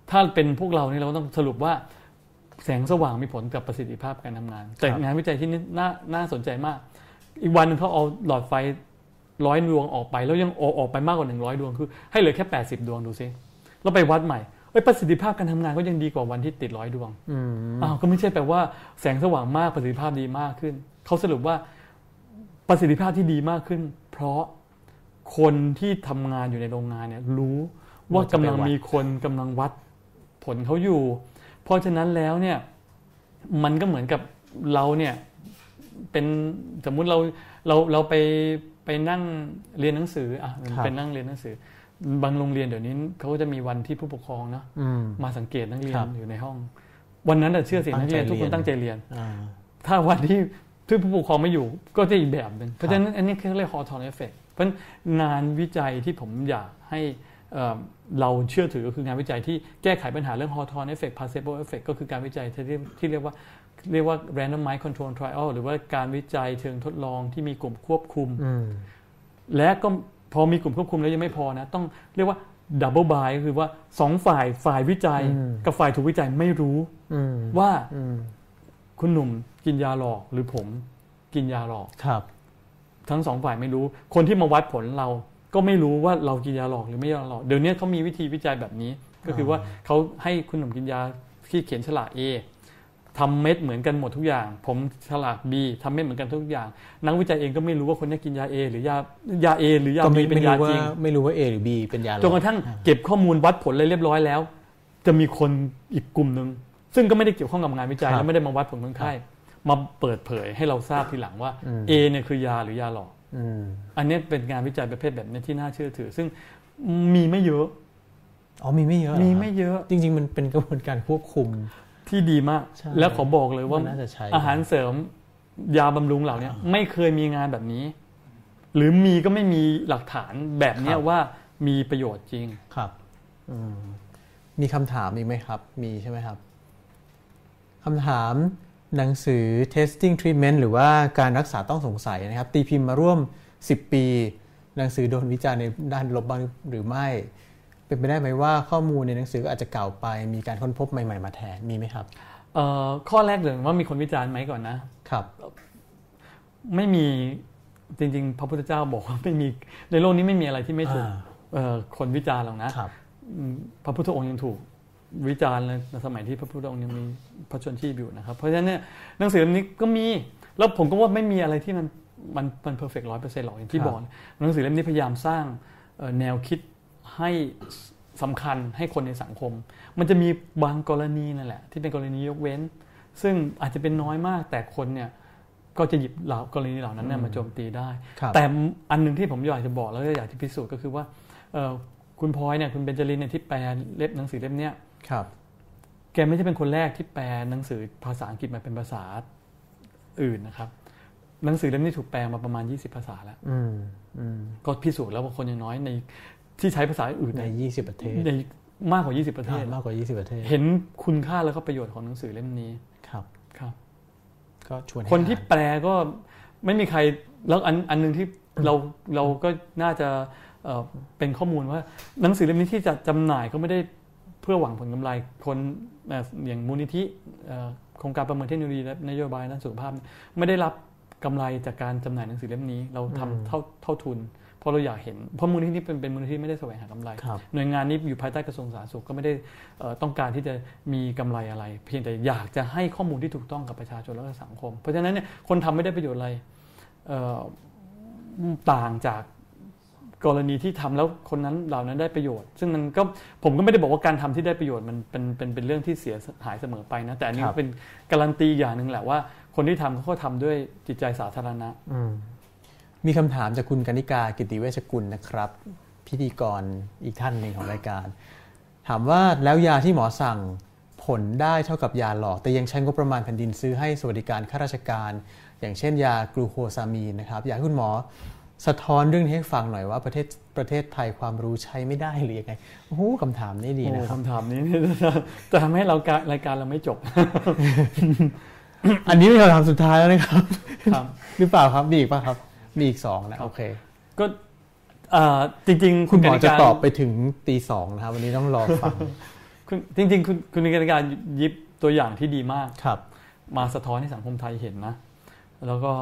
ถ้าเป็นพวกเรานี่เราต้องสรุปว่าแสงสว่างมีผลกับประสิทธิภาพการทำงานแต่งานวิจัยที่นี่น่าน่าสนใจมากอีกวันนึงเขาเอาหลอดไฟร้อยดวงออกไปแล้วยังออกออกไปมากกว่าหนึ่งร้อยดวงคือให้เหลือแค่แปดสิบดวงดูซิแล้วไปวัดใหม่เอ้ยประสิทธิภาพการทำงานก็ยังดีกว่าวันที่ติดร้อยดวงอ้าวก็ไม่ใช่แปลว่าแสงสว่างมากประสิทธิภาพดีมากขึ้นเขาสรุปว่าประสิทธิภาพที่ดีมากขึ้นเพราะคนที่ทำงานอยู่ในโรงงานเนี่ยรู้ว่ากำลังมีคนกำลังวัดผลเขาอยู่เพราะฉะนั้นแล้วเนี่ยมันก็เหมือนกับเราเนี่ยเป็นสมมุติเราเราเราไปไปนั่งเรียนหนังสืออ่ะเป็นนั่งเรียนหนังสือบางโรงเรียนเดี๋ยวนี้เขาก็จะมีวันที่ผู้ปกครองเนาะมาสังเกตนักเรียนอยู่ในห้องวันนั้นเชื่อสินักเรียนทุกคนตั้งใจเรียนถ้าวันที่ที่ผู้ปกครองไม่อยู่ก็จะอีกแบบนึงเพราะฉะนั้นอันนี้เขาเรียก Hawthorne Effect เพราะงานวิจัยที่ผมอยากให้เราเชื่อถือก็คืองานวิจัยที่แก้ไขปัญหาเรื่อง Hawthorne Effect Placebo Effect ก็คือการวิจัยที่ที่เรียกว่าเรียกว่า randomized control trial หรือว่าการวิจัยเชิงทดลองที่มีกลุ่มควบคุมและก็พอมีกลุ่มควบคุมแล้วยังไม่พอนะต้องเรียกว่า double blind ก็คือว่าสองฝ่ายฝ่ายวิจัยกับฝ่ายถูกวิจัยไม่รู้ว่าคุณหนุ่มกินยาหลอกหรือผมกินยาหลอกทั้งสองฝ่ายไม่รู้คนที่มาวัดผลเราก็ไม่รู้ว่าเรากินยาหลอกหรือไม่ยาหลอกเดี๋ยวนี้เขามีวิธีวิจัยแบบนี้ก็คือว่าเขาให้คุณหนุ่มกินยาที่เขียนฉลาก A ทำเม็ดเหมือนกันหมดทุกอย่างผมฉลาก B ทำเม็ดเหมือนกันทุกอย่างนักวิจัยเองก็ไม่รู้ว่าคนนี้กินยา A หรือยายา A หรือยา B เป็นยาจริงไม่รู้ว่า A หรือ B เป็นยาหลอกจนกระทั่งเก็บข้อมูลวัดผลเลยเรียบร้อยแล้วจะมีคนอีกกลุ่มนึงซึ่งก็ไม่ได้เกี่ยวข้องกับงานวิจัยและไม่ได้มาวัดผลคนไข้มาเปิดเผยให้เราทราบทีหลังว่า A เนี่ยคือยาหรือยาหลอกอันนี้เป็นงานวิจัยประเภทแบบนี้ที่น่าเชื่อถือซึ่งมีไม่เยอะอ๋อมีไม่เยอะมีไม่เยอะจริงๆมันเป็นกระบวนการควบคุมที่ดีมากแล้วขอบอกเลยว่าอาหารเสริมยาบำรุงเหล่านี้ไม่เคยมีงานแบบนี้หรือมีก็ไม่มีหลักฐานแบบนี้ว่ามีประโยชน์จริงครับมีคำถามอีกไหมครับมีใช่ไหมครับคำถามหนังสือ testing treatment หรือว่าการรักษาต้องสงสัยนะครับตีพิมพ์มาร่วมสิบปีหนังสือโดนวิจารณ์ในด้านลบบ้างหรือไม่เป็นไปได้ไหมว่าข้อมูลในหนังสืออาจจะเก่าไปมีการค้นพบใหม่ๆมาแทนมีไหมครับข้อแรกเลยว่ามีคนวิจารณ์ไหมก่อนนะครับไม่มีจริงๆพระพุทธเจ้าบอกว่าไม่มีในโลกนี้ไม่มีอะไรที่ไม่ถูกคนวิจารณ์หรอกนะพระพุทธองค์ยังถูกวิจารณ์เลยในสมัยที่พระพุทธองค์ยังมีพระชนชีพอยู่นะครับเพราะฉะนั้นเนี่ยหนังสือเล่มนี้ก็มีแล้วผมก็ว่าไม่มีอะไรที่มันมันมันเพอร์เฟกต์ร้อยเปอร์เซ็นต์หรอกอย่างที่บอกหนังสือเล่มนี้พยายามสร้างแนวคิดให้สำคัญให้คนในสังคมมันจะมีบางกรณีนั่นแหละที่เป็นกรณียกเว้นซึ่งอาจจะเป็นน้อยมากแต่คนเนี่ยก็จะหยิบเหล่ากรณีเหล่านั้นเนี่ยมาโจมตีได้แต่อันนึงที่ผมอยากจะบอกแล้วก็อยากจะพิสูจน์ก็คือว่าคุณพลอยเนี่ยคุณเบญจรินเนี่ยที่แปลเล่มหนังสือเล่มเนี้ยครับแกไม่ใช่เป็นคนแรกที่แปลหนังสือภาษาอังกฤษมาเป็นภาษาอื่นนะครับหนังสือเล่มนี้ถูกแปลมาประมาณยี่สิบภาษาแล้วก็พิสูจน์แล้วว่าคนอย่างน้อยในที่ใช้ภาษาอื่นในยี่สิบประเทศในมากกว่ายี่สิบประเทศมากกว่ายี่สิบประเทศเห็นคุณค่าแล้วก็ประโยชน์ของหนังสือเล่มนี้ครับครับก็ชวนคนที่แปลก็ไม่มีใครแล้วอันอันนึงที่เราเราก็น่าจะเป็นข้อมูลว่าหนังสือเล่มนี้ที่จะจำหน่ายก็ไม่ได้เพื่อหวังผลกำไรคนอย่างมูลนิธิโครงการประเมินเทคโนโลยีและนโยบายด้านสุขภาพไม่ได้รับกำไรจากการจำหน่ายหนังสือเล่มนี้เราทำเท่าเท่าทุนเพราะเราอยากเห็นเพราะมูลนิธิเป็นเป็นมูลนิธิไม่ได้แสวงหากำไรหน่วยงานนี้อยู่ภายใต้กระทรวงสาธารณสุขก็ไม่ได้ต้องการที่จะมีกำไรอะไรเพียงแต่อยากจะให้ข้อมูลที่ถูกต้องกับประชาชนและสังคมเพราะฉะนั้นเนี่ยคนทำไม่ได้ประโยชน์อะไรต่างจากกรณีที่ทำแล้วคนนั้นเหล่านั้นได้ประโยชน์ซึ่งมันก็ผมก็ไม่ได้บอกว่าการทำที่ได้ประโยชน์มันเป็นเป็นเป็นเรื่องที่เสียหายเสมอไปนะแต่อันนี้เป็นการันตีอย่างนึงแหละว่าคนที่ทำเขาก็ทำด้วยจิตใจสาธารณะมีคำถามจากคุณกนิกากิติเวชกุลนะครับพิธีกรอีกท่านหนึ่งของรายการถามว่าแล้วยาที่หมอสั่งผลได้เท่ากับยาหลอกแต่ยังใช้งบประมาณแผ่นดินซื้อให้สวัสดิการข้าราชการอย่างเช่นยากลูโคซามีนนะครับอยากให้คุณหมอสะท้อนเรื่องนี้ให้ฟังหน่อยว่าประเทศประเทศไทยความรู้ใช้ไม่ได้หรือยังไงโอ้โหคำถามนี้ดีนะคำถามนี้จะทำให้เรารายการเราไม่จบอันนี้เป็นคำถามสุดท้ายแล้วนะครับหรือเปล่าครับมีอีกป่ะครับมีอีกสองนะโอเคก็จริงๆคุณหมอจะตอบไปถึงตีสองนะครับวันนี้ต้องรอฟังจริงๆคุณคุณในการยิบตัวอย่างที่ดีมากครับมาสะท้อนให้สังคมไทยเห็นนะแล้วก็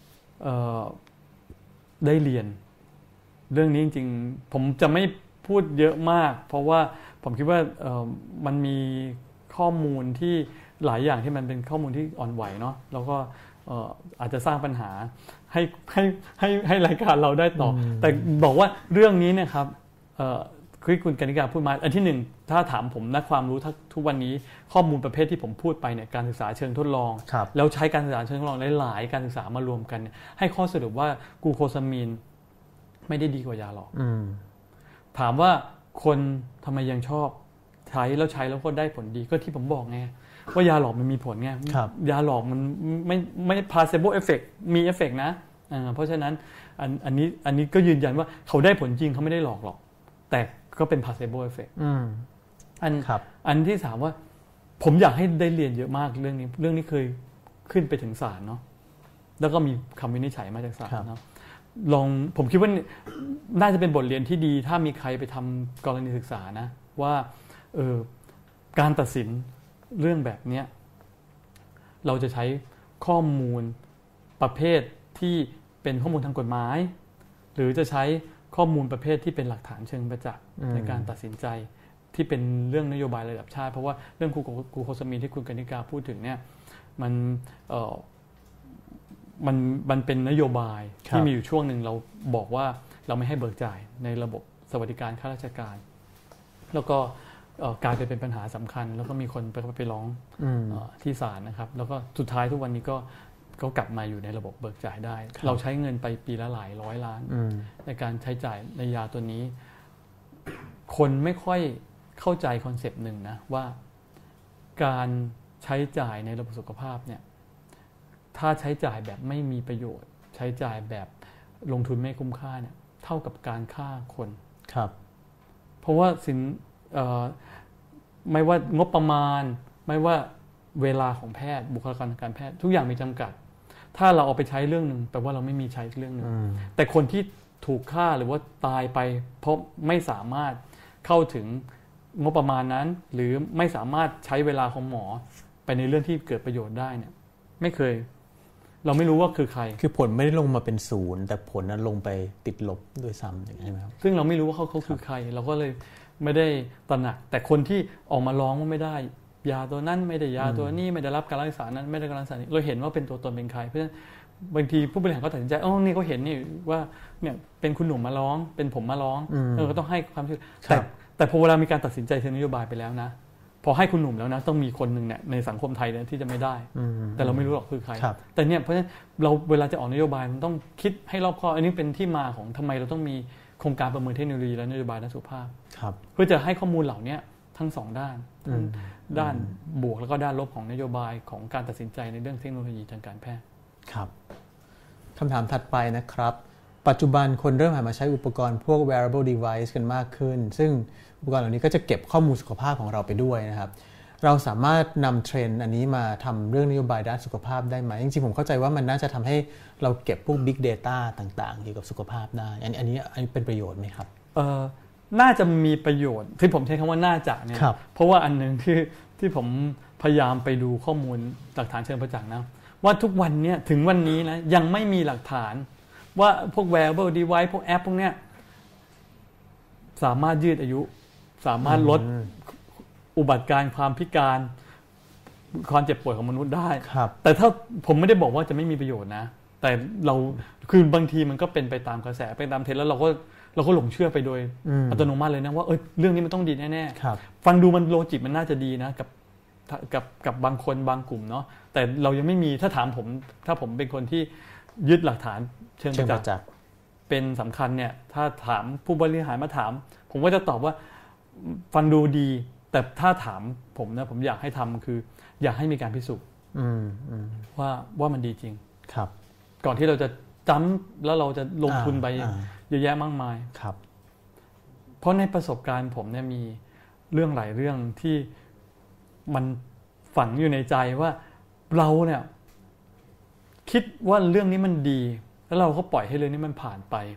ได้เรียนเรื่องนี้จริงๆผมจะไม่พูดเยอะมากเพราะว่าผมคิดว่ามันมีข้อมูลที่หลายอย่างที่มันเป็นข้อมูลที่อ่อนไหวเนาะแล้วก็อาจจะสร้างปัญหาให้ให้ให้ให้รายการเราได้ต่อแต่บอกว่าเรื่องนี้เนี่ยครับคือคุณกนิกาพูดมาอันที่หนึ่งถ้าถามผมนักความรู้ทุกวันนี้ข้อมูลประเภทที่ผมพูดไปเนี่ยการศึกษาเชิงทดลองแล้วใช้การศึกษาเชิงทดลองหลายๆการศึกษามารวมกันให้ข้อสรุปว่ากูโคซามีนไม่ได้ดีกว่ายาหลอกถามว่าคนทำไมยังชอบใช้แล้วใช้แล้วก็ได้ผลดีก็ที่ผมบอกไงว่ายาหลอกมันมีผลไงยาหลอกมันไม่ไม่ placebo effect มีเอฟเฟกต์นะเพราะฉะนั้นอันอันนี้อันนี้ก็ยืนยันว่าเขาได้ผลจริงเขาไม่ได้หลอกหรอกแต่ก็เป็น placebo effect อันอันที่สามว่าผมอยากให้ได้เรียนเยอะมากเรื่องนี้เรื่องนี้เคยขึ้นไปถึงศาลเนาะแล้วก็มีคำวินิจฉัยมาจากศาลเนาะลองผมคิดว่าน่าจะเป็นบทเรียนที่ดีถ้ามีใครไปทำกรณีศึกษานะว่าเออการตัดสินเรื่องแบบนี้เราจะใช้ข้อมูลประเภทที่เป็นข้อมูลทางกฎหมายหรือจะใช้ข้อมูลประเภทที่เป็นหลักฐานเชิงประจักษ์ในการตัดสินใจที่เป็นเรื่องนโยบายระดับชาติเพราะว่าเรื่องกูโคซามีนที่คุณกนิกาพูดถึงเนี่ยมันเอ่อมันมันเป็นนโยบายที่มีอยู่ช่วงหนึ่งเราบอกว่าเราไม่ให้เบิกจ่ายในระบบสวัสดิการข้าราชการแล้วก็กลายไปเป็นปัญหาสำคัญแล้วก็มีคนไปไปร้องที่ศาลนะครับแล้วก็สุดท้ายทุกวันนี้ก็ก็กลับมาอยู่ในระบบเบิกจ่ายได้เราใช้เงินไปปีละหลายร้อยล้านในการใช้จ่ายในยาตัวนี้คนไม่ค่อยเข้าใจคอนเซปต์หนึ่งนะว่าการใช้จ่ายในระบบสุขภาพเนี่ยถ้าใช้จ่ายแบบไม่มีประโยชน์ใช้จ่ายแบบลงทุนไม่คุ้มค่าเนี่ยเท่ากับการฆ่าคนครับเพราะว่าสินไม่ว่างบประมาณไม่ว่าเวลาของแพทย์บุคลากรทางการแพทย์ทุกอย่างมีจำกัดถ้าเราเอาไปใช้เรื่องนึงแปลว่าเราไม่มีใช้เรื่องนึงแต่คนที่ถูกฆ่าหรือว่าตายไปเพราะไม่สามารถเข้าถึงงบประมาณนั้นหรือไม่สามารถใช้เวลาของหมอไปในเรื่องที่เกิดประโยชน์ได้เนี่ยไม่เคยเราไม่รู้ว่าคือใครคือผลไม่ได้ลงมาเป็นศูนย์แต่ผลนั้นลงไปติดลบด้วยซ้ำอย่างนี้ใช่ไหมครับซึ่งเราไม่รู้ว่าเขาเขาคือใครเราก็เลยไม่ได้ตระหนักแต่คนที่ออกมาร้องว่าไม่ได้ยาตัวนั้นไม่ได้ยาตัวนี้ไม่ได้รับการรักษานั้นไม่ได้การรักษานี้เราเห็นว่าเป็นตัวตนเป็นใครเพราะฉะนั้นบางทีผู้บริหารก็ตัดสินใจอ๋อนี่เขาเห็นนี่ว่าเนี่ยเป็นคุณหนุ่มมาร้องเป็นผมมาร้องเราก็ต้องให้ความช่วยแต่แต่พอเวลามีการตัดสินใจเชิงนโยบายไปแล้วนะพอให้คุณหนุ่มแล้วนะต้องมีคนหนึ่งเนี่ยในสังคมไทยเนี่ยที่จะไม่ได้แต่เราไม่รู้หรอกคือใครแต่เนี่ยเพราะฉะนั้นเราเวลาจะออกนโยบายมันต้องคิดให้รอบคอบอันนี้เป็นที่มาของทำไมเราต้องมีโครงการประเมินเทคโนโลยีและนโยบายด้านสุขภาพเพื่อจะให้ข้อมูลเหล่านี้ทั้งสองด้านด้านบวกแล้วก็ด้านลบของนโยบายของการตัดสินใจในเรื่องเทคโนโลยีทางการแพทย์ครับคำถามถัดไปนะครับปัจจุบันคนเริ่มหันมาใช้อุปกรณ์พวก wearable device กันมากขึ้นซึ่งอุปกรณ์เหล่านี้ก็จะเก็บข้อมูลสุขภาพของเราไปด้วยนะครับเราสามารถนำเทรนด์อันนี้มาทำเรื่องนโยบายด้านสุขภาพได้ไหมจริงๆผมเข้าใจว่ามันน่าจะทำให้เราเก็บพวก big data ต่างๆเกี่ยวกับสุขภาพได้อันนี้อันนี้อันนี้เป็นประโยชน์ไหมครับเอ่อน่าจะมีประโยชน์ที่ผมใช้คำว่าน่าจะเนี่ยเพราะว่าอันนึงที่ที่ผมพยายามไปดูข้อมูลหลักฐานเชิงประจักษ์นะว่าทุกวันนี้ถึงวันนี้นะยังไม่มีหลักฐานว่าพวก wearable device พวกแอปพวกเนี้ยสามารถยืดอายุสามารถลดอุบัติการความพิการความเจ็บป่วยของมนุษย์ได้แต่ถ้าผมไม่ได้บอกว่าจะไม่มีประโยชน์นะแต่เราคือบางทีมันก็เป็นไปตามกระแสไปตามเทรนด์แล้วเราก็เราก็หลงเชื่อไปโดยอัตโนมัติเลยนะว่าเออเรื่องนี้มันต้องดีแน่ๆฟังดูมันโลจิกมันน่าจะดีนะกับกับกับบางคนบางกลุ่มเนาะแต่เรายังไม่มีถ้าถามผมถ้าผมเป็นคนที่ยึดหลักฐานเชิงประจักษ์เป็นสำคัญเนี่ยถ้าถามผู้บริหารมาถามผมก็จะตอบว่าฟังดูดีแต่ถ้าถามผมนะผมอยากให้ทำคืออยากให้มีการพิสูจน์ว่าว่ามันดีจริงครับก่อนที่เราจะจ้ำแล้วเราจะลงทุนไปเยอะแยะมากมายครับเพราะในประสบการณ์ผมเนี่ยมีเรื่องหลายเรื่องที่มันฝังอยู่ในใจว่าเราเนี่ยคิดว่าเรื่องนี้มันดีแล้วเราก็ปล่อยให้เรื่องนี้มันผ่านไป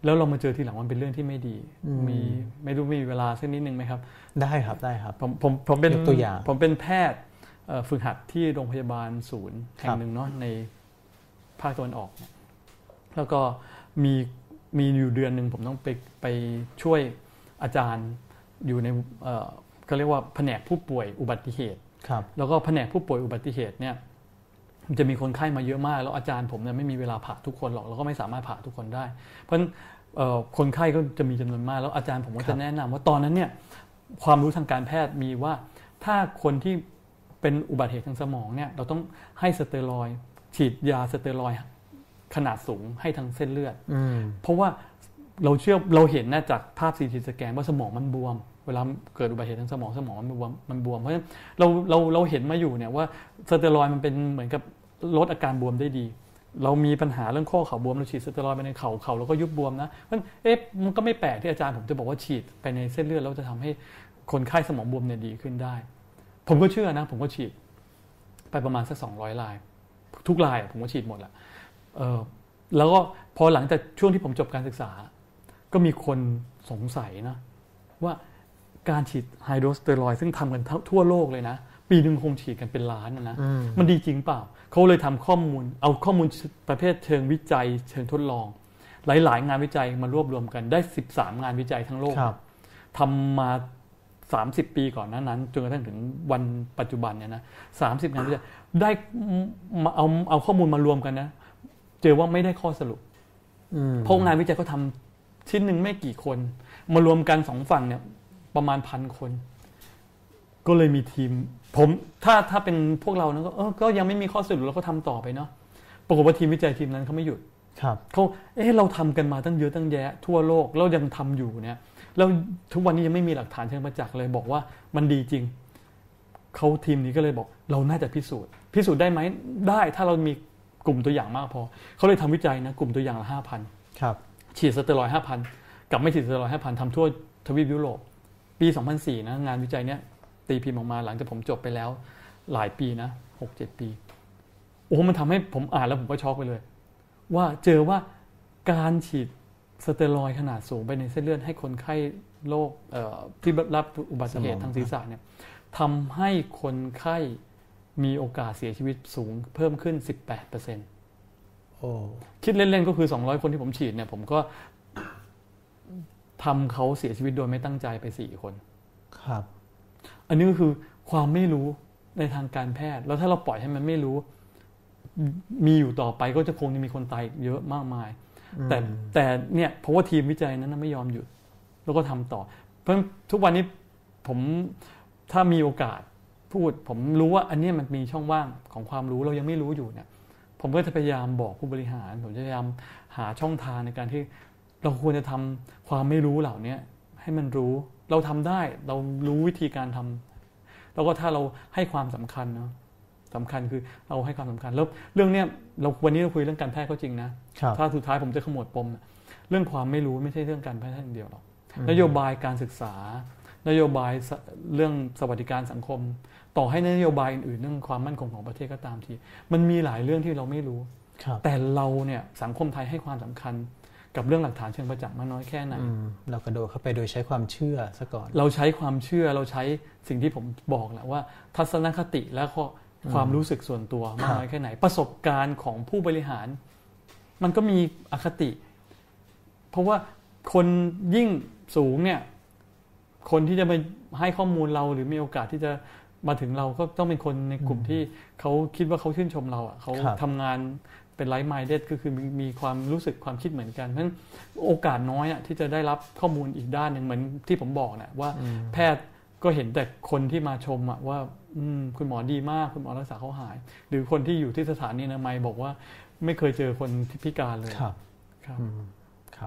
แล้วเรามาเจอทีหลังมันเป็นเรื่องที่ไม่ดีมีไม่รู้มีเวลาสักนิดนึงไหมครับได้ครับได้ครับผมผมผมเป็นตัวอย่างผมเป็นแพทย์ฝึกหัดที่โรงพยาบาลศูนย์แห่งหนึ่งเนาะในภาคตะวันออกแล้วก็มีมีอยู่เดือนหนึ่งผมต้องไปไปช่วยอาจารย์อยู่ในก็เรียกว่าแผนกผู้ป่วยอุบัติเหตุแล้วก็แผนกผู้ป่วยอุบัติเหตุเนี่ยมันจะมีคนไข้มาเยอะมากแล้วอาจารย์ผมเนี่ยไม่มีเวลาผ่าทุกคนหรอกแล้วก็ไม่สามารถผ่าทุกคนได้เพราะฉะนั้นคนไข้ก็จะมีจำนวนมากแล้วอาจารย์ผมก็จะแนะนำว่าตอนนั้นเนี่ยความรู้ทางการแพทย์มีว่าถ้าคนที่เป็นอุบัติเหตุทางสมองเนี่ยเราต้องให้สเตียรอยด์ฉีดยาสเตียรอยด์ขนาดสูงให้ทางเส้นเลือดเพราะว่าเราเชื่อเราเห็นนะจากภาพซีทีสแกนว่าสมองมันบวมเวลาเกิดอุบัติเหตุทางสมองสมองมันบวมมันบวมเพราะฉะนั้นเราเราเราเห็นมาอยู่เนี่ยว่าสเตียรอยด์มันเป็นเหมือนกับลดอาการบวมได้ดีเรามีปัญหาเรื่องข้อเข่าบวมเราฉีดสเตียรอยด์ไปในเข่าเข่าแล้วก็ยุบบวมนะเพราะฉะนั้นเอ๊ะมันก็ไม่แปลกที่อาจารย์ผมจะบอกว่าฉีดไปในเส้นเลือดแล้วจะทำให้คนไข้สมองบวมเนี่ยดีขึ้นได้ผมก็เชื่อนะผมก็ฉีดไปประมาณสักสองร้อยรายทุกรายผมก็ฉีดหมดแหละเออแล้วก็พอหลังจากช่วงที่ผมจบการศึกษาก็มีคนสงสัยนะว่าการฉีดไฮโดรสเตียรอยด์ซึ่งทำกันทั่วโลกเลยนะปีหนึ่งคงฉีดกันเป็นล้านนะมันดีจริงเปล่าเขาเลยทำข้อมูลเอาข้อมูลประเภทเชิงวิจัยเชิงทดลองหลายๆงานวิจัยมารวบรวมกันได้สิบสามงานวิจัยทั้งโลกทำมาสามสิบปีก่อนนั้นจนกระทั่งถึงวันปัจจุบันเนี่ยนะสามสิบงานวิจัยได้มาเอาเอาข้อมูลมารวมกันนะเจอว่าไม่ได้ข้อสรุปเพราะงานวิจัยเขาทำชิ้นหนึ่งไม่กี่คนมารวมกันสองฝั่งเนี่ยประมาณพันคนก็เลยมีทีมผมถ้าถ้าเป็นพวกเรานะก็เออก็ยังไม่มีข้อสรุปแล้วก็ทำต่อไปเนาะปรากฏว่าทีมวิจัยทีมนั้นเขาไม่หยุดเขาเออเราทำกันมาตั้งเยอะตั้งแยะทั่วโลกแล้วยังทำอยู่เนี่ยแล้วทุกวันนี้ยังไม่มีหลักฐานเชิงประจักษ์เลยบอกว่ามันดีจริงเขาทีมนี้ก็เลยบอกเราน่าจะพิสูจน์พิสูจน์ได้ไหมได้ถ้าเรามีกลุ่มตัวอย่างมากพอเขาเลยทำวิจัยนะกลุ่มตัวอย่างละห้าพันฉีดสเตียรอยด์ห้าพันกับไม่ฉีดสเตียรอยด์ห้าพันทำทั่วทวีปยุโรปปีสองพันสี่นะงานวิจัยเนี้ยตีพิมพ์ออกมาหลังจากผมจบไปแล้วหลายปีนะ หกเจ็ด ปีโอ้มันทำให้ผมอ่านแล้วผมก็ช็อกไปเลยว่าเจอว่าการฉีดสเตียรอยด์ขนาดสูงไปในเส้นเลือดให้คนไข้โรคที่รับอุบัติเหตุทางศีรษะเนี่ยทำให้คนไข้มีโอกาสเสียชีวิตสูงเพิ่มขึ้น สิบแปดเปอร์เซ็นต์ โอ้คิดเล่นๆก็คือสองร้อยคนที่ผมฉีดเนี่ยผมก็ทำเขาเสียชีวิตโดยไม่ตั้งใจไปสี่คนครับอันนี้ก็คือความไม่รู้ในทางการแพทย์แล้วถ้าเราปล่อยให้มันไม่รู้มีอยู่ต่อไปก็จะคงจะมีคนตายเยอะมากมายแต่แต่เนี่ยเพราะว่าทีมวิจัยนั้นไม่ยอมหยุดแล้วก็ทำต่อเพราะทุกวันนี้ผมถ้ามีโอกาสพูดผมรู้ว่าอันนี้มันมีช่องว่างของความรู้เรายังไม่รู้อยู่เนี่ยผมก็จะพยายามบอกผู้บริหารผมจะพยายามหาช่องทางในการที่เราควรจะทำความไม่รู้เหล่านี้ให้มันรู้เราทำได้เรารู้วิธีการทำแล้วก็ถ้าเราให้ความสำคัญเนาะสำคัญคือเราให้ความสำคัญแล้วเรื่องเนี้ยเราวันนี้เราคุยเรื่องการแพทย์ก็จริงนะถ้าสุดท้ายผมจะขมวดปมเรื่องความไม่รู้ไม่ใช่เรื่องการแพทย์อย่างเดียวหรอกนโยบายการศึกษานโยบายเรื่องสวัสดิการสังคมต่อให้นโยบายอื่นๆเรื่องความมั่นคงของประเทศก็ตามทีมันมีหลายเรื่องที่เราไม่รู้แต่เราเนี่ยสังคมไทยให้ความสำคัญกับเรื่องหลักฐานเชิงประจักษ์มากน้อยแค่ไหนเรากระโดดเข้าไปโดยใช้ความเชื่อซะก่อนเราใช้ความเชื่อเราใช้สิ่งที่ผมบอกแหละว่าทัศนคติและความรู้สึกส่วนตัวมากน้อยแค่ไหนประสบการณ์ของผู้บริหารมันก็มีอคติเพราะว่าคนยิ่งสูงเนี่ยคนที่จะมาให้ข้อมูลเราหรือมีโอกาสที่จะมาถึงเราก็ต้องเป็นคนในกลุ่มที่เขาคิดว่าเขาชื่นชมเราอ่ะเขาทำงานเป็นไลฟ์ไมน์เด็ดก็คือมีความรู้สึกความคิดเหมือนกันเพราะฉะนั้นโอกาสน้อยอ่ะที่จะได้รับข้อมูลอีกด้านหนึ่งเหมือนที่ผมบอกนะว่าแพทย์ก็เห็นแต่คนที่มาชมอ่ะว่าคุณหมอดีมากคุณหมอรักษาเขาหายหรือคนที่อยู่ที่สถานีอนามัยบอกว่าไม่เคยเจอคนที่พิการเลยครับครับครับ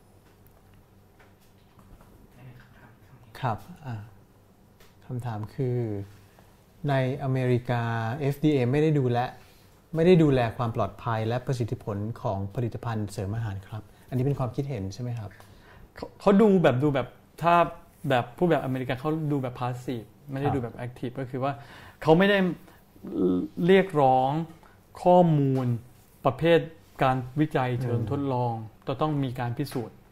ครับคำถามคือในอเมริกา เอฟ ดี เอ ไม่ได้ดูแลไม่ได้ดูแลความปลอดภัยและประสิทธิผลของผลิตภัณฑ์เสริมอาหารครับอันนี้เป็นความคิดเห็นใช่ไหมครับเขาดูแบบดูแบบถ้าแบบผู้แบบอเมริกันเขาดูแบบพาสซีฟไม่ได้ดูแบบแอคทีฟก็คือว่าเขาไม่ได้เรียกร้องข้อมูลประเภทการวิจัยเชิงทดลองจะต้องมีการพิสูจน์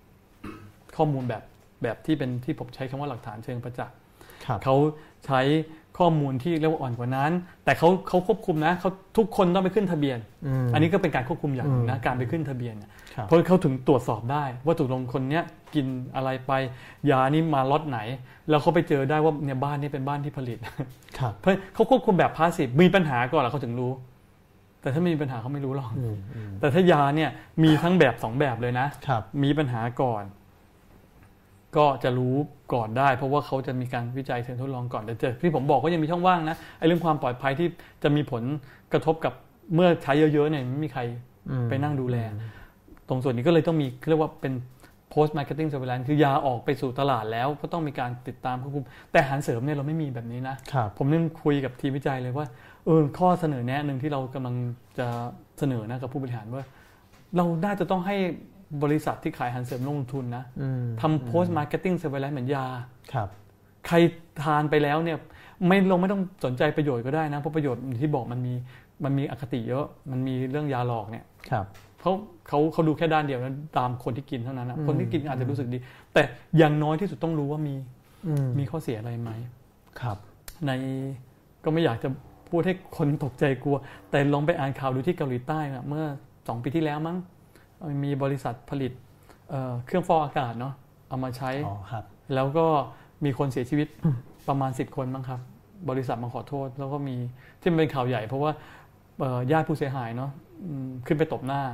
ข้อมูลแบบแบบที่เป็นที่ผมใช้คำว่าหลักฐานเชิงประจักษ์เขาใช้ข้อมูลที่เรียกว่าอ่อนกว่านั้นแต่เขาเขาควบคุมนะเขาทุกคนต้องไปขึ้นทะเบียน อ, อันนี้ก็เป็นการควบคุมอย่างหนึ่งนะการไปขึ้นทะเบียนเพราะเขาถึงตรวจสอบได้ว่าตกลงคนนี้กินอะไรไปยานี่มาล็อตไหนแล้วเขาไปเจอได้ว่าเนี่ยบ้านนี้เป็นบ้านที่ผลิตเพราะเขาควบคุมแบบพาสซีฟมีปัญหาก่อนแล้วเขาถึงรู้แต่ถ้าไม่มีปัญหาเขาไม่รู้หรอกแต่ถ้ายาเนี่ยมีทั้งแบบสองแบบเลยนะมีปัญหาก่อนก็จะรู้ก่อนได้เพราะว่าเขาจะมีการวิจัยเชิงทดลองก่อนแต่เจอที่ผมบอกก็ยังมีช่องว่างนะไอ้เรื่องความปลอดภัยที่จะมีผลกระทบกับเมื่อใช้เยอะๆเนี่ยไม่มีใครไปนั่งดูแลตรงส่วนนี้ก็เลยต้องมีเรียกว่าเป็น post marketing surveillance คือยาออกไปสู่ตลาดแล้วก็ต้องมีการติดตามควบคุมแต่อาหารเสริมเนี่ยเราไม่มีแบบนี้นะผมเนี่ยคุยกับทีมวิจัยเลยว่าเออข้อเสนอแนะนึงที่เรากำลังจะเสนอนะกับผู้บริหารว่าเราน่าจะต้องให้บริษัทที่ขายอาหารเสริมลงทุนนะทำ post marketing surveillance เหมือนยาใครทานไปแล้วเนี่ยไม่ลงไม่ต้องสนใจประโยชน์ก็ได้นะเพราะประโยชน์ที่บอกมันมีมันมีอคติเยอะมันมีเรื่องยาหลอกเนี่ยเขาเขาเขาดูแค่ด้านเดียวนะตามคนที่กินเท่านั้นนะคนที่กินอาจจะรู้สึกดีแต่อย่างน้อยที่สุดต้องรู้ว่ามีมีข้อเสียอะไรไหมครับในก็ไม่อยากจะพูดให้คนตกใจกลัวแต่ลองไปอ่านข่าวดูที่เกาหลีใต้นะเมื่อสองปีที่แล้วมั้งมีบริษัทผลิต เ, เครื่องฟอกอากาศเนาะเอามาใช้แล้วก็มีคนเสียชีวิตประมาณสิบคนมั้งครับบริษัทมาขอโทษแล้วก็มีที่มันเป็นข่าวใหญ่เพราะว่าญาติผู้เสียหายเนาะขึ้นไปตบหน้า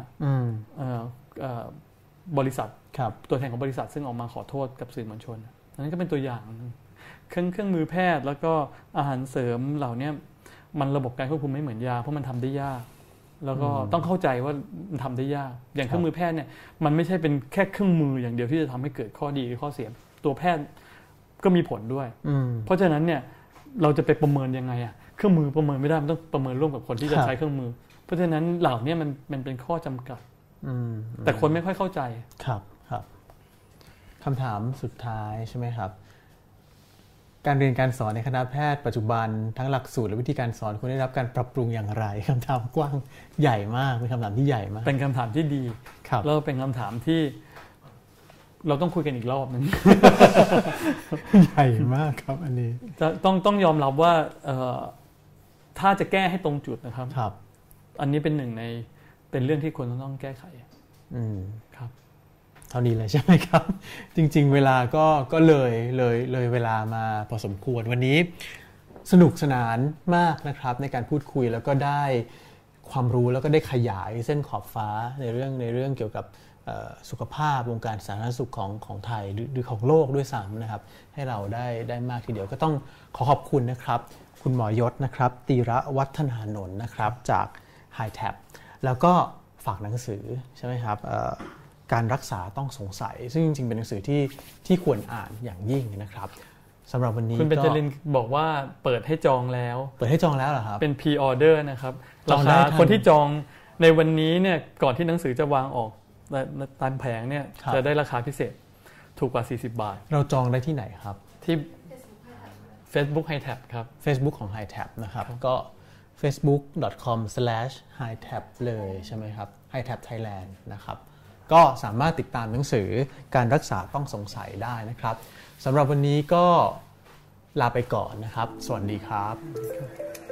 บริษัทตัวแทนของบริษัทซึ่งออกมาขอโทษกับสื่อมวลชนนั้นก็เป็นตัวอย่างเครื่องเครื่องมือแพทย์แล้วก็อาหารเสริมเหล่านี้มันระบบการควบคุมไม่เหมือนยาเพราะมันทำได้ยากแล้วก็ต้องเข้าใจว่ามันทำได้ยากอย่างเครื่องมือแพทย์เนี่ยมันไม่ใช่เป็นแค่เครื่องมืออย่างเดียวที่จะทำให้เกิดข้อดีหรือข้อเสียตัวแพทย์ก็มีผลด้วยเพราะฉะนั้นเนี่ยเราจะไปประเมินยังไงอะเครื่องมือประเมินไม่ได้มันต้องประเมินร่วมกับคนที่จะใช้เครื่องมือเพราะฉะนั้นเหล่านี้มันมันเป็นข้อจำกัดแต่คนไม่ค่อยเข้าใจครับครับคำถามสุดท้ายใช่ไหมครับการเรียนการสอนในคณะแพทย์ปัจจุบันทั้งหลักสูตรและวิธีการสอนควรได้รับการปรับปรุงอย่างไรคำถามกว้างใหญ่มากเป็นคำถามที่ใหญ่มากเป็นคำถามที่ดีแล้วเป็นคำถามที่เราต้องคุยกันอีกรอบนึงใหญ่มากครับอันนี้จะต้องต้องยอมรับว่าถ้าจะแก้ให้ตรงจุดนะครับครับอันนี้เป็นหนึ่งในเป็นเรื่องที่ควรต้องแก้ไขอืมครับเท่านี้เลยใช่ไหมครับจริงๆเวลาก็ก็เลยเลยเลยเวลามาพอสมควรวันนี้สนุกสนานมากนะครับในการพูดคุยแล้วก็ได้ความรู้แล้วก็ได้ขยายเส้นขอบฟ้าในเรื่องในเรื่องเกี่ยวกับสุขภาพวงการสาธารณสุขของของไทยหรือของโลกด้วยซ้ำนะครับให้เราได้ได้มากทีเดียวก็ต้องขอขอบคุณนะครับคุณหมอยศนะครับตีระวัฒนานนท์นะครับจาก ไฮ แท็บ แล้วก็ฝากหนังสือใช่ไหมครับการรักษาต้องสงสัยซึ่งจริงๆเป็นหนังสือที่ที่ควรอ่านอย่างยิ่งนะครับสำหรับวันนี้คุณเบญจรินบอกว่าเปิดให้จองแล้วเปิดให้จองแล้วเหรอครับเป็น พรี ออเดอร์ นะครับราคาคนที่จองในวันนี้เนี่ยก่อนที่หนังสือจะวางออกตามแผงเนี่ยจะได้ราคาพิเศษถูกกว่าสี่สิบบาทเราจองได้ที่ไหนครับที่ Facebook ไฮ แท็บ ครับ Facebook ของ ไฮ แท็บ นะครับก็ เฟซบุ๊ก ดอท คอม สแลช ไฮ แท็บ เลยใช่ไหมครับ ไฮ แท็บ Thailand นะครับก็สามารถติดตามหนังสือการรักษาต้องสงสัยได้นะครับสำหรับวันนี้ก็ลาไปก่อนนะครับสวัสดีครับ